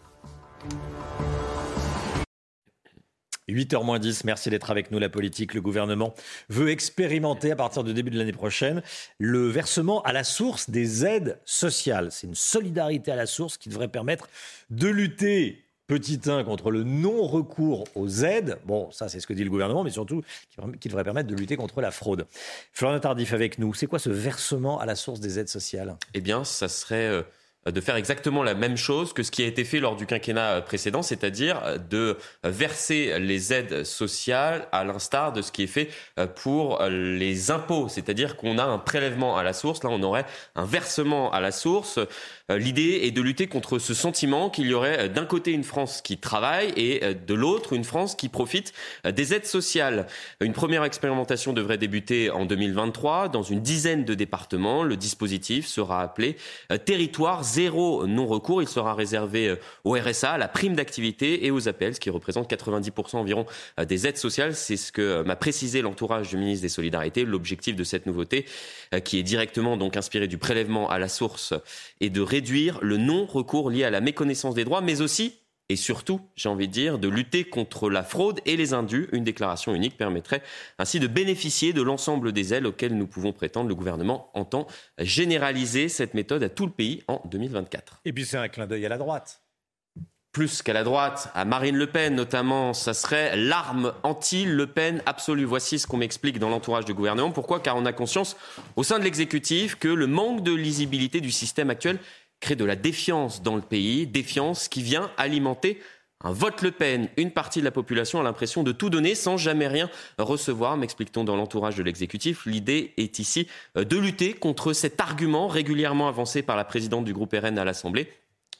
Speaker 2: huit heures moins dix, merci d'être avec nous. La politique, le gouvernement veut expérimenter à partir du début de l'année prochaine le versement à la source des aides sociales. C'est une solidarité à la source qui devrait permettre de lutter, petit un, contre le non-recours aux aides. Bon, ça c'est ce que dit le gouvernement, mais surtout qui devrait permettre de lutter contre la fraude. Florent Tardif avec nous. C'est quoi ce versement à la source des aides sociales ?
Speaker 3: Eh bien, ça serait... Euh... de faire exactement la même chose que ce qui a été fait lors du quinquennat précédent, c'est-à-dire de verser les aides sociales à l'instar de ce qui est fait pour les impôts, c'est-à-dire qu'on a un prélèvement à la source, là on aurait un versement à la source. L'idée est de lutter contre ce sentiment qu'il y aurait d'un côté une France qui travaille et de l'autre une France qui profite des aides sociales. Une première expérimentation devrait débuter en deux mille vingt-trois dans une dizaine de départements. Le dispositif sera appelé Territoire zéro non-recours. Il sera réservé au R S A, à la prime d'activité et aux A P L, ce qui représente quatre-vingt-dix pour cent environ des aides sociales. C'est ce que m'a précisé l'entourage du ministre des Solidarités. L'objectif de cette nouveauté, qui est directement donc inspirée du prélèvement à la source, est de réduire le non-recours lié à la méconnaissance des droits, mais aussi et surtout, j'ai envie de dire, de lutter contre la fraude et les indus. Une déclaration unique permettrait ainsi de bénéficier de l'ensemble des aides auxquelles nous pouvons prétendre. Le gouvernement entend généraliser cette méthode à tout le pays en deux mille vingt-quatre.
Speaker 2: Et puis c'est un clin d'œil à la droite.
Speaker 3: Plus qu'à la droite, à Marine Le Pen notamment, ça serait l'arme anti-Le Pen absolue. Voici ce qu'on m'explique dans l'entourage du gouvernement. Pourquoi ? Car on a conscience au sein de l'exécutif que le manque de lisibilité du système actuel crée de la défiance dans le pays, défiance qui vient alimenter un vote Le Pen. Une partie de la population a l'impression de tout donner sans jamais rien recevoir, m'explique-t-on dans l'entourage de l'exécutif. L'idée est ici de lutter contre cet argument régulièrement avancé par la présidente du groupe R N à l'Assemblée.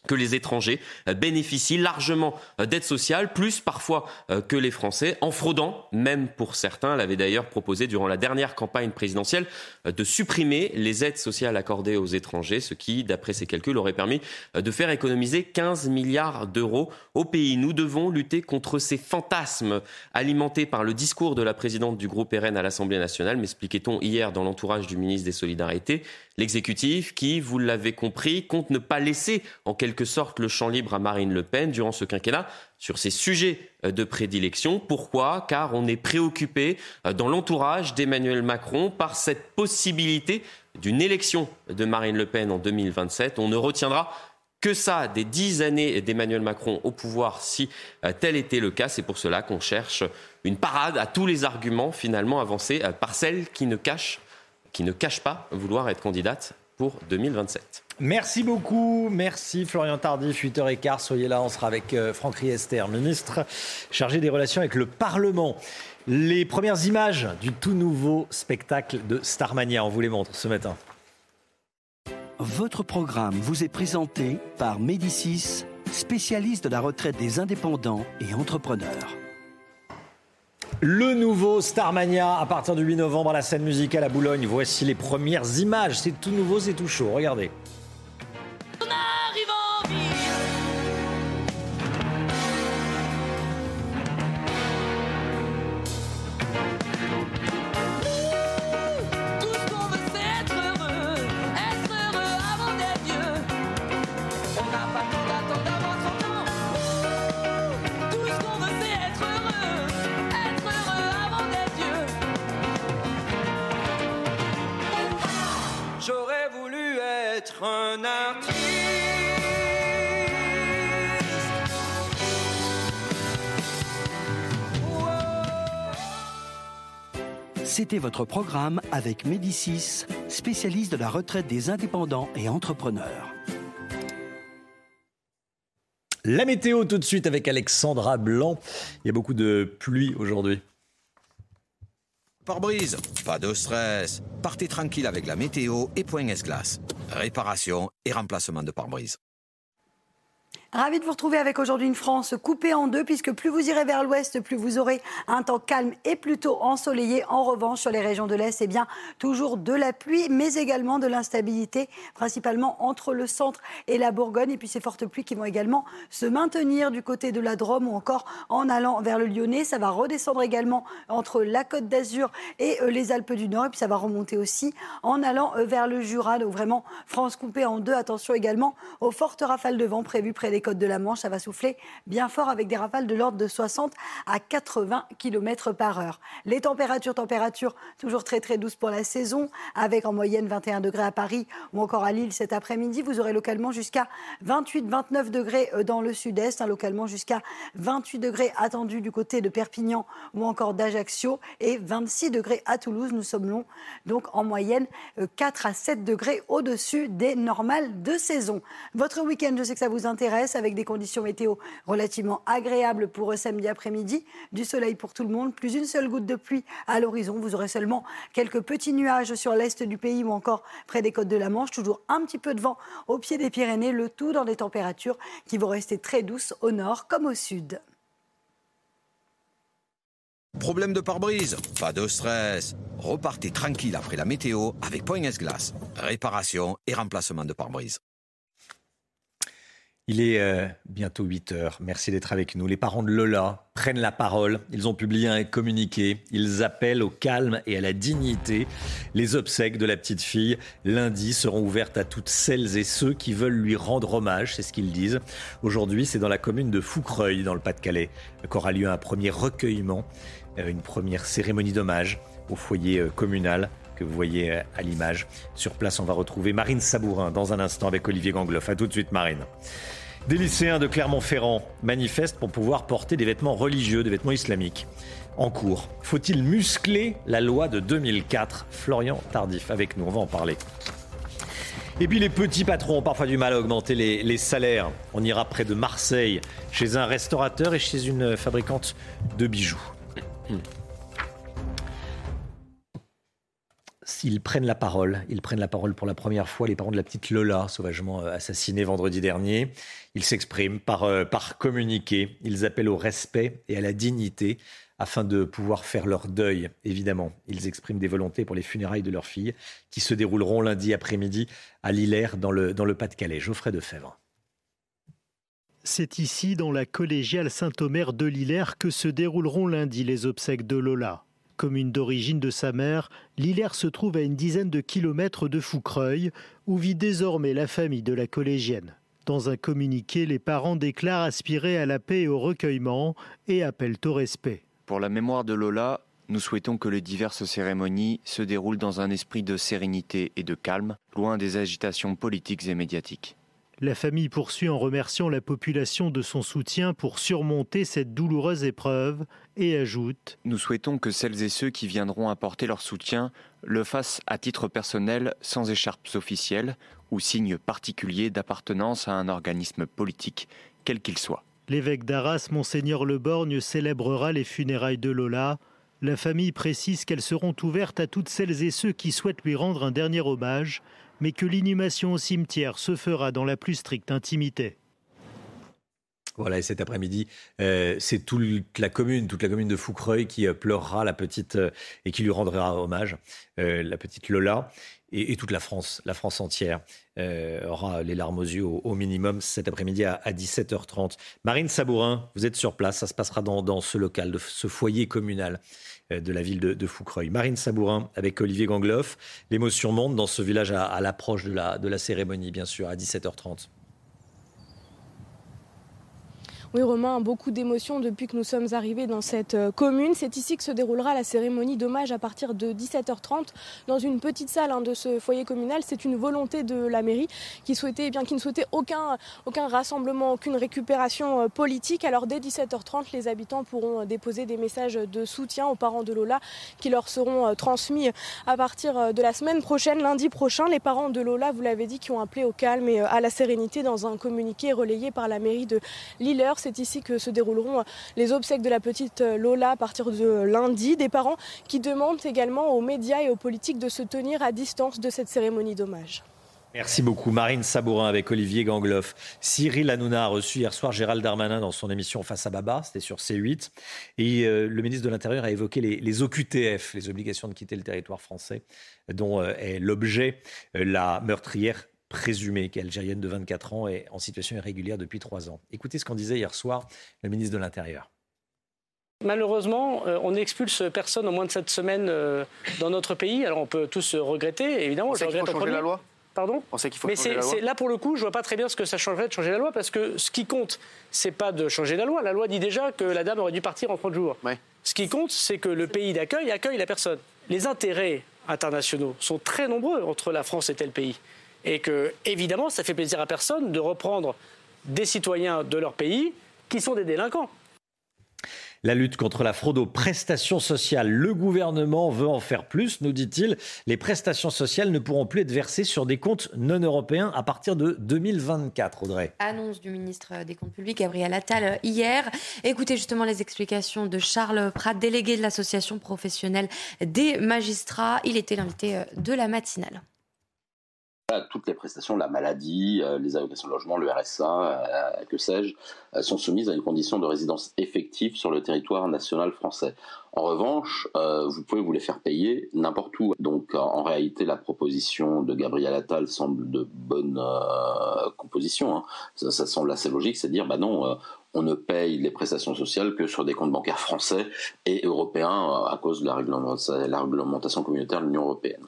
Speaker 3: que les étrangers bénéficient largement d'aides sociales, plus parfois que les Français, en fraudant, même pour certains. Elle avait d'ailleurs proposé durant la dernière campagne présidentielle de supprimer les aides sociales accordées aux étrangers, ce qui, d'après ses calculs, aurait permis de faire économiser quinze milliards d'euros au pays. Nous devons lutter contre ces fantasmes alimentés par le discours de la présidente du groupe R N à l'Assemblée nationale, m'expliquait-on hier dans l'entourage du ministre des Solidarités. L'exécutif qui, vous l'avez compris, compte ne pas laisser en quelque sorte le champ libre à Marine Le Pen durant ce quinquennat sur ses sujets de prédilection. Pourquoi ? Car on est préoccupé dans l'entourage d'Emmanuel Macron par cette possibilité d'une élection de Marine Le Pen en deux mille vingt-sept. On ne retiendra que ça des dix années d'Emmanuel Macron au pouvoir si tel était le cas. C'est pour cela qu'on cherche une parade à tous les arguments finalement avancés par celle qui ne cache qui ne cache pas vouloir être candidate pour deux mille vingt-sept.
Speaker 2: Merci beaucoup, merci Florian Tardif, huit heures quinze, soyez là, on sera avec Franck Riester, ministre chargé des relations avec le Parlement. Les premières images du tout nouveau spectacle de Starmania, on vous les montre ce matin.
Speaker 4: Votre programme vous est présenté par Médicis, spécialiste de la retraite des indépendants et entrepreneurs.
Speaker 2: Le nouveau Starmania à partir du huit novembre à la scène musicale à Boulogne. Voici les premières images. C'est tout nouveau, c'est tout chaud. Regardez.
Speaker 6: On arrive en ville. Tout ce qu'on veut c'est être heureux, être heureux avant d'être vieux. On n'a pas le temps d'attendre d'avoir trente ans. Tout ce qu'on veut c'est être heureux, être heureux avant d'être vieux. J'aurais voulu être un artiste.
Speaker 4: C'était votre programme avec Médicis, spécialiste de la retraite des indépendants et entrepreneurs.
Speaker 2: La météo tout de suite avec Alexandra Blanc. Il y a beaucoup de pluie aujourd'hui.
Speaker 7: Pare-brise, pas de stress. Partez tranquille avec la météo et Point S-Glace. Réparation et remplacement de pare-brise.
Speaker 9: Ravi de vous retrouver avec aujourd'hui une France coupée en deux, puisque plus vous irez vers l'ouest, plus vous aurez un temps calme et plutôt ensoleillé. En revanche, sur les régions de l'Est, c'est bien toujours de la pluie, mais également de l'instabilité, principalement entre le centre et la Bourgogne. Et puis ces fortes pluies qui vont également se maintenir du côté de la Drôme ou encore en allant vers le Lyonnais. Ça va redescendre également entre la Côte d'Azur et les Alpes du Nord. Et puis ça va remonter aussi en allant vers le Jura. Donc vraiment, France coupée en deux. Attention également aux fortes rafales de vent prévues près des côtes de la Manche. Ça va souffler bien fort avec des rafales de l'ordre de soixante à quatre-vingts kilomètres par heure. Les températures, températures toujours très très douces pour la saison, avec en moyenne vingt et un degrés à Paris ou encore à Lille cet après-midi. Vous aurez localement jusqu'à vingt-huit à vingt-neuf degrés dans le sud-est, hein, localement jusqu'à vingt-huit degrés attendus du côté de Perpignan ou encore d'Ajaccio et vingt-six degrés à Toulouse. Nous sommes longs, donc en moyenne quatre à sept degrés au-dessus des normales de saison. Votre week-end, je sais que ça vous intéresse, avec des conditions météo relativement agréables pour samedi après-midi, du soleil pour tout le monde, plus une seule goutte de pluie à l'horizon. Vous aurez seulement quelques petits nuages sur l'est du pays ou encore près des côtes de la Manche, toujours un petit peu de vent au pied des Pyrénées, le tout dans des températures qui vont rester très douces au nord comme au sud.
Speaker 7: Problème de pare-brise, pas de stress. Repartez tranquille après la météo avec Point S-Glace. Réparation et remplacement de pare-brise.
Speaker 2: Il est euh, bientôt huit heures. Merci d'être avec nous. Les parents de Lola prennent la parole. Ils ont publié un communiqué. Ils appellent au calme et à la dignité. Les obsèques de la petite fille, lundi, seront ouvertes à toutes celles et ceux qui veulent lui rendre hommage. C'est ce qu'ils disent. Aujourd'hui, c'est dans la commune de Foucreuil, dans le Pas-de-Calais, qu'aura lieu un premier recueillement, une première cérémonie d'hommage au foyer communal que vous voyez à l'image. Sur place, on va retrouver Marine Sabourin dans un instant avec Olivier Gangloff. À tout de suite, Marine. Des lycéens de Clermont-Ferrand manifestent pour pouvoir porter des vêtements religieux, des vêtements islamiques. En cours, faut-il muscler la loi de deux mille quatre ? Florian Tardif avec nous, on va en parler. Et puis les petits patrons ont parfois du mal à augmenter les, les salaires. On ira près de Marseille, chez un restaurateur et chez une fabricante de bijoux. Ils prennent la parole. Ils prennent la parole pour la première fois. Les parents de la petite Lola, sauvagement assassinée vendredi dernier. Ils s'expriment par, euh, par communiqué. Ils appellent au respect et à la dignité afin de pouvoir faire leur deuil, évidemment. Ils expriment des volontés pour les funérailles de leur fille qui se dérouleront lundi après-midi à Lillers dans le, dans le Pas-de-Calais. Geoffrey Defebvre.
Speaker 8: C'est ici, dans la collégiale Saint-Omer de Lillers, que se dérouleront lundi les obsèques de Lola. Commune d'origine de sa mère, Lillers se trouve à une dizaine de kilomètres de Foucreuil, où vit désormais la famille de la collégienne. Dans un communiqué, les parents déclarent aspirer à la paix et au recueillement et appellent au respect.
Speaker 10: Pour la mémoire de Lola, nous souhaitons que les diverses cérémonies se déroulent dans un esprit de sérénité et de calme, loin des agitations politiques et médiatiques.
Speaker 8: La famille poursuit en remerciant la population de son soutien pour surmonter cette douloureuse épreuve et ajoute :
Speaker 10: Nous souhaitons que celles et ceux qui viendront apporter leur soutien le fassent à titre personnel, sans écharpes officielles ou signes particuliers d'appartenance à un organisme politique, quel qu'il soit.
Speaker 8: L'évêque d'Arras, Monseigneur Leborgne, célébrera les funérailles de Lola. La famille précise qu'elles seront ouvertes à toutes celles et ceux qui souhaitent lui rendre un dernier hommage, mais que l'inhumation au cimetière se fera dans la plus stricte intimité.
Speaker 2: Voilà, et cet après-midi, euh, c'est toute la commune, toute la commune de Foucreuil qui euh, pleurera la petite euh, et qui lui rendra hommage, euh, la petite Lola, et, et toute la France, la France entière euh, aura les larmes aux yeux au, au minimum cet après-midi à, à dix-sept heures trente. Marine Sabourin, vous êtes sur place, ça se passera dans, dans ce local, de, ce foyer communal euh, de la ville de, de Foucreuil. Marine Sabourin avec Olivier Gangloff, l'émotion monte dans ce village à, à l'approche de la, de la cérémonie, bien sûr, à dix-sept heures trente.
Speaker 27: Oui, Romain, beaucoup d'émotions depuis que nous sommes arrivés dans cette commune. C'est ici que se déroulera la cérémonie d'hommage à partir de dix-sept heures trente dans une petite salle hein, de ce foyer communal. C'est une volonté de la mairie qui, souhaitait, eh bien, qui ne souhaitait aucun, aucun rassemblement, aucune récupération politique. Alors dès dix-sept heures trente, les habitants pourront déposer des messages de soutien aux parents de Lola qui leur seront transmis à partir de la semaine prochaine, lundi prochain. Les parents de Lola, vous l'avez dit, qui ont appelé au calme et à la sérénité dans un communiqué relayé par la mairie de Lillers. C'est ici que se dérouleront les obsèques de la petite Lola à partir de lundi. Des parents qui demandent également aux médias et aux politiques de se tenir à distance de cette cérémonie d'hommage.
Speaker 2: Merci beaucoup. Marine Sabourin avec Olivier Gangloff. Cyril Hanouna a reçu hier soir Gérald Darmanin dans son émission Face à Baba, c'était sur C huit. Et euh, le ministre de l'Intérieur a évoqué les, les O Q T F, les obligations de quitter le territoire français, dont euh, est l'objet euh, la meurtrière présumée, qui est algérienne de vingt-quatre ans et en situation irrégulière depuis trois ans. Écoutez ce qu'en disait hier soir le ministre de l'Intérieur.
Speaker 13: Malheureusement, euh, on n'expulse personne en moins de sept semaines euh, dans notre pays. Alors on peut tous regretter, évidemment.
Speaker 19: On sait qu'il faut changer la loi.
Speaker 13: Pardon ?
Speaker 19: On sait qu'il faut
Speaker 13: Mais
Speaker 19: changer
Speaker 13: c'est,
Speaker 19: la loi.
Speaker 13: c'est, là, pour le coup, je ne vois pas très bien ce que ça changerait de changer la loi, parce que ce qui compte, c'est pas de changer la loi. La loi dit déjà que la dame aurait dû partir en trente jours.
Speaker 19: Ouais.
Speaker 13: Ce qui compte, c'est que le pays d'accueil accueille la personne. Les intérêts internationaux sont très nombreux entre la France et tel pays. Et que, évidemment, ça fait plaisir à personne de reprendre des citoyens de leur pays qui sont des délinquants.
Speaker 2: La lutte contre la fraude aux prestations sociales. Le gouvernement veut en faire plus, nous dit-il. Les prestations sociales ne pourront plus être versées sur des comptes non européens à partir de deux mille vingt-quatre, Audrey.
Speaker 5: Annonce du ministre des Comptes publics, Gabriel Attal, hier. Écoutez justement les explications de Charles Prat, délégué de l'association professionnelle des magistrats. Il était l'invité de la matinale.
Speaker 20: Toutes les prestations, la maladie, les allocations de logement, le R S A, que sais-je, sont soumises à une condition de résidence effective sur le territoire national français. En revanche, vous pouvez vous les faire payer n'importe où. Donc en réalité, la proposition de Gabriel Attal semble de bonne euh, composition. Hein. Ça, ça semble assez logique, c'est de dire, bah non, euh, on ne paye les prestations sociales que sur des comptes bancaires français et européens à cause de la réglementation, la réglementation communautaire de l'Union européenne.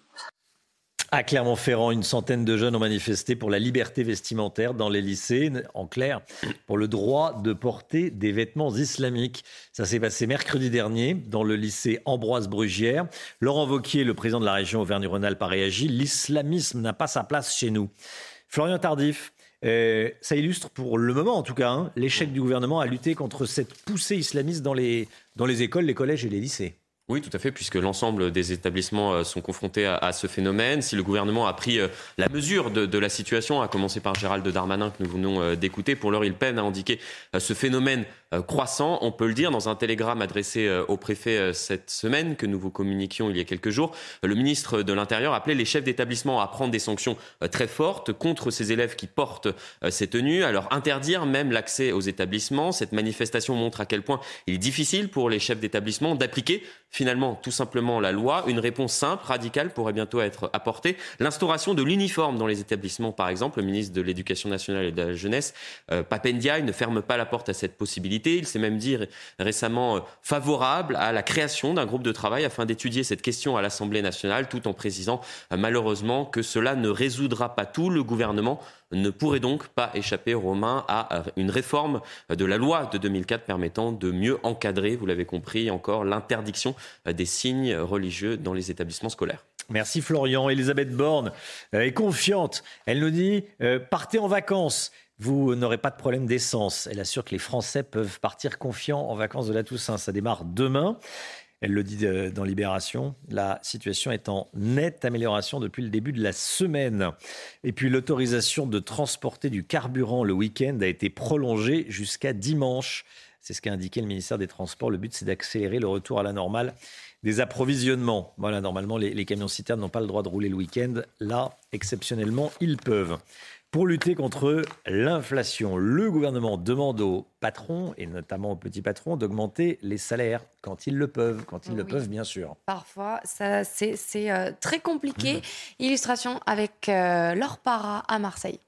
Speaker 2: À Clermont-Ferrand, une centaine de jeunes ont manifesté pour la liberté vestimentaire dans les lycées, en clair, pour le droit de porter des vêtements islamiques. Ça s'est passé mercredi dernier dans le lycée Ambroise Brugière. Laurent Wauquiez, le président de la région Auvergne-Rhône-Alpes, a réagi. L'islamisme n'a pas sa place chez nous. Florian Tardif, euh, ça illustre pour le moment en tout cas hein, l'échec du gouvernement à lutter contre cette poussée islamiste dans les, dans les écoles, les collèges et les lycées.
Speaker 3: Oui, tout à fait, puisque l'ensemble des établissements sont confrontés à, à ce phénomène. Si le gouvernement a pris la mesure de, de la situation, à commencer par Gérald Darmanin que nous venons d'écouter, pour l'heure, il peine à indiquer ce phénomène euh, croissant. On peut le dire dans un télégramme adressé euh, au préfet euh, cette semaine que nous vous communiquions il y a quelques jours. Le ministre de l'Intérieur appelait les chefs d'établissement à prendre des sanctions euh, très fortes contre ces élèves qui portent euh, ces tenues, à leur interdire même l'accès aux établissements. Cette manifestation montre à quel point il est difficile pour les chefs d'établissement d'appliquer finalement tout simplement la loi. Une réponse simple, radicale pourrait bientôt être apportée. L'instauration de l'uniforme dans les établissements, par exemple. Le ministre de l'Éducation nationale et de la jeunesse, euh, Pap Ndiaye, ne ferme pas la porte à cette possibilité. Il s'est même dit ré- récemment euh, favorable à la création d'un groupe de travail afin d'étudier cette question à l'Assemblée nationale, tout en précisant euh, malheureusement que cela ne résoudra pas tout. Le gouvernement ne pourrait donc pas échapper, Romain, à une réforme de la loi de deux mille quatre permettant de mieux encadrer, vous l'avez compris, encore l'interdiction des signes religieux dans les établissements scolaires.
Speaker 2: Merci Florian. Elisabeth Borne euh, est confiante. Elle nous dit euh, partez en vacances. Vous n'aurez pas de problème d'essence. Elle assure que les Français peuvent partir confiants en vacances de la Toussaint. Ça démarre demain. Elle le dit dans Libération, la situation est en nette amélioration depuis le début de la semaine. Et puis l'autorisation de transporter du carburant le week-end a été prolongée jusqu'à dimanche. C'est ce qu'a indiqué le ministère des Transports. Le but, c'est d'accélérer le retour à la normale des approvisionnements. Voilà, normalement, les, les camions-citernes n'ont pas le droit de rouler le week-end. Là, exceptionnellement, ils peuvent. Pour lutter contre l'inflation, le gouvernement demande aux patrons, et notamment aux petits patrons, d'augmenter les salaires quand ils le peuvent, quand ils oui. le peuvent, bien sûr.
Speaker 5: Parfois, ça, c'est, c'est euh, très compliqué. Mmh. Illustration avec euh, Laure Para à Marseille.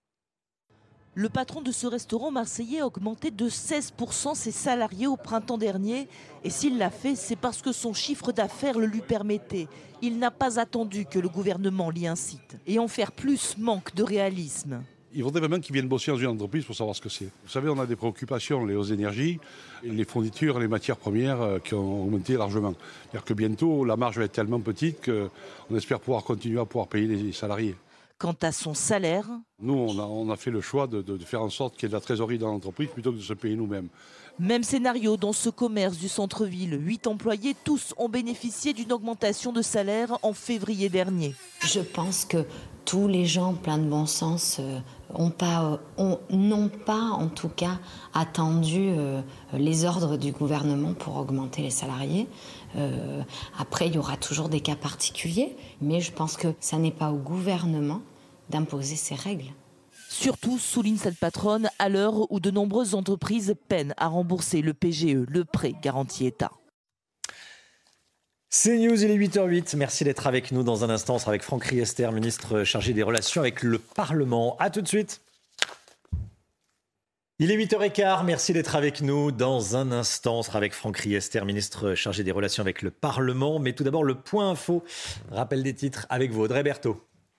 Speaker 11: Le patron de ce restaurant marseillais a augmenté de seize pour cent ses salariés au printemps dernier. Et s'il l'a fait, c'est parce que son chiffre d'affaires le lui permettait. Il n'a pas attendu que le gouvernement l'y incite. Et en faire plus manque de réalisme.
Speaker 12: Il faudrait vraiment qu'ils viennent bosser dans une entreprise pour savoir ce que c'est. Vous savez, on a des préoccupations, les hausses d'énergie, les fournitures, les matières premières qui ont augmenté largement. C'est-à-dire que bientôt, la marge va être tellement petite qu'on espère pouvoir continuer à pouvoir payer les salariés.
Speaker 11: Quant à son salaire,
Speaker 12: nous, on a, on a fait le choix de, de, de faire en sorte qu'il y ait de la trésorerie dans l'entreprise plutôt que de se payer nous-mêmes.
Speaker 11: Même scénario dans ce commerce du centre-ville. Huit employés, tous ont bénéficié d'une augmentation de salaire en février dernier.
Speaker 19: Je pense que tous les gens pleins de bon sens euh, ont pas, euh, ont, n'ont pas, en tout cas, attendu euh, les ordres du gouvernement pour augmenter les salariés. Euh, après, il y aura toujours des cas particuliers, mais je pense que ça n'est pas au gouvernement d'imposer ces règles.
Speaker 11: Surtout, souligne cette patronne, à l'heure où de nombreuses entreprises peinent à rembourser le P G E, le prêt garanti État.
Speaker 2: C'est News, il est huit heures huit. Merci d'être avec nous. Dans un instant, on sera avec Franck Riester, ministre chargé des relations avec le Parlement. A tout de suite. Il est huit heures quinze, merci d'être avec nous. Dans un instant, on sera avec Franck Riester, ministre chargé des relations avec le Parlement. Mais tout d'abord, le point info. Rappel des titres avec vous, Audrey Berthaud.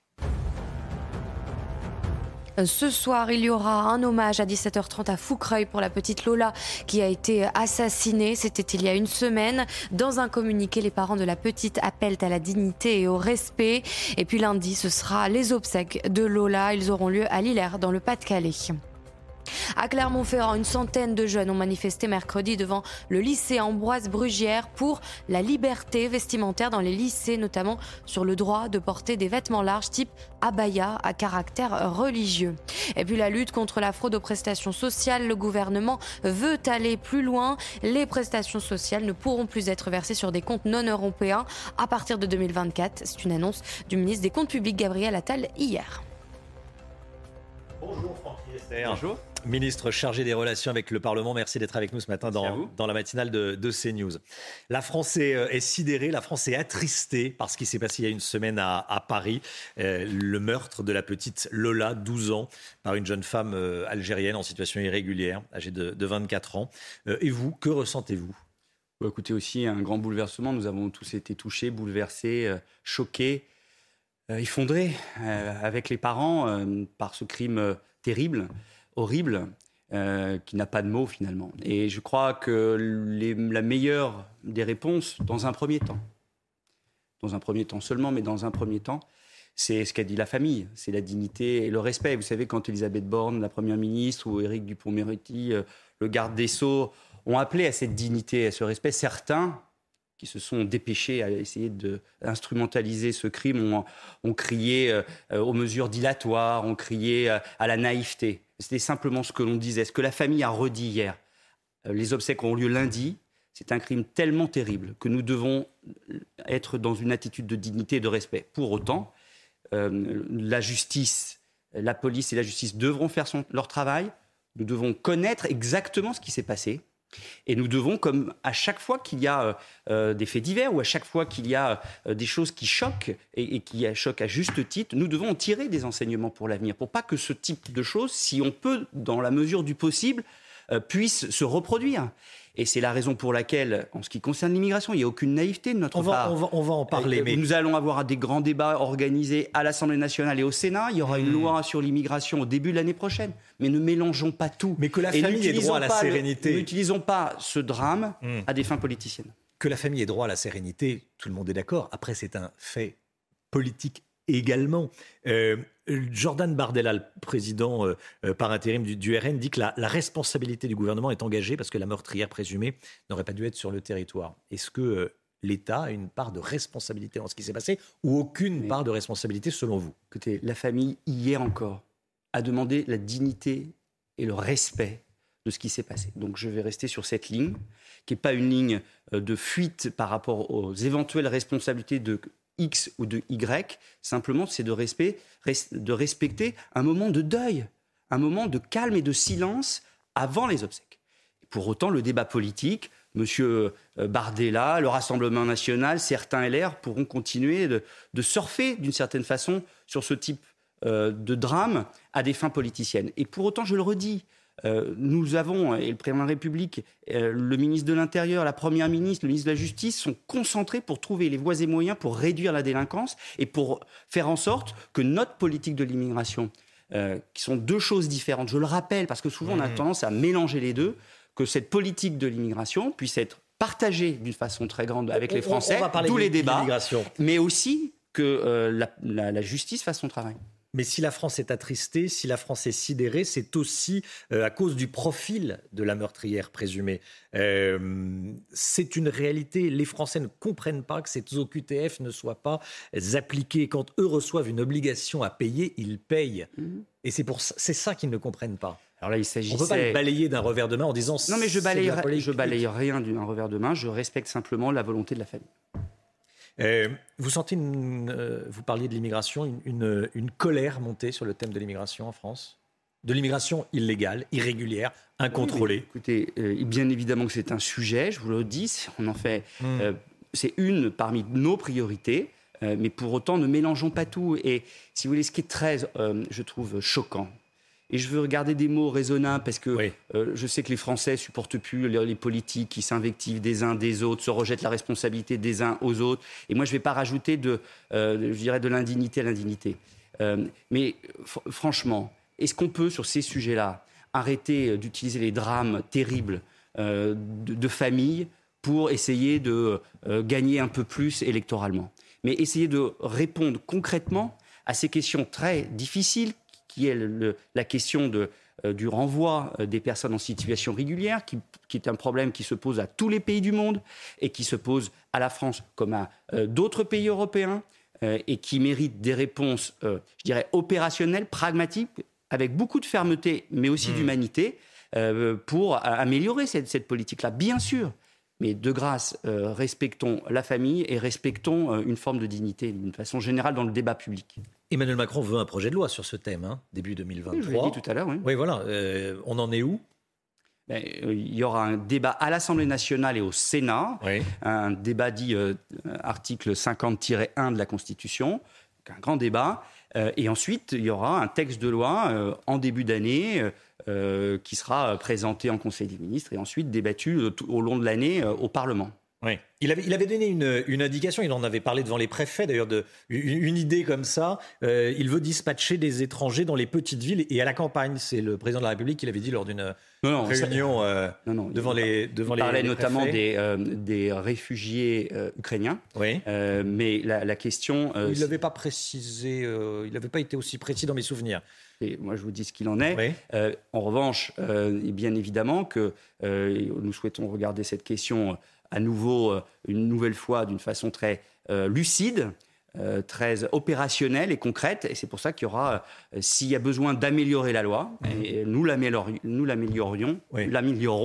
Speaker 5: Ce soir, il y aura un hommage à dix-sept heures trente à Foucreuil pour la petite Lola qui a été assassinée. C'était il y a une semaine. Dans un communiqué, les parents de la petite appellent à la dignité et au respect. Et puis lundi, ce sera les obsèques de Lola. Ils auront lieu à Lillers, dans le Pas-de-Calais. À Clermont-Ferrand, une centaine de jeunes ont manifesté mercredi devant le lycée Ambroise Brugière pour la liberté vestimentaire dans les lycées, notamment sur le droit de porter des vêtements larges type abaya à caractère religieux. Et puis la lutte contre la fraude aux prestations sociales, le gouvernement veut aller plus loin. Les prestations sociales ne pourront plus être versées sur des comptes non européens à partir de deux mille vingt-quatre. C'est une annonce du ministre des Comptes publics Gabriel Attal hier.
Speaker 2: Bonjour Franck Riester. Bonjour. Ministre chargé des relations avec le Parlement, merci d'être avec nous ce matin dans, dans la matinale de, de CNews. La France est, est sidérée, la France est attristée par ce qui s'est passé il y a une semaine à, à Paris. Euh, le meurtre de la petite Lola, douze ans, par une jeune femme euh, algérienne en situation irrégulière, âgée de, de vingt-quatre ans. Euh, et vous, que ressentez-vous ?
Speaker 22: Bah, écoutez, aussi un grand bouleversement. Nous avons tous été touchés, bouleversés, euh, choqués, euh, effondrés euh, avec les parents euh, par ce crime euh, terrible. horrible, euh, qui n'a pas de mots finalement. Et je crois que les, la meilleure des réponses, dans un premier temps, dans un premier temps seulement, mais dans un premier temps, c'est ce qu'a dit la famille, c'est la dignité et le respect. Vous savez, quand Elisabeth Borne, la Première ministre, ou Éric Dupond-Moretti, euh, le garde des Sceaux, ont appelé à cette dignité, à ce respect, certains qui se sont dépêchés à essayer d'instrumentaliser ce crime, ont, ont crié euh, aux mesures dilatoires, ont crié euh, à la naïveté. C'était simplement ce que l'on disait, ce que la famille a redit hier. les obsèques ont lieu lundi. C'est un crime tellement terrible que nous devons être dans une attitude de dignité et de respect. Pour autant, euh, la justice, la police et la justice devront faire son, leur travail. Nous devons connaître exactement ce qui s'est passé. Et nous devons, comme à chaque fois qu'il y a euh, des faits divers ou à chaque fois qu'il y a euh, des choses qui choquent et, et qui choquent à juste titre, nous devons en tirer des enseignements pour l'avenir, pour pas que ce type de choses, si on peut, dans la mesure du possible, euh, puisse se reproduire. Et c'est la raison pour laquelle, en ce qui concerne l'immigration, il n'y a aucune naïveté de notre
Speaker 2: on va,
Speaker 22: part.
Speaker 2: On va, on va en parler. Mais...
Speaker 22: Nous allons avoir des grands débats organisés à l'Assemblée nationale et au Sénat. Il y aura mmh. une loi sur l'immigration au début de l'année prochaine. Mais ne mélangeons pas tout.
Speaker 2: Mais que la et famille ait droit à la sérénité.
Speaker 22: Le, n'utilisons pas ce drame mmh. à des fins politiciennes.
Speaker 2: Que la famille ait droit à la sérénité, tout le monde est d'accord. Après, c'est un fait politique également. Euh, Jordan Bardella, le président euh, par intérim du, du R N, dit que la, la responsabilité du gouvernement est engagée parce que la meurtrière présumée n'aurait pas dû être sur le territoire. Est-ce que euh, l'État a une part de responsabilité dans ce qui s'est passé ou aucune Mais, part de responsabilité selon vous?
Speaker 22: Écoutez, la famille, hier encore, a demandé la dignité et le respect de ce qui s'est passé. Donc je vais rester sur cette ligne, qui n'est pas une ligne de fuite par rapport aux éventuelles responsabilités de X ou de Y, simplement c'est de, respect, de respecter un moment de deuil, un moment de calme et de silence avant les obsèques. Et pour autant, le débat politique, M. Bardella, le Rassemblement national, certains L R pourront continuer de, de surfer d'une certaine façon sur ce type euh, de drame à des fins politiciennes. Et pour autant, je le redis, Euh, nous avons, et le président de la République, euh, le ministre de l'Intérieur, la Première ministre, le ministre de la Justice sont concentrés pour trouver les voies et moyens pour réduire la délinquance et pour faire en sorte que notre politique de l'immigration, euh, qui sont deux choses différentes, je le rappelle, parce que souvent mmh. on a tendance à mélanger les deux, que cette politique de l'immigration puisse être partagée d'une façon très grande avec les Français, tous les débats, mais aussi que euh, la, la, la justice fasse son travail.
Speaker 2: Mais si la France est attristée, si la France est sidérée, c'est aussi euh, à cause du profil de la meurtrière présumée. Euh, c'est une réalité. Les Français ne comprennent pas que ces O Q T F ne soient pas appliqués. Quand eux reçoivent une obligation à payer, ils payent. Mmh. Et c'est, pour ça, c'est ça qu'ils ne comprennent pas.
Speaker 22: Alors là, il s'agissait...
Speaker 2: On ne peut pas le balayer d'un revers de main en disant...
Speaker 22: Non, mais je balaye, je balaye rien d'un revers de main. Je respecte simplement la volonté de la famille.
Speaker 2: Euh, vous sentez, une, euh, vous parliez de l'immigration, une, une, une colère monter sur le thème de l'immigration en France? De l'immigration illégale, irrégulière, incontrôlée.
Speaker 22: Oui, écoutez, euh, bien évidemment que c'est un sujet, je vous le dis, on en fait, mmh. euh, c'est une parmi nos priorités, euh, mais pour autant ne mélangeons pas tout. Et si vous voulez, ce qui est très, euh, je trouve, choquant, et je veux regarder des mots raisonnables parce que oui. euh, je sais que les Français supportent plus les, les politiques qui s'invectivent des uns des autres, se rejettent la responsabilité des uns aux autres. Et moi, je ne vais pas rajouter de, euh, je dirais de l'indignité à l'indignité. Euh, mais f- franchement, est-ce qu'on peut, sur ces sujets-là, arrêter d'utiliser les drames terribles euh, de, de famille pour essayer de euh, gagner un peu plus électoralement? Mais essayer de répondre concrètement à ces questions très difficiles, qui est le, la question de, euh, du renvoi euh, des personnes en situation régulière, qui, qui est un problème qui se pose à tous les pays du monde et qui se pose à la France comme à euh, d'autres pays européens euh, et qui mérite des réponses, euh, je dirais, opérationnelles, pragmatiques, avec beaucoup de fermeté, mais aussi mmh. d'humanité, euh, pour améliorer cette, cette politique-là, bien sûr. Mais de grâce, euh, respectons la famille et respectons euh, une forme de dignité, d'une façon générale, dans le débat public.
Speaker 2: Emmanuel Macron veut un projet de loi sur ce thème, hein, début deux mille vingt-trois.
Speaker 22: Oui, je l'ai dit tout à l'heure, oui.
Speaker 2: Oui, voilà. Euh, on en est où?
Speaker 22: Ben, euh, il y aura un débat à l'Assemblée nationale et au Sénat, oui. un débat dit euh, article cinquante tiret un de la Constitution, un grand débat. Euh, et ensuite, il y aura un texte de loi euh, en début d'année euh, qui sera présenté en Conseil des ministres et ensuite débattu euh, tout, au long de l'année euh, au Parlement.
Speaker 2: Oui. Il avait, il avait donné une, une indication, il en avait parlé devant les préfets d'ailleurs, de, une, une idée comme ça. Euh, il veut dispatcher des étrangers dans les petites villes et à la campagne. C'est le président de la République qui l'avait dit lors d'une non, non, réunion euh, non, non, devant il, les devant
Speaker 22: il
Speaker 2: les
Speaker 22: parlait
Speaker 2: les
Speaker 22: notamment des, euh, des réfugiés euh, ukrainiens.
Speaker 2: Oui.
Speaker 22: Euh, mais la, la question...
Speaker 2: Euh, il n'avait pas précisé, euh, il n'avait pas été aussi précis dans mes souvenirs.
Speaker 22: Et moi, je vous dis ce qu'il en est.
Speaker 2: Oui.
Speaker 22: Euh, en revanche, euh, bien évidemment que euh, nous souhaitons regarder cette question à nouveau, euh, une nouvelle fois, d'une façon très euh, lucide, euh, très opérationnelle et concrète. Et c'est pour ça qu'il y aura, euh, s'il y a besoin d'améliorer la loi, mmh. et nous, l'améliorions, nous l'améliorions, oui. l'améliorons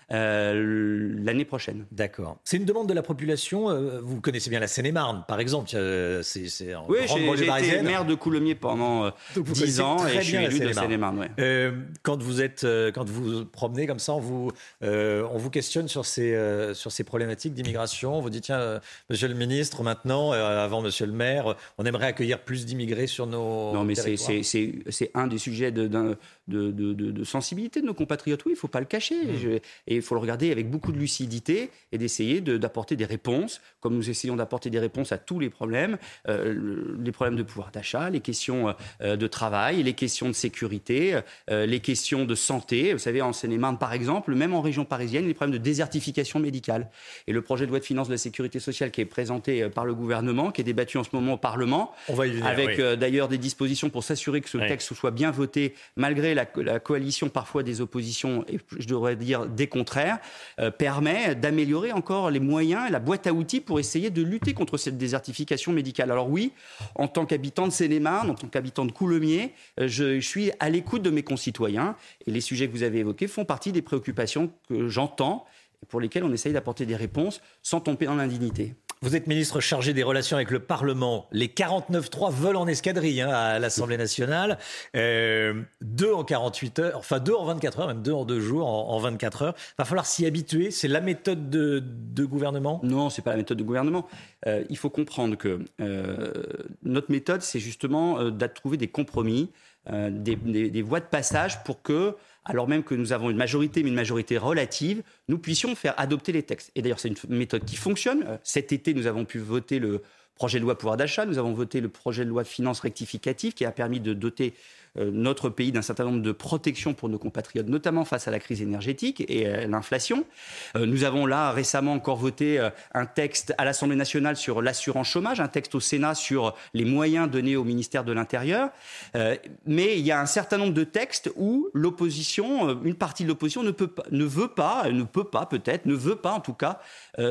Speaker 22: euh, l'année prochaine.
Speaker 2: D'accord. C'est une demande de la population. euh, Vous connaissez bien la Seine-et-Marne, par exemple. euh, C'est c'est en
Speaker 22: Oui,
Speaker 2: grande
Speaker 22: j'ai,
Speaker 2: banlieue
Speaker 22: j'ai été
Speaker 2: parisienne.
Speaker 22: maire de Coulommiers pendant euh,
Speaker 2: Donc vous
Speaker 22: dix
Speaker 2: connaissez
Speaker 22: ans
Speaker 2: très
Speaker 22: et je suis
Speaker 2: bien la
Speaker 22: élu de
Speaker 2: Seine-et-Marne.
Speaker 22: Seine-et-Marne. Ouais.
Speaker 2: Euh, quand vous êtes, euh, quand vous promenez comme ça, on vous, euh, on vous questionne sur ces, euh, sur ces problématiques d'immigration. On vous dit tiens, euh, Monsieur le Ministre, maintenant, euh, avant Monsieur le Maire, on aimerait accueillir plus d'immigrés sur nos
Speaker 22: Non, mais c'est,
Speaker 2: territoires.
Speaker 22: c'est, c'est, c'est un des sujets de, d'un- de, de, de, de sensibilité de nos compatriotes. Oui, il ne faut pas le cacher.
Speaker 2: Mmh.
Speaker 22: Je- et il faut le regarder avec beaucoup de lucidité et d'essayer de, d'apporter des réponses, comme nous essayons d'apporter des réponses à tous les problèmes, euh, le- les problèmes de pouvoir d'achat, les questions euh, de travail, les questions de sécurité, euh, les questions de santé. Vous savez, en Seine-et-Marne, par exemple, même en région parisienne, les problèmes de désertification médicale. Et le projet de loi de finances de la sécurité sociale qui est présenté euh, par le gouvernement, qui est débattu en ce moment au Parlement,
Speaker 2: On va y venir,
Speaker 22: avec
Speaker 2: oui.
Speaker 22: euh, d'ailleurs des dispositions pour s'assurer que ce
Speaker 2: Oui.
Speaker 22: texte soit bien voté, malgré la, la coalition parfois des oppositions, et je devrais dire des contraires, euh, permet d'améliorer encore les moyens et la boîte à outils pour essayer de lutter contre cette désertification médicale. Alors oui, en tant qu'habitant de Seine-et-Marne, en tant qu'habitant de Coulommiers, euh, je, je suis à l'écoute de mes concitoyens et les sujets que vous avez évoqués font partie des préoccupations que j'entends et pour lesquelles on essaye d'apporter des réponses sans tomber dans l'indignité.
Speaker 2: Vous êtes ministre chargé des relations avec le Parlement. Les quarante-neuf trois volent en escadrille hein, à l'Assemblée nationale. Euh, deux en quarante-huit heures, enfin deux en vingt-quatre heures, même deux en deux jours, en, en vingt-quatre heures. Il va falloir s'y habituer. C'est la méthode de, de gouvernement ?
Speaker 22: Non, c'est pas la méthode de gouvernement. Euh, il faut comprendre que euh, notre méthode, c'est justement euh, de trouver des compromis, euh, des, des, des voies de passage pour que, alors même que nous avons une majorité, mais une majorité relative, nous puissions faire adopter les textes. Et d'ailleurs, c'est une méthode qui fonctionne. Euh, Cet été, nous avons pu voter le projet de loi pouvoir d'achat, nous avons voté le projet de loi de finances rectificative qui a permis de doter euh, notre pays d'un certain nombre de protections pour nos compatriotes, notamment face à la crise énergétique et à l'inflation. Euh, nous avons là récemment encore voté euh, un texte à l'Assemblée nationale sur l'assurance chômage, un texte au Sénat sur les moyens donnés au ministère de l'Intérieur. Euh, mais il y a un certain nombre de textes où l'opposition, euh, une partie de l'opposition ne peut pas, ne veut pas, ne peut pas peut-être, ne veut pas en tout cas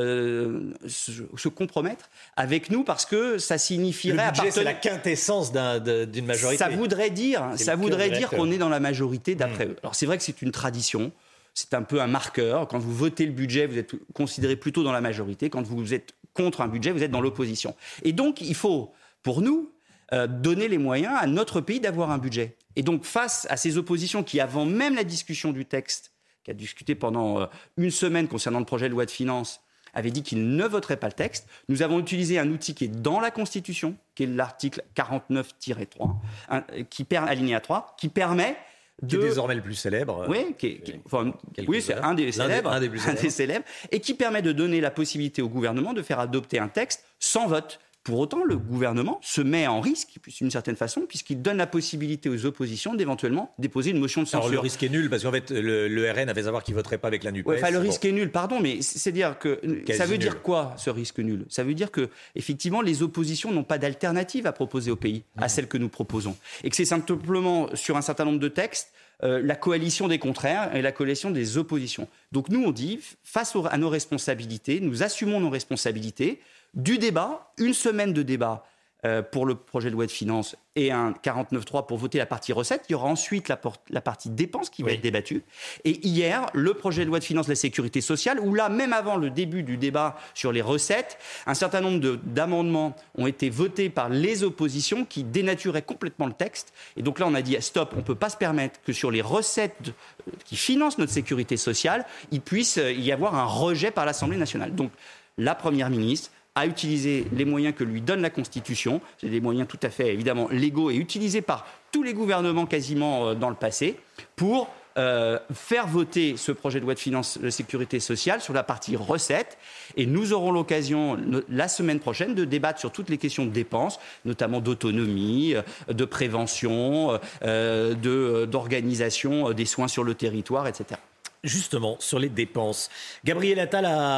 Speaker 22: euh, se, se compromettre avec nous parce que ça signifierait
Speaker 2: Le budget,
Speaker 22: appartenir-
Speaker 2: c'est la quintessence d'un- de- d'une majorité.
Speaker 22: ça voudrait dire,
Speaker 2: C'est
Speaker 22: ça
Speaker 2: le
Speaker 22: voudrait
Speaker 2: cœur
Speaker 22: dire
Speaker 2: directeur.
Speaker 22: qu'on est dans la majorité d'après
Speaker 2: Mmh.
Speaker 22: eux. Alors c'est vrai que c'est une tradition, c'est un peu un marqueur. Quand vous votez le budget, vous êtes considéré plutôt dans la majorité. Quand vous êtes contre un budget, vous êtes dans l'opposition. Et donc il faut, pour nous, euh, donner les moyens à notre pays d'avoir un budget. Et donc face à ces oppositions qui, avant même la discussion du texte, qui a discuté pendant euh, une semaine concernant le projet de loi de finances, avait dit qu'il ne voterait pas le texte. Nous avons utilisé un outil qui est dans la Constitution, qui est l'article quarante-neuf tiret trois, un, qui per, alinéa trois, qui permet de...
Speaker 2: Qui est désormais le plus célèbre.
Speaker 22: Oui, qui est- qui est- enfin,
Speaker 2: Quelques
Speaker 22: oui c'est
Speaker 2: heures.
Speaker 22: un des
Speaker 2: L'un des-
Speaker 22: célèbres,
Speaker 2: un des plus célèbres.
Speaker 22: célèbres, et qui permet de donner la possibilité au gouvernement de faire adopter un texte sans vote. Pour autant, le gouvernement se met en risque, d'une certaine façon, puisqu'il donne la possibilité aux oppositions d'éventuellement déposer une motion de censure.
Speaker 2: Alors le risque est nul parce qu'en fait le, le R N avait savoir qu'il voterait pas avec la NUPES.
Speaker 22: Ouais, enfin, le
Speaker 2: Bon.
Speaker 22: risque est nul, pardon, mais c'est dire que
Speaker 2: Quasi
Speaker 22: ça veut
Speaker 2: nul.
Speaker 22: dire quoi ce risque nul ? Ça veut dire que effectivement les oppositions n'ont pas d'alternative à proposer au pays
Speaker 2: Mmh.
Speaker 22: à celle que nous proposons, et que c'est simplement sur un certain nombre de textes euh, la coalition des contraires et la coalition des oppositions. Donc nous on dit face au- à nos responsabilités, nous assumons nos responsabilités du débat, une semaine de débat. Euh, pour le projet de loi de finances et un quarante-neuf trois pour voter la partie recette. Il y aura ensuite la, por- la partie dépenses qui va
Speaker 2: Oui.
Speaker 22: être débattue. Et hier, le projet de loi de finances de la sécurité sociale, où là, même avant le début du débat sur les recettes, un certain nombre de- d'amendements ont été votés par les oppositions qui dénaturaient complètement le texte. Et donc là, on a dit stop, on ne peut pas se permettre que sur les recettes de- qui financent notre sécurité sociale, il puisse euh, y avoir un rejet par l'Assemblée nationale. Donc la Première ministre à utiliser les moyens que lui donne la Constitution. C'est des moyens tout à fait, évidemment, légaux et utilisés par tous les gouvernements quasiment euh, dans le passé pour euh, faire voter ce projet de loi de finances de sécurité sociale sur la partie recettes. Et nous aurons l'occasion, no- la semaine prochaine, de débattre sur toutes les questions de dépenses, notamment d'autonomie, euh, de prévention, euh, de, euh, d'organisation euh, des soins sur le territoire, et cetera.
Speaker 2: Justement, sur les dépenses, Gabriel Attal a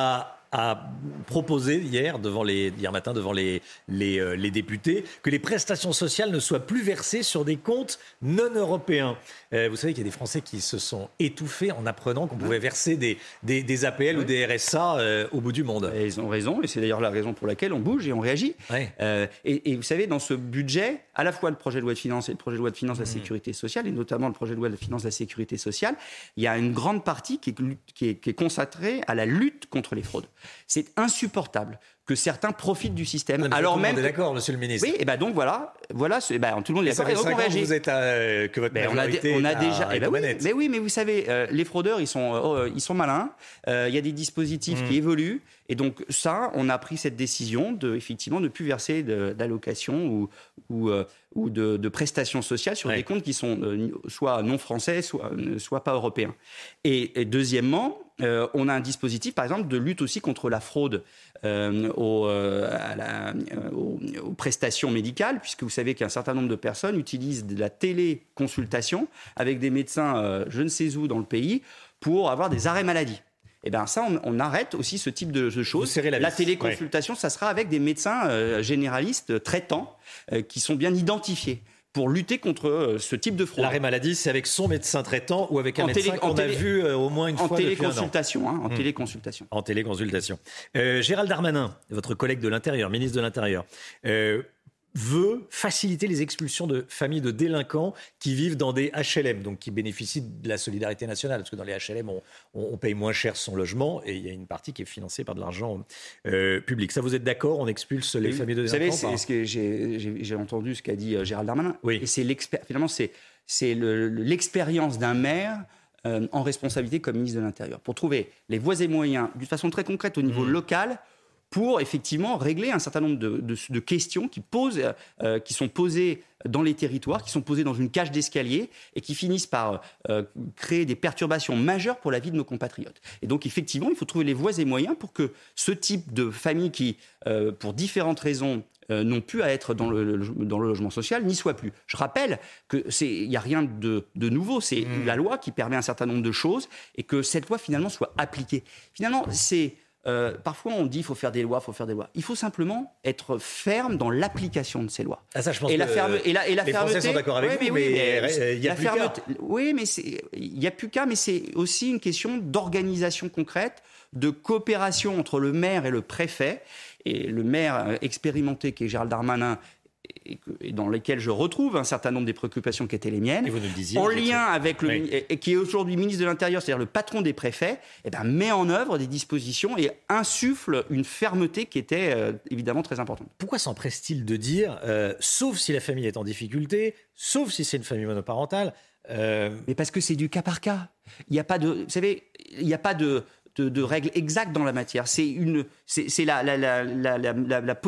Speaker 2: a proposé hier, devant les, hier matin devant les, les, euh, les députés que les prestations sociales ne soient plus versées sur des comptes non européens. Euh, vous savez qu'il y a des Français qui se sont étouffés en apprenant qu'on pouvait verser des, des, des A P L oui. ou des R S A euh, au bout du monde.
Speaker 22: Et ils ont raison, et c'est d'ailleurs la raison pour laquelle on bouge et on réagit. Ouais. Euh, et, et vous savez, dans ce budget, à la fois le projet de loi de finances et le projet de loi de finances de la mmh. sécurité sociale, et notamment le projet de loi de finances de la sécurité sociale, il y a une grande partie qui est, qui est, qui est consacrée à la lutte contre les fraudes. C'est insupportable que certains profitent du système.
Speaker 2: Non,
Speaker 22: alors
Speaker 2: tout
Speaker 22: même
Speaker 2: le monde est d'accord, monsieur le ministre.
Speaker 22: Oui, et ben donc voilà, voilà, ce, ben, tout le monde est
Speaker 2: d'accord.
Speaker 22: Et
Speaker 2: ça fait cinq ans que vous êtes à, euh, que votre
Speaker 22: ben,
Speaker 2: majorité
Speaker 22: on a, on a
Speaker 2: est
Speaker 22: déjà,
Speaker 2: à,
Speaker 22: eh ben oui, mais oui, mais vous savez, euh, les fraudeurs, ils sont, euh, ils sont malins. Euh, il y a des dispositifs mmh. qui évoluent, et donc ça, on a pris cette décision de effectivement ne plus verser de, d'allocations ou ou, euh, ou de, de prestations sociales sur ouais. des comptes qui sont euh, soit non français, soit soit pas européens. Et, et deuxièmement, euh, on a un dispositif, par exemple, de lutte aussi contre la fraude euh, aux, euh, à la, euh, aux, aux prestations médicales, puisque vous savez qu'un certain nombre de personnes utilisent de la téléconsultation avec des médecins euh, je ne sais où dans le pays pour avoir des arrêts maladie. Eh bien ça, on, on arrête aussi ce type de, de choses. La, la téléconsultation, ouais. ça sera avec des médecins euh, généralistes traitants euh, qui sont bien identifiés pour lutter contre euh, ce type de fraude.
Speaker 2: L'arrêt maladie, c'est avec son médecin traitant ou avec un en médecin télé, qu'on télé, a vu euh, au moins une
Speaker 22: en
Speaker 2: fois depuis un an.
Speaker 22: Téléconsultation, hein, en
Speaker 2: mmh.
Speaker 22: téléconsultation.
Speaker 2: En téléconsultation. Euh, Gérald Darmanin, votre collègue de l'Intérieur, ministre de l'Intérieur, euh, veut faciliter les expulsions de familles de délinquants qui vivent dans des H L M, donc qui bénéficient de la solidarité nationale, parce que dans les H L M, on, on paye moins cher son logement, et il y a une partie qui est financée par de l'argent euh, public. Ça, vous êtes d'accord? On expulse les oui, familles de délinquants?
Speaker 22: Vous savez, c'est ce que j'ai, j'ai, j'ai entendu ce qu'a dit euh, Gérald Darmanin, oui. et c'est finalement, c'est, c'est le, l'expérience d'un maire euh, en responsabilité comme ministre de l'Intérieur, pour trouver les voies et moyens, d'une façon très concrète au niveau mmh. local, pour effectivement régler un certain nombre de, de, de questions qui, posent, euh, qui sont posées dans les territoires, qui sont posées dans une cage d'escalier et qui finissent par euh, créer des perturbations majeures pour la vie de nos compatriotes. Et donc effectivement, il faut trouver les voies et moyens pour que ce type de familles qui, euh, pour différentes raisons, euh, n'ont plus à être dans le, le, dans le logement social, n'y soient plus. Je rappelle qu'il n'y a rien de, de nouveau, c'est mmh. la loi qui permet un certain nombre de choses et que cette loi finalement soit appliquée. Finalement, c'est... Euh, parfois, on dit qu'il faut faire des lois, il faut faire des lois. Il faut simplement être ferme dans l'application de ces lois.
Speaker 2: Ah, ça, je pense
Speaker 22: et
Speaker 2: que
Speaker 22: la ferme, et la, et la
Speaker 2: les
Speaker 22: fermeté,
Speaker 2: Français sont d'accord avec
Speaker 22: oui,
Speaker 2: vous,
Speaker 22: mais,
Speaker 2: mais,
Speaker 22: mais
Speaker 2: il y a plus qu'à.
Speaker 22: Oui, mais il n'y a plus qu'à, mais c'est aussi une question d'organisation concrète, de coopération entre le maire et le préfet. Et le maire expérimenté, qui est Gérald Darmanin, et, que, et dans lesquels je retrouve un certain nombre des préoccupations qui étaient les miennes,
Speaker 2: et vous nous le disiez,
Speaker 22: en
Speaker 2: vous
Speaker 22: lien
Speaker 2: êtes...
Speaker 22: avec le
Speaker 2: oui.
Speaker 22: et, et qui est aujourd'hui ministre de l'Intérieur, c'est-à-dire le patron des préfets, eh ben, met en œuvre des dispositions et insuffle une fermeté qui était euh, évidemment très importante.
Speaker 2: Pourquoi s'empresse-t-il de dire, euh, sauf si la famille est en difficulté, sauf si c'est une famille monoparentale
Speaker 22: euh... Mais parce que c'est du cas par cas. Il n'y a pas de, vous savez, il n'y a pas de De, de règles exactes dans la matière. C'est, une, c'est, c'est la, la, la, la, la, la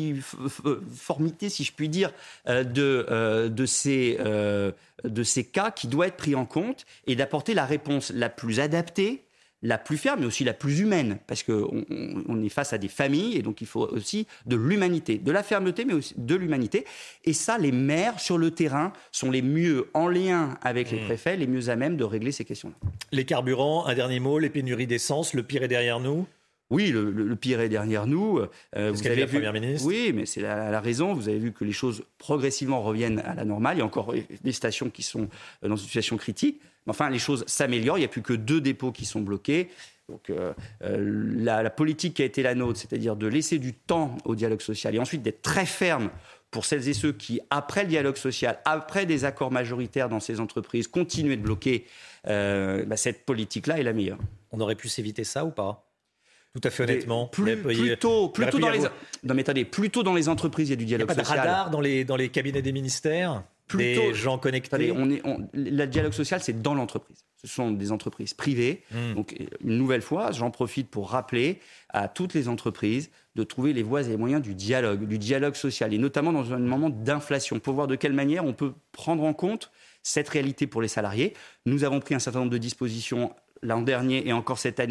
Speaker 22: polyformité, si je puis dire, euh, de, euh, de, ces, euh, de ces cas qui doit être pris en compte et d'apporter la réponse la plus adaptée, la plus ferme, mais aussi la plus humaine, parce qu'on on est face à des familles, et donc il faut aussi de l'humanité, de la fermeté, mais aussi de l'humanité. Et ça, les maires sur le terrain sont les mieux, en lien avec les préfets, les mieux à même de régler ces questions-là.
Speaker 2: Les carburants, un dernier mot, les pénuries d'essence, le pire est derrière nous ?
Speaker 22: Oui, le, le, le pire est derrière nous.
Speaker 2: Euh, Est-ce vous qu'elle avez dit la vu... Première ministre ?
Speaker 22: Oui, mais c'est la, la raison. Vous avez vu que les choses progressivement reviennent à la normale. Il y a encore des stations qui sont dans une situation critique. Mais enfin, les choses s'améliorent. Il n'y a plus que deux dépôts qui sont bloqués. Donc, euh, euh, la, la politique qui a été la nôtre, c'est-à-dire de laisser du temps au dialogue social et ensuite d'être très ferme pour celles et ceux qui, après le dialogue social, après des accords majoritaires dans ces entreprises, continuent de bloquer, euh, bah, cette politique-là est la meilleure.
Speaker 2: On aurait pu s'éviter ça ou pas ? Tout à fait honnêtement.
Speaker 22: Plus, plutôt, plutôt dans les. Non, mais attendez, plutôt dans les entreprises, il y a du dialogue social.
Speaker 2: Il n'y a pas de radar dans les, dans les cabinets des ministères, plutôt, des gens connectés.
Speaker 22: Attendez, on est, on, le dialogue social, c'est dans l'entreprise. Ce sont des entreprises privées. Mmh. Donc, une nouvelle fois, j'en profite pour rappeler à toutes les entreprises de trouver les voies et les moyens du dialogue, du dialogue social, et notamment dans un moment d'inflation, pour voir de quelle manière on peut prendre en compte cette réalité pour les salariés. Nous avons pris un certain nombre de dispositions l'an dernier et encore cette année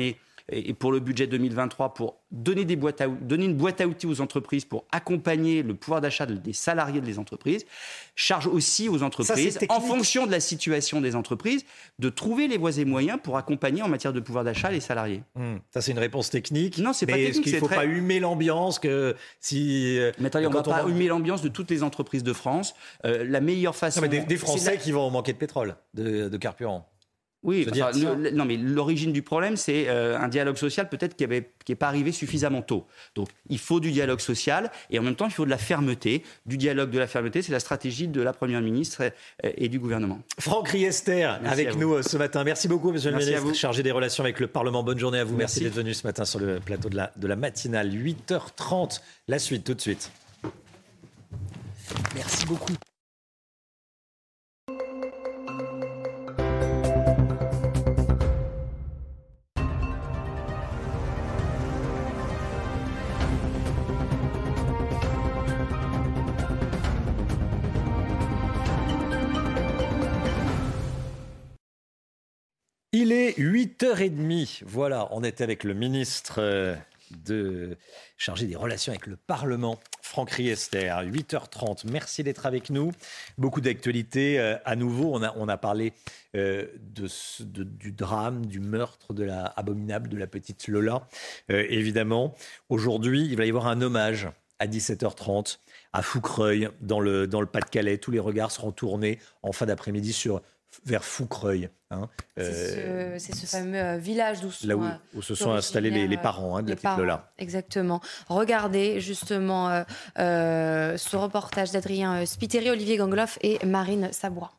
Speaker 22: et pour le budget deux mille vingt-trois, pour donner, des boîtes à, donner une boîte à outils aux entreprises pour accompagner le pouvoir d'achat des salariés des entreprises. Charge aussi aux entreprises,
Speaker 2: Ça,
Speaker 22: en fonction de la situation des entreprises, de trouver les voies et moyens pour accompagner en matière de pouvoir d'achat les salariés.
Speaker 2: Mmh. Ça, c'est une réponse technique.
Speaker 22: Non, c'est
Speaker 2: mais
Speaker 22: pas
Speaker 2: est-ce
Speaker 22: technique.
Speaker 2: qu'il ne faut
Speaker 22: très...
Speaker 2: pas humer l'ambiance que si.
Speaker 22: Mais attendez, on ne va
Speaker 2: quand
Speaker 22: pas
Speaker 2: on...
Speaker 22: humer l'ambiance de toutes les entreprises de France. Euh, la meilleure façon.
Speaker 2: Non, mais des, des Français
Speaker 22: la...
Speaker 2: qui vont manquer de pétrole, de, de carburant.
Speaker 22: Oui,
Speaker 2: dire,
Speaker 22: enfin, le, non, mais l'origine du problème, c'est euh, un dialogue social peut-être qui n'est qui pas arrivé suffisamment tôt. Donc, il faut du dialogue social et en même temps, il faut de la fermeté. Du dialogue, de la fermeté, c'est la stratégie de la Première ministre et, et du gouvernement.
Speaker 2: Franck Riester,
Speaker 22: Merci
Speaker 2: avec nous ce matin. Merci beaucoup, Monsieur
Speaker 22: Merci
Speaker 2: le ministre, chargé des relations avec le Parlement. Bonne journée à vous. Merci,
Speaker 22: Merci
Speaker 2: d'être venu ce matin sur le plateau de la, de la matinale. huit heures trente, la suite tout de suite. Merci beaucoup. Il est huit heures trente. Voilà, on était avec le ministre de... chargé des relations avec le Parlement, Franck Riester. huit heures trente. Merci d'être avec nous. Beaucoup d'actualités à nouveau. On a, on a parlé euh, de, de, du drame, du meurtre de la abominable de la petite Lola. Euh, évidemment, aujourd'hui, il va y avoir un hommage à dix-sept heures trente à Foucreuil, dans le, dans le Pas-de-Calais. Tous les regards seront tournés en fin d'après-midi sur... vers Foucreuil. Hein.
Speaker 5: Euh, c'est, ce, c'est ce fameux village d'où sont,
Speaker 2: là où, où se sont installés les, les parents hein, de la petite
Speaker 5: parents,
Speaker 2: Lola.
Speaker 5: Exactement. Regardez justement euh, euh, ce reportage d'Adrien Spiteri, Olivier Gangloff et Marine Sabourin.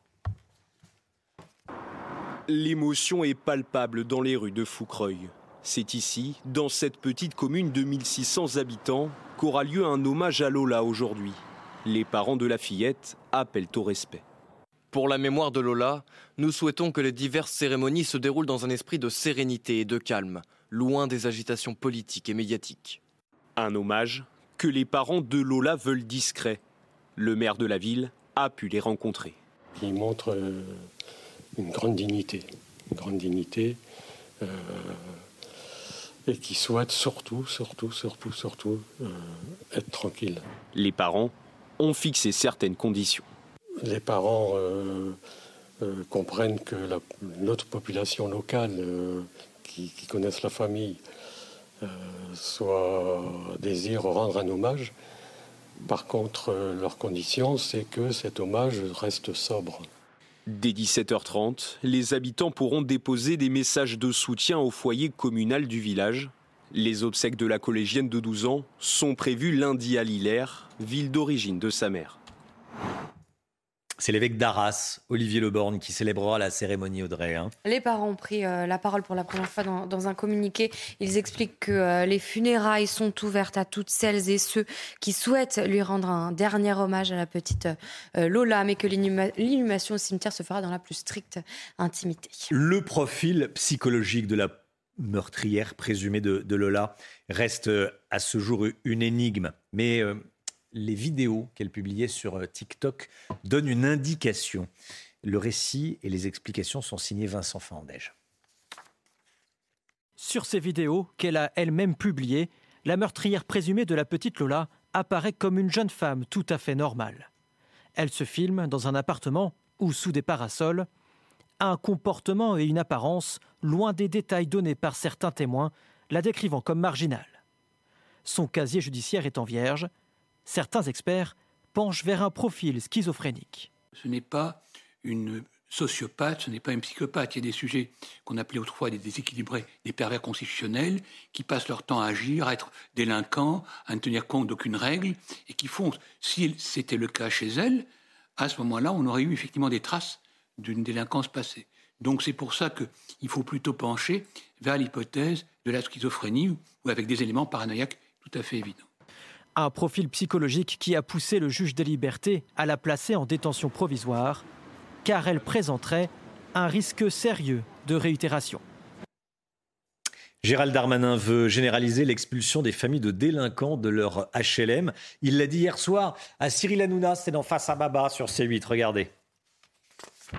Speaker 14: L'émotion est palpable dans les rues de Foucreuil. C'est ici, dans cette petite commune de mille six cents habitants, qu'aura lieu un hommage à Lola aujourd'hui. Les parents de la fillette appellent au respect.
Speaker 17: Pour la mémoire de Lola, nous souhaitons que les diverses cérémonies se déroulent dans un esprit de sérénité et de calme, loin des agitations politiques et médiatiques.
Speaker 14: Un hommage que les parents de Lola veulent discret. Le maire de la ville a pu les rencontrer.
Speaker 21: Il montre euh, une grande dignité, une grande dignité, euh, et qui souhaite surtout, surtout, surtout, surtout euh, être tranquille.
Speaker 14: Les parents ont fixé certaines conditions.
Speaker 21: Les parents euh, euh, comprennent que la, notre population locale, euh, qui, qui connaissent la famille, euh, soit désire rendre un hommage. Par contre, euh, leur condition, c'est que cet hommage reste sobre.
Speaker 14: Dès dix-sept heures trente, les habitants pourront déposer des messages de soutien au foyer communal du village. Les obsèques de la collégienne de douze ans sont prévues lundi à Lillers, ville d'origine de sa mère.
Speaker 2: C'est l'évêque d'Arras, Olivier Leborgne, qui célébrera la cérémonie, Audrey. Hein.
Speaker 5: Les parents ont pris euh, la parole pour la première fois dans, dans un communiqué. Ils expliquent que euh, les funérailles sont ouvertes à toutes celles et ceux qui souhaitent lui rendre un dernier hommage à la petite euh, Lola, mais que l'inhuma- l'inhumation au cimetière se fera dans la plus stricte intimité.
Speaker 2: Le profil psychologique de la meurtrière présumée de, de Lola reste euh, à ce jour une énigme. Mais... Euh, les vidéos qu'elle publiait sur TikTok donnent une indication. Le récit et les explications sont signés Vincent Fandège.
Speaker 23: Sur ces vidéos qu'elle a elle-même publiées, la meurtrière présumée de la petite Lola apparaît comme une jeune femme tout à fait normale. Elle se filme dans un appartement ou sous des parasols, a un comportement et une apparence loin des détails donnés par certains témoins, la décrivant comme marginale. Son casier judiciaire étant vierge, certains experts penchent vers un profil schizophrénique.
Speaker 24: Ce n'est pas une sociopathe, ce n'est pas une psychopathe. Il y a des sujets qu'on appelait autrefois des déséquilibrés, des pervers constitutionnels, qui passent leur temps à agir, à être délinquants, à ne tenir compte d'aucune règle, et qui font, si c'était le cas chez elle, à ce moment-là, on aurait eu effectivement des traces d'une délinquance passée. Donc c'est pour ça qu'il faut plutôt pencher vers l'hypothèse de la schizophrénie, ou avec des éléments paranoïaques tout à fait évidents.
Speaker 23: Un profil psychologique qui a poussé le juge des libertés à la placer en détention provisoire, car elle présenterait un risque sérieux de réitération.
Speaker 2: Gérald Darmanin veut généraliser l'expulsion des familles de délinquants de leur H L M. Il l'a dit hier soir à Cyril Hanouna, c'était dans Face à Baba sur C huit. Regardez.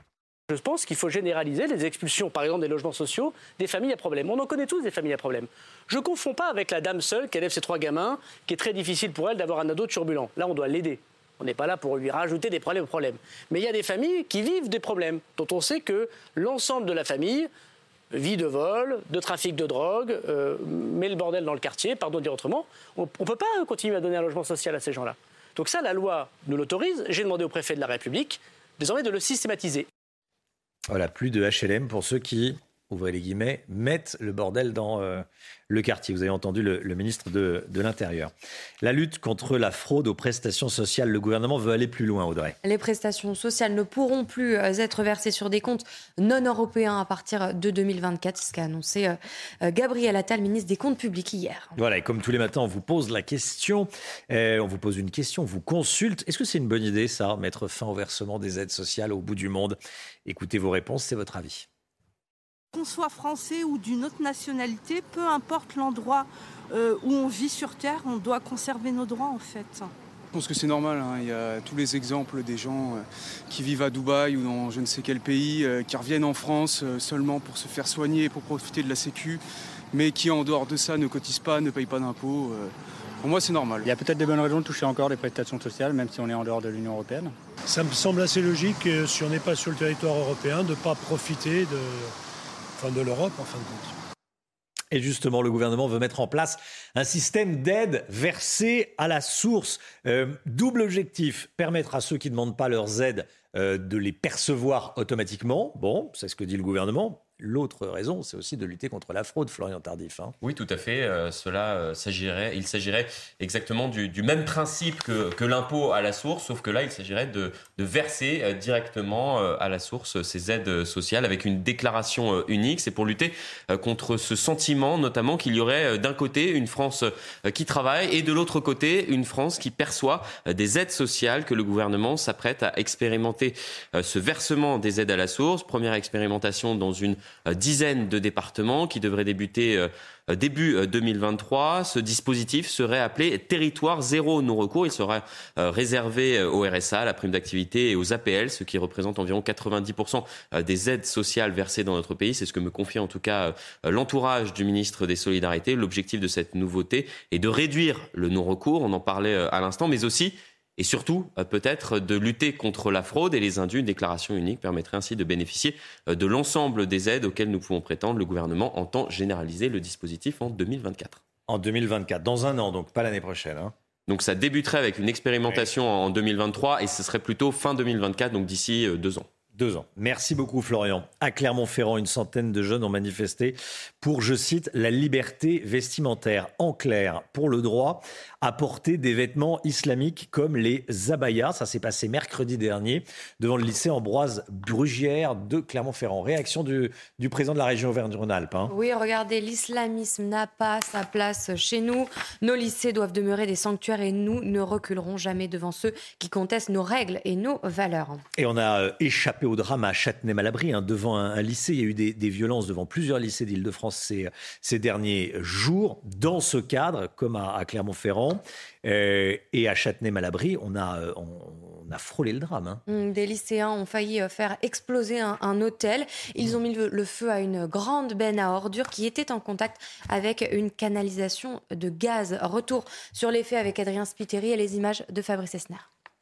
Speaker 13: Je pense qu'il faut généraliser les expulsions, par exemple des logements sociaux, des familles à problème. On en connaît tous des familles à problème. Je ne confonds pas avec la dame seule qui élève ses trois gamins, qui est très difficile pour elle d'avoir un ado turbulent. Là, on doit l'aider. On n'est pas là pour lui rajouter des problèmes aux problèmes. Mais il y a des familles qui vivent des problèmes, dont on sait que l'ensemble de la famille vit de vol, de trafic de drogue, euh, met le bordel dans le quartier, pardon de dire autrement. On ne peut pas continuer à donner un logement social à ces gens-là. Donc ça, la loi nous l'autorise. J'ai demandé au préfet de la République désormais de le systématiser.
Speaker 2: Voilà, plus de H L M pour ceux qui, ouvrez les guillemets, mettent le bordel dans euh, le quartier. Vous avez entendu le, le ministre de, de l'Intérieur. La lutte contre la fraude aux prestations sociales, le gouvernement veut aller plus loin, Audrey.
Speaker 5: Les prestations sociales ne pourront plus être versées sur des comptes non européens à partir de deux mille vingt-quatre, c'est ce qu'a annoncé Gabriel Attal, ministre des Comptes publics, hier.
Speaker 2: Voilà, et comme tous les matins, on vous pose la question, euh, on vous pose une question, on vous consulte. Est-ce que c'est une bonne idée, ça, mettre fin au versement des aides sociales au bout du monde? Écoutez vos réponses, c'est votre avis.
Speaker 1: Qu'on soit français ou d'une autre nationalité, peu importe l'endroit euh, où on vit sur Terre, on doit conserver nos droits en fait.
Speaker 6: Je pense que c'est normal, hein. Il y a tous les exemples des gens euh, qui vivent à Dubaï ou dans je ne sais quel pays, euh, qui reviennent en France euh, seulement pour se faire soigner, pour profiter de la Sécu, mais qui en dehors de ça ne cotisent pas, ne payent pas d'impôts. Euh, pour moi c'est normal.
Speaker 15: Il y a peut-être des bonnes raisons de toucher encore des prestations sociales, même si on est en dehors de l'Union européenne.
Speaker 16: Ça me semble assez logique, euh, si on n'est pas sur le territoire européen, de ne pas profiter de... Enfin, de l'Europe, en fin de compte.
Speaker 2: Et justement, le gouvernement veut mettre en place un système d'aide versée à la source. Euh, double objectif, permettre à ceux qui ne demandent pas leurs aides euh, de les percevoir automatiquement. Bon, c'est ce que dit le gouvernement. L'autre raison, c'est aussi de lutter contre la fraude, Florian Tardif. Hein.
Speaker 3: Oui, tout à fait. Euh, cela euh, s'agirait, il s'agirait exactement du, du même principe que, que l'impôt à la source, sauf que là, il s'agirait de, de verser euh, directement euh, à la source ces aides sociales avec une déclaration euh, unique. C'est pour lutter euh, contre ce sentiment, notamment qu'il y aurait euh, d'un côté une France euh, qui travaille et de l'autre côté une France qui perçoit euh, des aides sociales, que le gouvernement s'apprête à expérimenter euh, ce versement des aides à la source. Première expérimentation dans une dizaine de départements qui devrait débuter euh, début deux mille vingt-trois. Ce dispositif serait appelé Territoire zéro non-recours. Il sera euh, réservé au R S A, à la prime d'activité et aux A P L, ce qui représente environ quatre-vingt-dix pour cent des aides sociales versées dans notre pays. C'est ce que me confie en tout cas euh, l'entourage du ministre des Solidarités. L'objectif de cette nouveauté est de réduire le non-recours, on en parlait euh, à l'instant, mais aussi et surtout, peut-être, de lutter contre la fraude et les indus. Une déclaration unique permettrait ainsi de bénéficier de l'ensemble des aides auxquelles nous pouvons prétendre. Le gouvernement entend généraliser le dispositif en deux mille vingt-quatre.
Speaker 2: En deux mille vingt-quatre, dans un an, donc pas l'année prochaine. Hein.
Speaker 3: Donc ça débuterait avec une expérimentation en deux mille vingt-trois et ce serait plutôt fin deux mille vingt-quatre, donc d'ici deux ans.
Speaker 2: Deux ans. Merci beaucoup Florian. À Clermont-Ferrand, une centaine de jeunes ont manifesté pour, je cite, la liberté vestimentaire. En clair, pour le droit à porter des vêtements islamiques comme les abayas. Ça s'est passé mercredi dernier devant le lycée Ambroise Brugière de Clermont-Ferrand. Réaction du, du président de la région Auvergne-Rhône-Alpes. Hein.
Speaker 5: Oui, regardez, l'islamisme n'a pas sa place chez nous. Nos lycées doivent demeurer des sanctuaires et nous ne reculerons jamais devant ceux qui contestent nos règles et nos valeurs.
Speaker 2: Et on a échappé au drame à Châtenay-Malabry, hein, devant un, un lycée. Il y a eu des, des violences devant plusieurs lycées d'Île-de-France ces, ces derniers jours. Dans ce cadre, comme à, à Clermont-Ferrand euh, et à Châtenay-Malabry, on a, on, on a frôlé le drame. Hein.
Speaker 5: Des lycéens ont failli faire exploser un, un hôtel. Ils ont mis le, le feu à une grande benne à ordures qui était en contact avec une canalisation de gaz. Retour sur les faits avec Adrien Spiteri et les images de Fabrice Esner.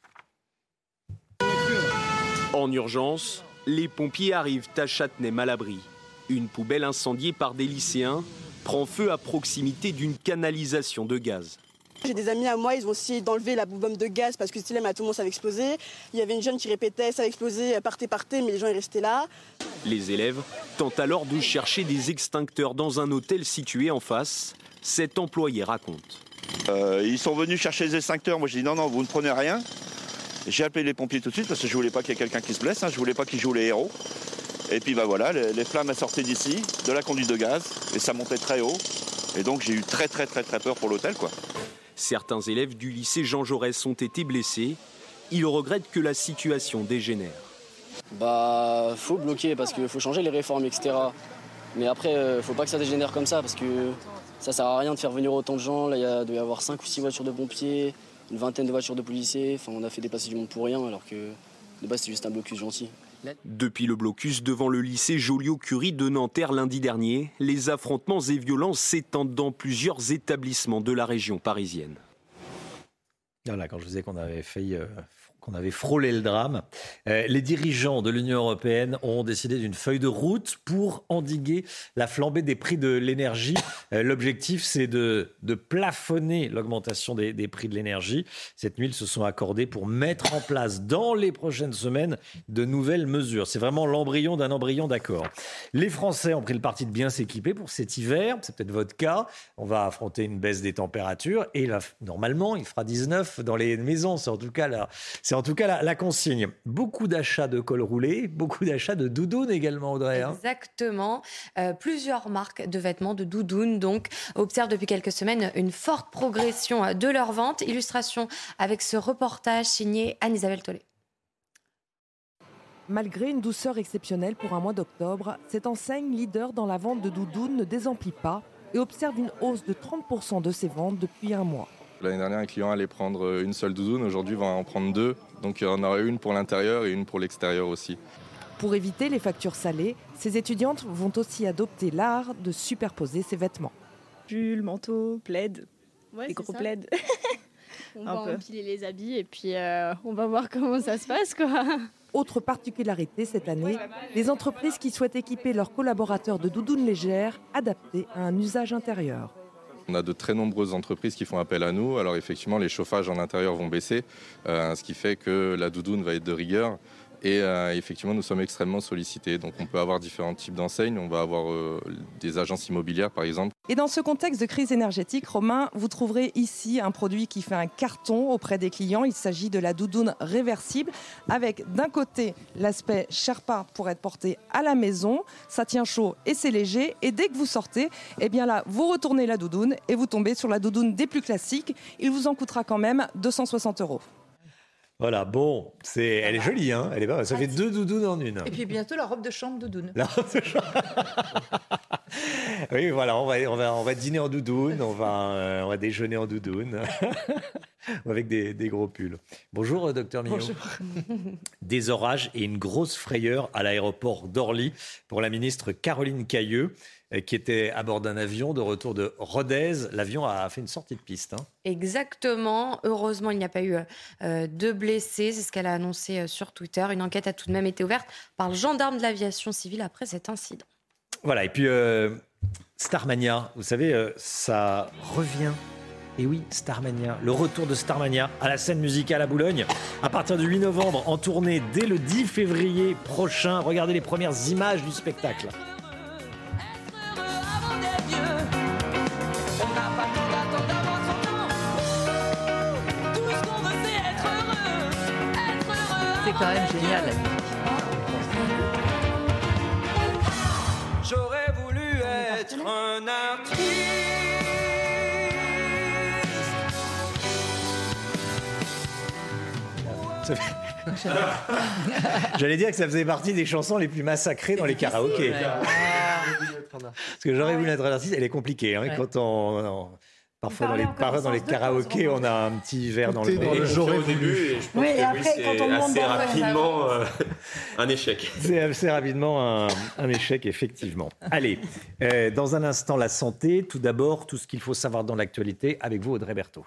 Speaker 14: En urgence, les pompiers arrivent à Châtenay-Malabry. Une poubelle incendiée par des lycéens prend feu à proximité d'une canalisation de gaz.
Speaker 18: J'ai des amis à moi, ils ont essayé d'enlever la bombe de gaz parce que c'était là, mais à tout le monde ça avait explosé. Il y avait une jeune qui répétait, ça va exploser, partez, partez, mais les gens ils restaient là.
Speaker 14: Les élèves tentent alors de chercher des extincteurs dans un hôtel situé en face. Cet employé raconte.
Speaker 25: Euh, ils sont venus chercher les extincteurs, moi j'ai dit non, non, vous ne prenez rien. J'ai appelé les pompiers tout de suite parce que je voulais pas qu'il y ait quelqu'un qui se blesse, hein, je voulais pas qu'ils jouent les héros. Et puis bah voilà, les, les flammes sortaient d'ici, de la conduite de gaz, et ça montait très haut. Et donc j'ai eu très très très très peur pour l'hôtel, quoi.
Speaker 14: Certains élèves du lycée Jean Jaurès ont été blessés. Ils regrettent que la situation dégénère.
Speaker 26: Bah, faut bloquer parce qu'il faut changer les réformes, et cetera. Mais après, euh, faut pas que ça dégénère comme ça parce que ça sert à rien de faire venir autant de gens. Là, il doit y avoir cinq ou six voitures de pompiers, une vingtaine de voitures de policiers. Enfin, on a fait dépasser du monde pour rien alors que de base, c'est juste un blocus gentil.
Speaker 14: Depuis le blocus devant le lycée Joliot-Curie de Nanterre lundi dernier, les affrontements et violences s'étendent dans plusieurs établissements de la région parisienne.
Speaker 2: Voilà, quand je vous disais qu'on avait failli... Euh... qu'on avait frôlé le drame. Euh, les dirigeants de l'Union européenne ont décidé d'une feuille de route pour endiguer la flambée des prix de l'énergie. Euh, l'objectif, c'est de, de plafonner l'augmentation des, des prix de l'énergie. Cette nuit, ils se sont accordés pour mettre en place dans les prochaines semaines de nouvelles mesures. C'est vraiment l'embryon d'un embryon d'accord. Les Français ont pris le parti de bien s'équiper pour cet hiver. C'est peut-être votre cas. On va affronter une baisse des températures et là, normalement, il fera dix-neuf dans les maisons. C'est en tout cas là. C'est en tout cas la, la consigne. Beaucoup d'achats de col roulé, beaucoup d'achats de doudounes également, Audrey. Hein.
Speaker 5: Exactement. Euh, plusieurs marques de vêtements, de doudounes, donc, observent depuis quelques semaines une forte progression de leur vente. Illustration avec ce reportage signé Anne-Isabelle Tollet.
Speaker 4: Malgré une douceur exceptionnelle pour un mois d'octobre, cette enseigne leader dans la vente de doudounes ne désemplit pas et observe une hausse de trente pour cent de ses ventes depuis un mois.
Speaker 7: L'année dernière, un client allait prendre une seule doudoune. Aujourd'hui, il va en prendre deux. Donc, il y en aura une pour l'intérieur et une pour l'extérieur aussi.
Speaker 4: Pour éviter les factures salées, ces étudiantes vont aussi adopter l'art de superposer ces vêtements.
Speaker 8: Pull, manteau, plaid,
Speaker 9: ouais,
Speaker 8: des gros
Speaker 9: ça.
Speaker 8: plaids.
Speaker 9: On va empiler les habits et puis euh, on va voir comment ça se passe, quoi.
Speaker 4: Autre particularité cette année, les entreprises qui souhaitent équiper leurs collaborateurs de doudounes légères adaptées à un usage intérieur.
Speaker 7: On a de très nombreuses entreprises qui font appel à nous. Alors effectivement, les chauffages en intérieur vont baisser, euh, ce qui fait que la doudoune va être de rigueur. Et euh, effectivement, nous sommes extrêmement sollicités. Donc on peut avoir différents types d'enseignes. On va avoir euh, des agences immobilières, par exemple.
Speaker 4: Et dans ce contexte de crise énergétique, Romain, vous trouverez ici un produit qui fait un carton auprès des clients. Il s'agit de la doudoune réversible avec d'un côté l'aspect Sherpa pour être porté à la maison. Ça tient chaud et c'est léger. Et dès que vous sortez, eh bien là, vous retournez la doudoune et vous tombez sur la doudoune des plus classiques. Il vous en coûtera quand même deux cent soixante euros.
Speaker 2: Voilà, bon, c'est, elle est jolie, hein, elle est pas, ça fait deux doudounes en une.
Speaker 10: Et puis bientôt la robe de chambre doudoune.
Speaker 2: La robe de chambre. Oui, voilà, on va, on va, on va dîner en doudoune, on va, euh, on va déjeuner en doudoune, avec des, des gros pulls. Bonjour, docteur Millot.
Speaker 10: Bonjour.
Speaker 2: Des orages et une grosse frayeur à l'aéroport d'Orly pour la ministre Caroline Cayeux, qui était à bord d'un avion de retour de Rodez. L'avion a fait une sortie de piste. Hein.
Speaker 5: Exactement. Heureusement, il n'y a pas eu euh, de blessés. C'est ce qu'elle a annoncé euh, sur Twitter. Une enquête a tout de même été ouverte par le gendarme de l'aviation civile après cet incident.
Speaker 2: Voilà, et puis euh, Starmania, vous savez, euh, ça revient. Et oui, Starmania, le retour de Starmania à la scène musicale à Boulogne. À partir du huit novembre, en tournée dès le dix février prochain. Regardez les premières images du spectacle.
Speaker 10: C'est quand même génial.
Speaker 20: J'aurais voulu être un artiste.
Speaker 2: Ça fait... J'allais dire que ça faisait partie des chansons les plus massacrées dans les karaokés.
Speaker 10: Ouais.
Speaker 2: Parce que j'aurais voulu être un artiste, elle est compliquée. Hein,
Speaker 10: ouais.
Speaker 2: Quand on, on parfois dans les, parfois dans les karaokés, on a un petit verre dans le
Speaker 3: nez. J'aurais au début, et je pense
Speaker 10: oui,
Speaker 3: que
Speaker 10: après,
Speaker 3: oui, c'est
Speaker 10: quand on
Speaker 3: assez
Speaker 10: demande
Speaker 3: rapidement euh, un échec.
Speaker 2: C'est assez rapidement un, un échec, effectivement. Allez, euh, dans un instant, la santé. Tout d'abord, tout ce qu'il faut savoir dans l'actualité avec vous, Audrey Berthaud.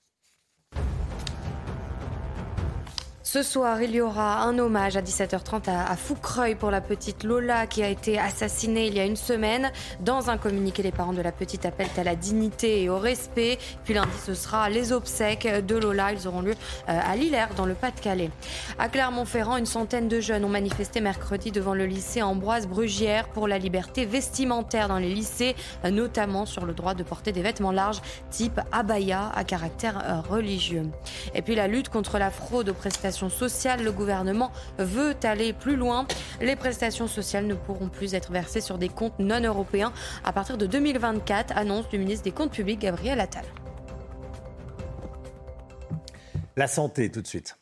Speaker 5: Ce soir, il y aura un hommage à dix-sept heures trente à, à Foucreuil pour la petite Lola qui a été assassinée il y a une semaine. Dans un communiqué, les parents de la petite appellent à la dignité et au respect. Puis lundi, ce sera les obsèques de Lola. Ils auront lieu euh, à Lillers, dans le Pas-de-Calais. À Clermont-Ferrand, une centaine de jeunes ont manifesté mercredi devant le lycée Ambroise Brugière pour la liberté vestimentaire dans les lycées, notamment sur le droit de porter des vêtements larges type abaya à caractère euh, religieux. Et puis la lutte contre la fraude aux prestations sociales, le gouvernement veut aller plus loin. Les prestations sociales ne pourront plus être versées sur des comptes non européens à partir de deux mille vingt-quatre, annonce du ministre des Comptes publics Gabriel Attal.
Speaker 2: La santé, tout de suite.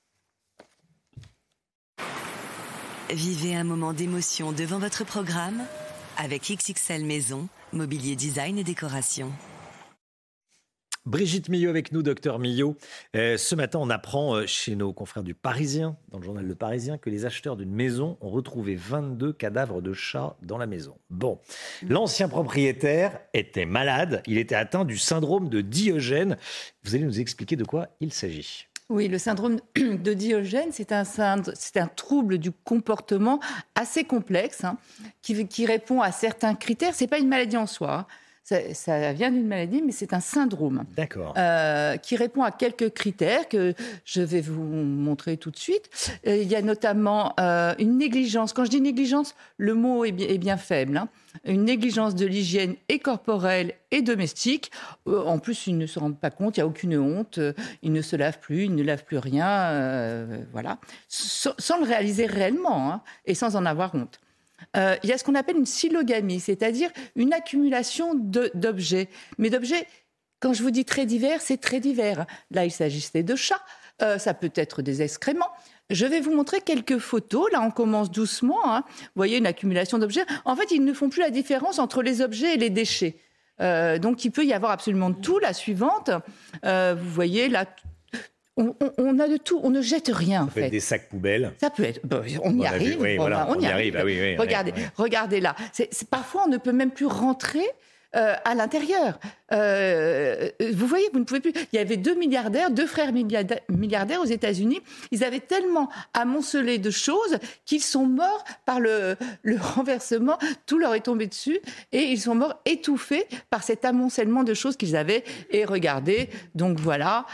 Speaker 27: Vivez un moment d'émotion devant votre programme avec X X L Maison, mobilier design et décoration.
Speaker 2: Brigitte Millot avec nous, docteur Millot. Euh, ce matin, on apprend euh, chez nos confrères du Parisien, dans le journal Le Parisien, que les acheteurs d'une maison ont retrouvé vingt-deux cadavres de chats dans la maison. Bon, l'ancien propriétaire était malade, il était atteint du syndrome de Diogène. Vous allez nous expliquer de quoi il s'agit.
Speaker 10: Oui, le syndrome de Diogène, c'est un, c'est un trouble du comportement assez complexe hein, qui, qui répond à certains critères. Ce n'est pas une maladie en soi. Hein. Ça, ça vient d'une maladie, mais c'est un syndrome.
Speaker 2: D'accord.
Speaker 10: Euh, qui répond à quelques critères que je vais vous montrer tout de suite. Euh, il y a notamment euh, une négligence. Quand je dis négligence, le mot est bien, est bien faible. Hein. Une négligence de l'hygiène et corporelle et domestique. Euh, en plus, ils ne se rendent pas compte, il n'y a aucune honte. Euh, ils ne se lavent plus, ils ne lavent plus rien. Euh, voilà. Sans, sans le réaliser réellement hein, et sans en avoir honte. Euh, il y a ce qu'on appelle une syllogamie, c'est-à-dire une accumulation de, d'objets. Mais d'objets, quand je vous dis très divers, c'est très divers. Là, il s'agissait de chats, euh, ça peut être des excréments. Je vais vous montrer quelques photos. Là, on commence doucement. Hein. Vous voyez une accumulation d'objets. En fait, ils ne font plus la différence entre les objets et les déchets. Euh, donc, il peut y avoir absolument de tout. La suivante, euh, vous voyez là... On, on, on a de tout, on ne jette rien.
Speaker 2: Ça peut être des sacs poubelles.
Speaker 10: Ça peut être. Bon, on y
Speaker 2: on
Speaker 10: arrive.
Speaker 2: Vu, oui,
Speaker 10: on,
Speaker 2: voilà,
Speaker 10: on,
Speaker 2: on y arrive. arrive. Ah, oui, oui,
Speaker 10: regardez,
Speaker 2: oui, oui.
Speaker 10: regardez là. C'est, c'est, parfois, on ne peut même plus rentrer euh, à l'intérieur. Euh, vous voyez, vous ne pouvez plus. Il y avait deux milliardaires, deux frères milliardaires aux États-Unis. Ils avaient tellement amoncelé de choses qu'ils sont morts par le, le renversement. Tout leur est tombé dessus et ils sont morts étouffés par cet amoncellement de choses qu'ils avaient. Et regardez, donc voilà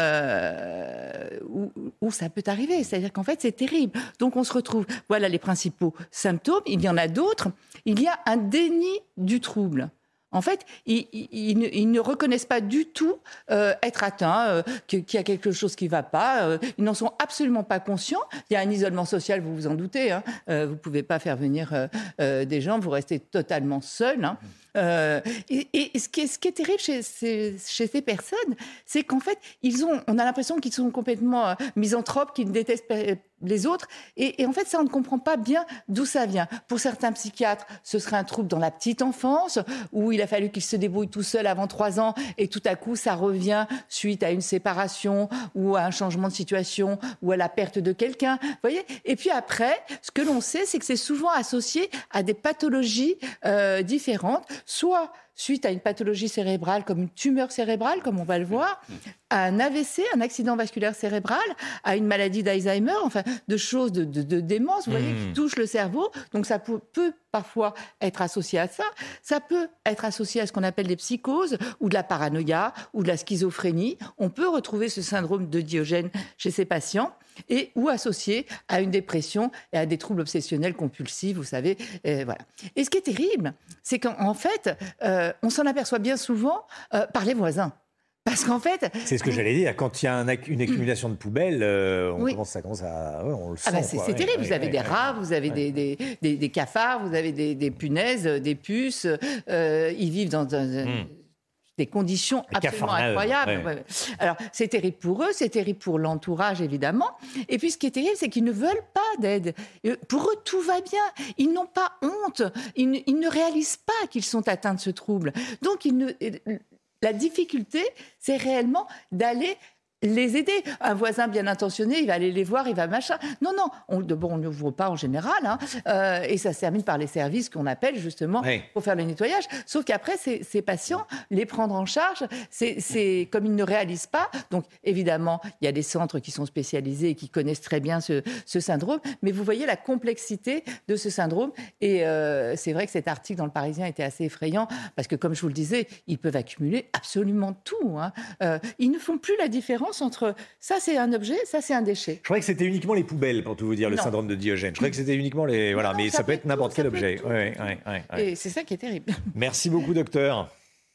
Speaker 10: euh, où, où ça peut arriver. C'est-à-dire qu'en fait, c'est terrible. Donc on se retrouve. Voilà les principaux symptômes. Il y en a d'autres. Il y a un déni du trouble. En fait, ils, ils, ils, ne, ils ne reconnaissent pas du tout euh, être atteints, euh, qu'il y a quelque chose qui ne va pas. Euh, ils n'en sont absolument pas conscients. Il y a un isolement social, vous vous en doutez. Hein. Euh, vous ne pouvez pas faire venir euh, euh, des gens, vous restez totalement seul. Hein. Euh, et, et ce, qui est, ce qui est terrible chez ces, chez ces personnes, c'est qu'en fait, ils ont, on a l'impression qu'ils sont complètement euh, misanthropes, qu'ils détestent les autres. Et, et en fait, ça, on ne comprend pas bien d'où ça vient. Pour certains psychiatres, ce serait un trouble dans la petite enfance, où il a fallu qu'ils se débrouillent tout seuls avant trois ans, et tout à coup, ça revient suite à une séparation, ou à un changement de situation, ou à la perte de quelqu'un. Vous voyez ? Et puis après, ce que l'on sait, c'est que c'est souvent associé à des pathologies euh, différentes, soit suite à une pathologie cérébrale comme une tumeur cérébrale, comme on va le voir, à un A V C, un accident vasculaire cérébral, à une maladie d'Alzheimer, enfin, de choses de, de, de démence, vous voyez, qui touchent le cerveau. Donc ça peut, peut parfois être associé à ça. Ça peut être associé à ce qu'on appelle des psychoses, ou de la paranoïa, ou de la schizophrénie. On peut retrouver ce syndrome de Diogène chez ces patients. Et, ou associé à une dépression et à des troubles obsessionnels compulsifs, vous savez. Et, voilà. Et ce qui est terrible, c'est qu'en fait, euh, on s'en aperçoit bien souvent euh, par les voisins. Parce qu'en fait...
Speaker 2: C'est ce que j'allais dire. Quand il y a un, une accumulation de poubelles, euh, on,
Speaker 10: oui.
Speaker 2: commence, ça commence à... Ouais, on le sent.
Speaker 10: Ah bah c'est, c'est terrible. Ouais, vous avez ouais, des ouais, rats, ouais. vous avez ouais. des, des, des, des cafards, vous avez des, des punaises, des puces. Euh, ils vivent dans... dans mm. des conditions absolument incroyables. Ouais. Ouais. Alors, c'est terrible pour eux, c'est terrible pour l'entourage, évidemment. Et puis, ce qui est terrible, c'est qu'ils ne veulent pas d'aide. Pour eux, tout va bien. Ils n'ont pas honte. Ils ne, ils ne réalisent pas qu'ils sont atteints de ce trouble. Donc, ils ne, la difficulté, c'est réellement d'aller les aider. Un voisin bien intentionné, il va aller les voir, il va machin. Non, non, on, bon, on n'ouvre pas en général, hein, euh, et ça se termine par les services qu'on appelle justement oui. pour faire le nettoyage. Sauf qu'après, ces, ces patients, les prendre en charge, c'est, c'est comme ils ne réalisent pas. Donc, évidemment, il y a des centres qui sont spécialisés et qui connaissent très bien ce, ce syndrome. Mais vous voyez la complexité de ce syndrome. Et euh, c'est vrai que cet article dans Le Parisien était assez effrayant parce que, comme je vous le disais, ils peuvent accumuler absolument tout. Hein. Euh, ils ne font plus la différence entre ça c'est un objet, ça c'est un déchet.
Speaker 2: Je croyais que c'était uniquement les poubelles, pour tout vous dire, le non. syndrome de Diogène. Je croyais que c'était uniquement les... Voilà, non, mais ça, ça peut être tout, n'importe quel objet. Ouais, ouais, ouais, ouais.
Speaker 10: Et c'est ça qui est terrible.
Speaker 2: Merci beaucoup, docteur.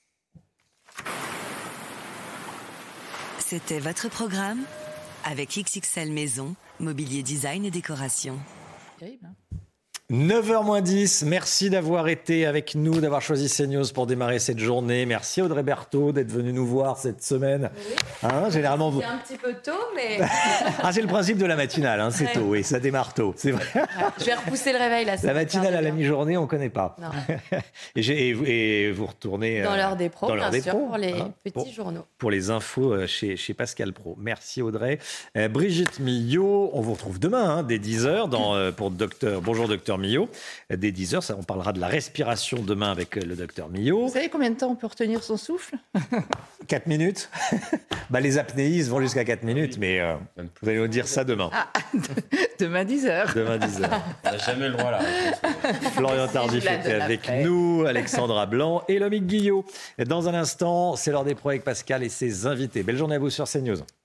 Speaker 27: C'était votre programme avec X X L Maison, mobilier design et décoration.
Speaker 10: Terrible, hein.
Speaker 2: neuf heures moins dix, merci d'avoir été avec nous, d'avoir choisi CNews pour démarrer cette journée. Merci Audrey Berthaud d'être venue nous voir cette semaine.
Speaker 5: Oui.
Speaker 2: Hein, généralement, vous...
Speaker 5: C'est un petit peu tôt, mais...
Speaker 2: ah, c'est le principe de la matinale, hein, c'est
Speaker 5: ouais.
Speaker 2: tôt, oui, ça démarre tôt, c'est vrai.
Speaker 5: Ouais, je vais repousser le réveil là.
Speaker 2: La matinale à la mi-journée, on ne connaît pas.
Speaker 5: Non.
Speaker 2: et, j'ai, et, et vous retournez...
Speaker 5: Dans l'heure des pros,
Speaker 2: dans
Speaker 5: bien
Speaker 2: l'heure des
Speaker 5: sûr,
Speaker 2: pros,
Speaker 5: pour les
Speaker 2: hein,
Speaker 5: petits
Speaker 2: pour,
Speaker 5: journaux.
Speaker 2: Pour les infos chez, chez Pascal Praud. Merci Audrey. Euh, Brigitte Millot, on vous retrouve demain, hein, dès dix heures, dans, euh, pour docteur, Bonjour Docteur Millot. Dès dix heures, ça, on parlera de la respiration demain avec le Docteur Millot.
Speaker 10: Vous savez combien de temps on peut retenir son souffle?
Speaker 2: quatre minutes. bah, les apnéistes vont jusqu'à quatre minutes, mais euh, vous allez nous dire ça demain.
Speaker 10: Ah, demain dix heures.
Speaker 2: Demain dix heures.
Speaker 3: On n'a jamais le droit là.
Speaker 2: Florian Tardif était avec nous, Alexandra Blanc et Lomique Guillot. Dans un instant, c'est l'heure des pros avec Pascal et ses invités. Belle journée à vous sur CNews.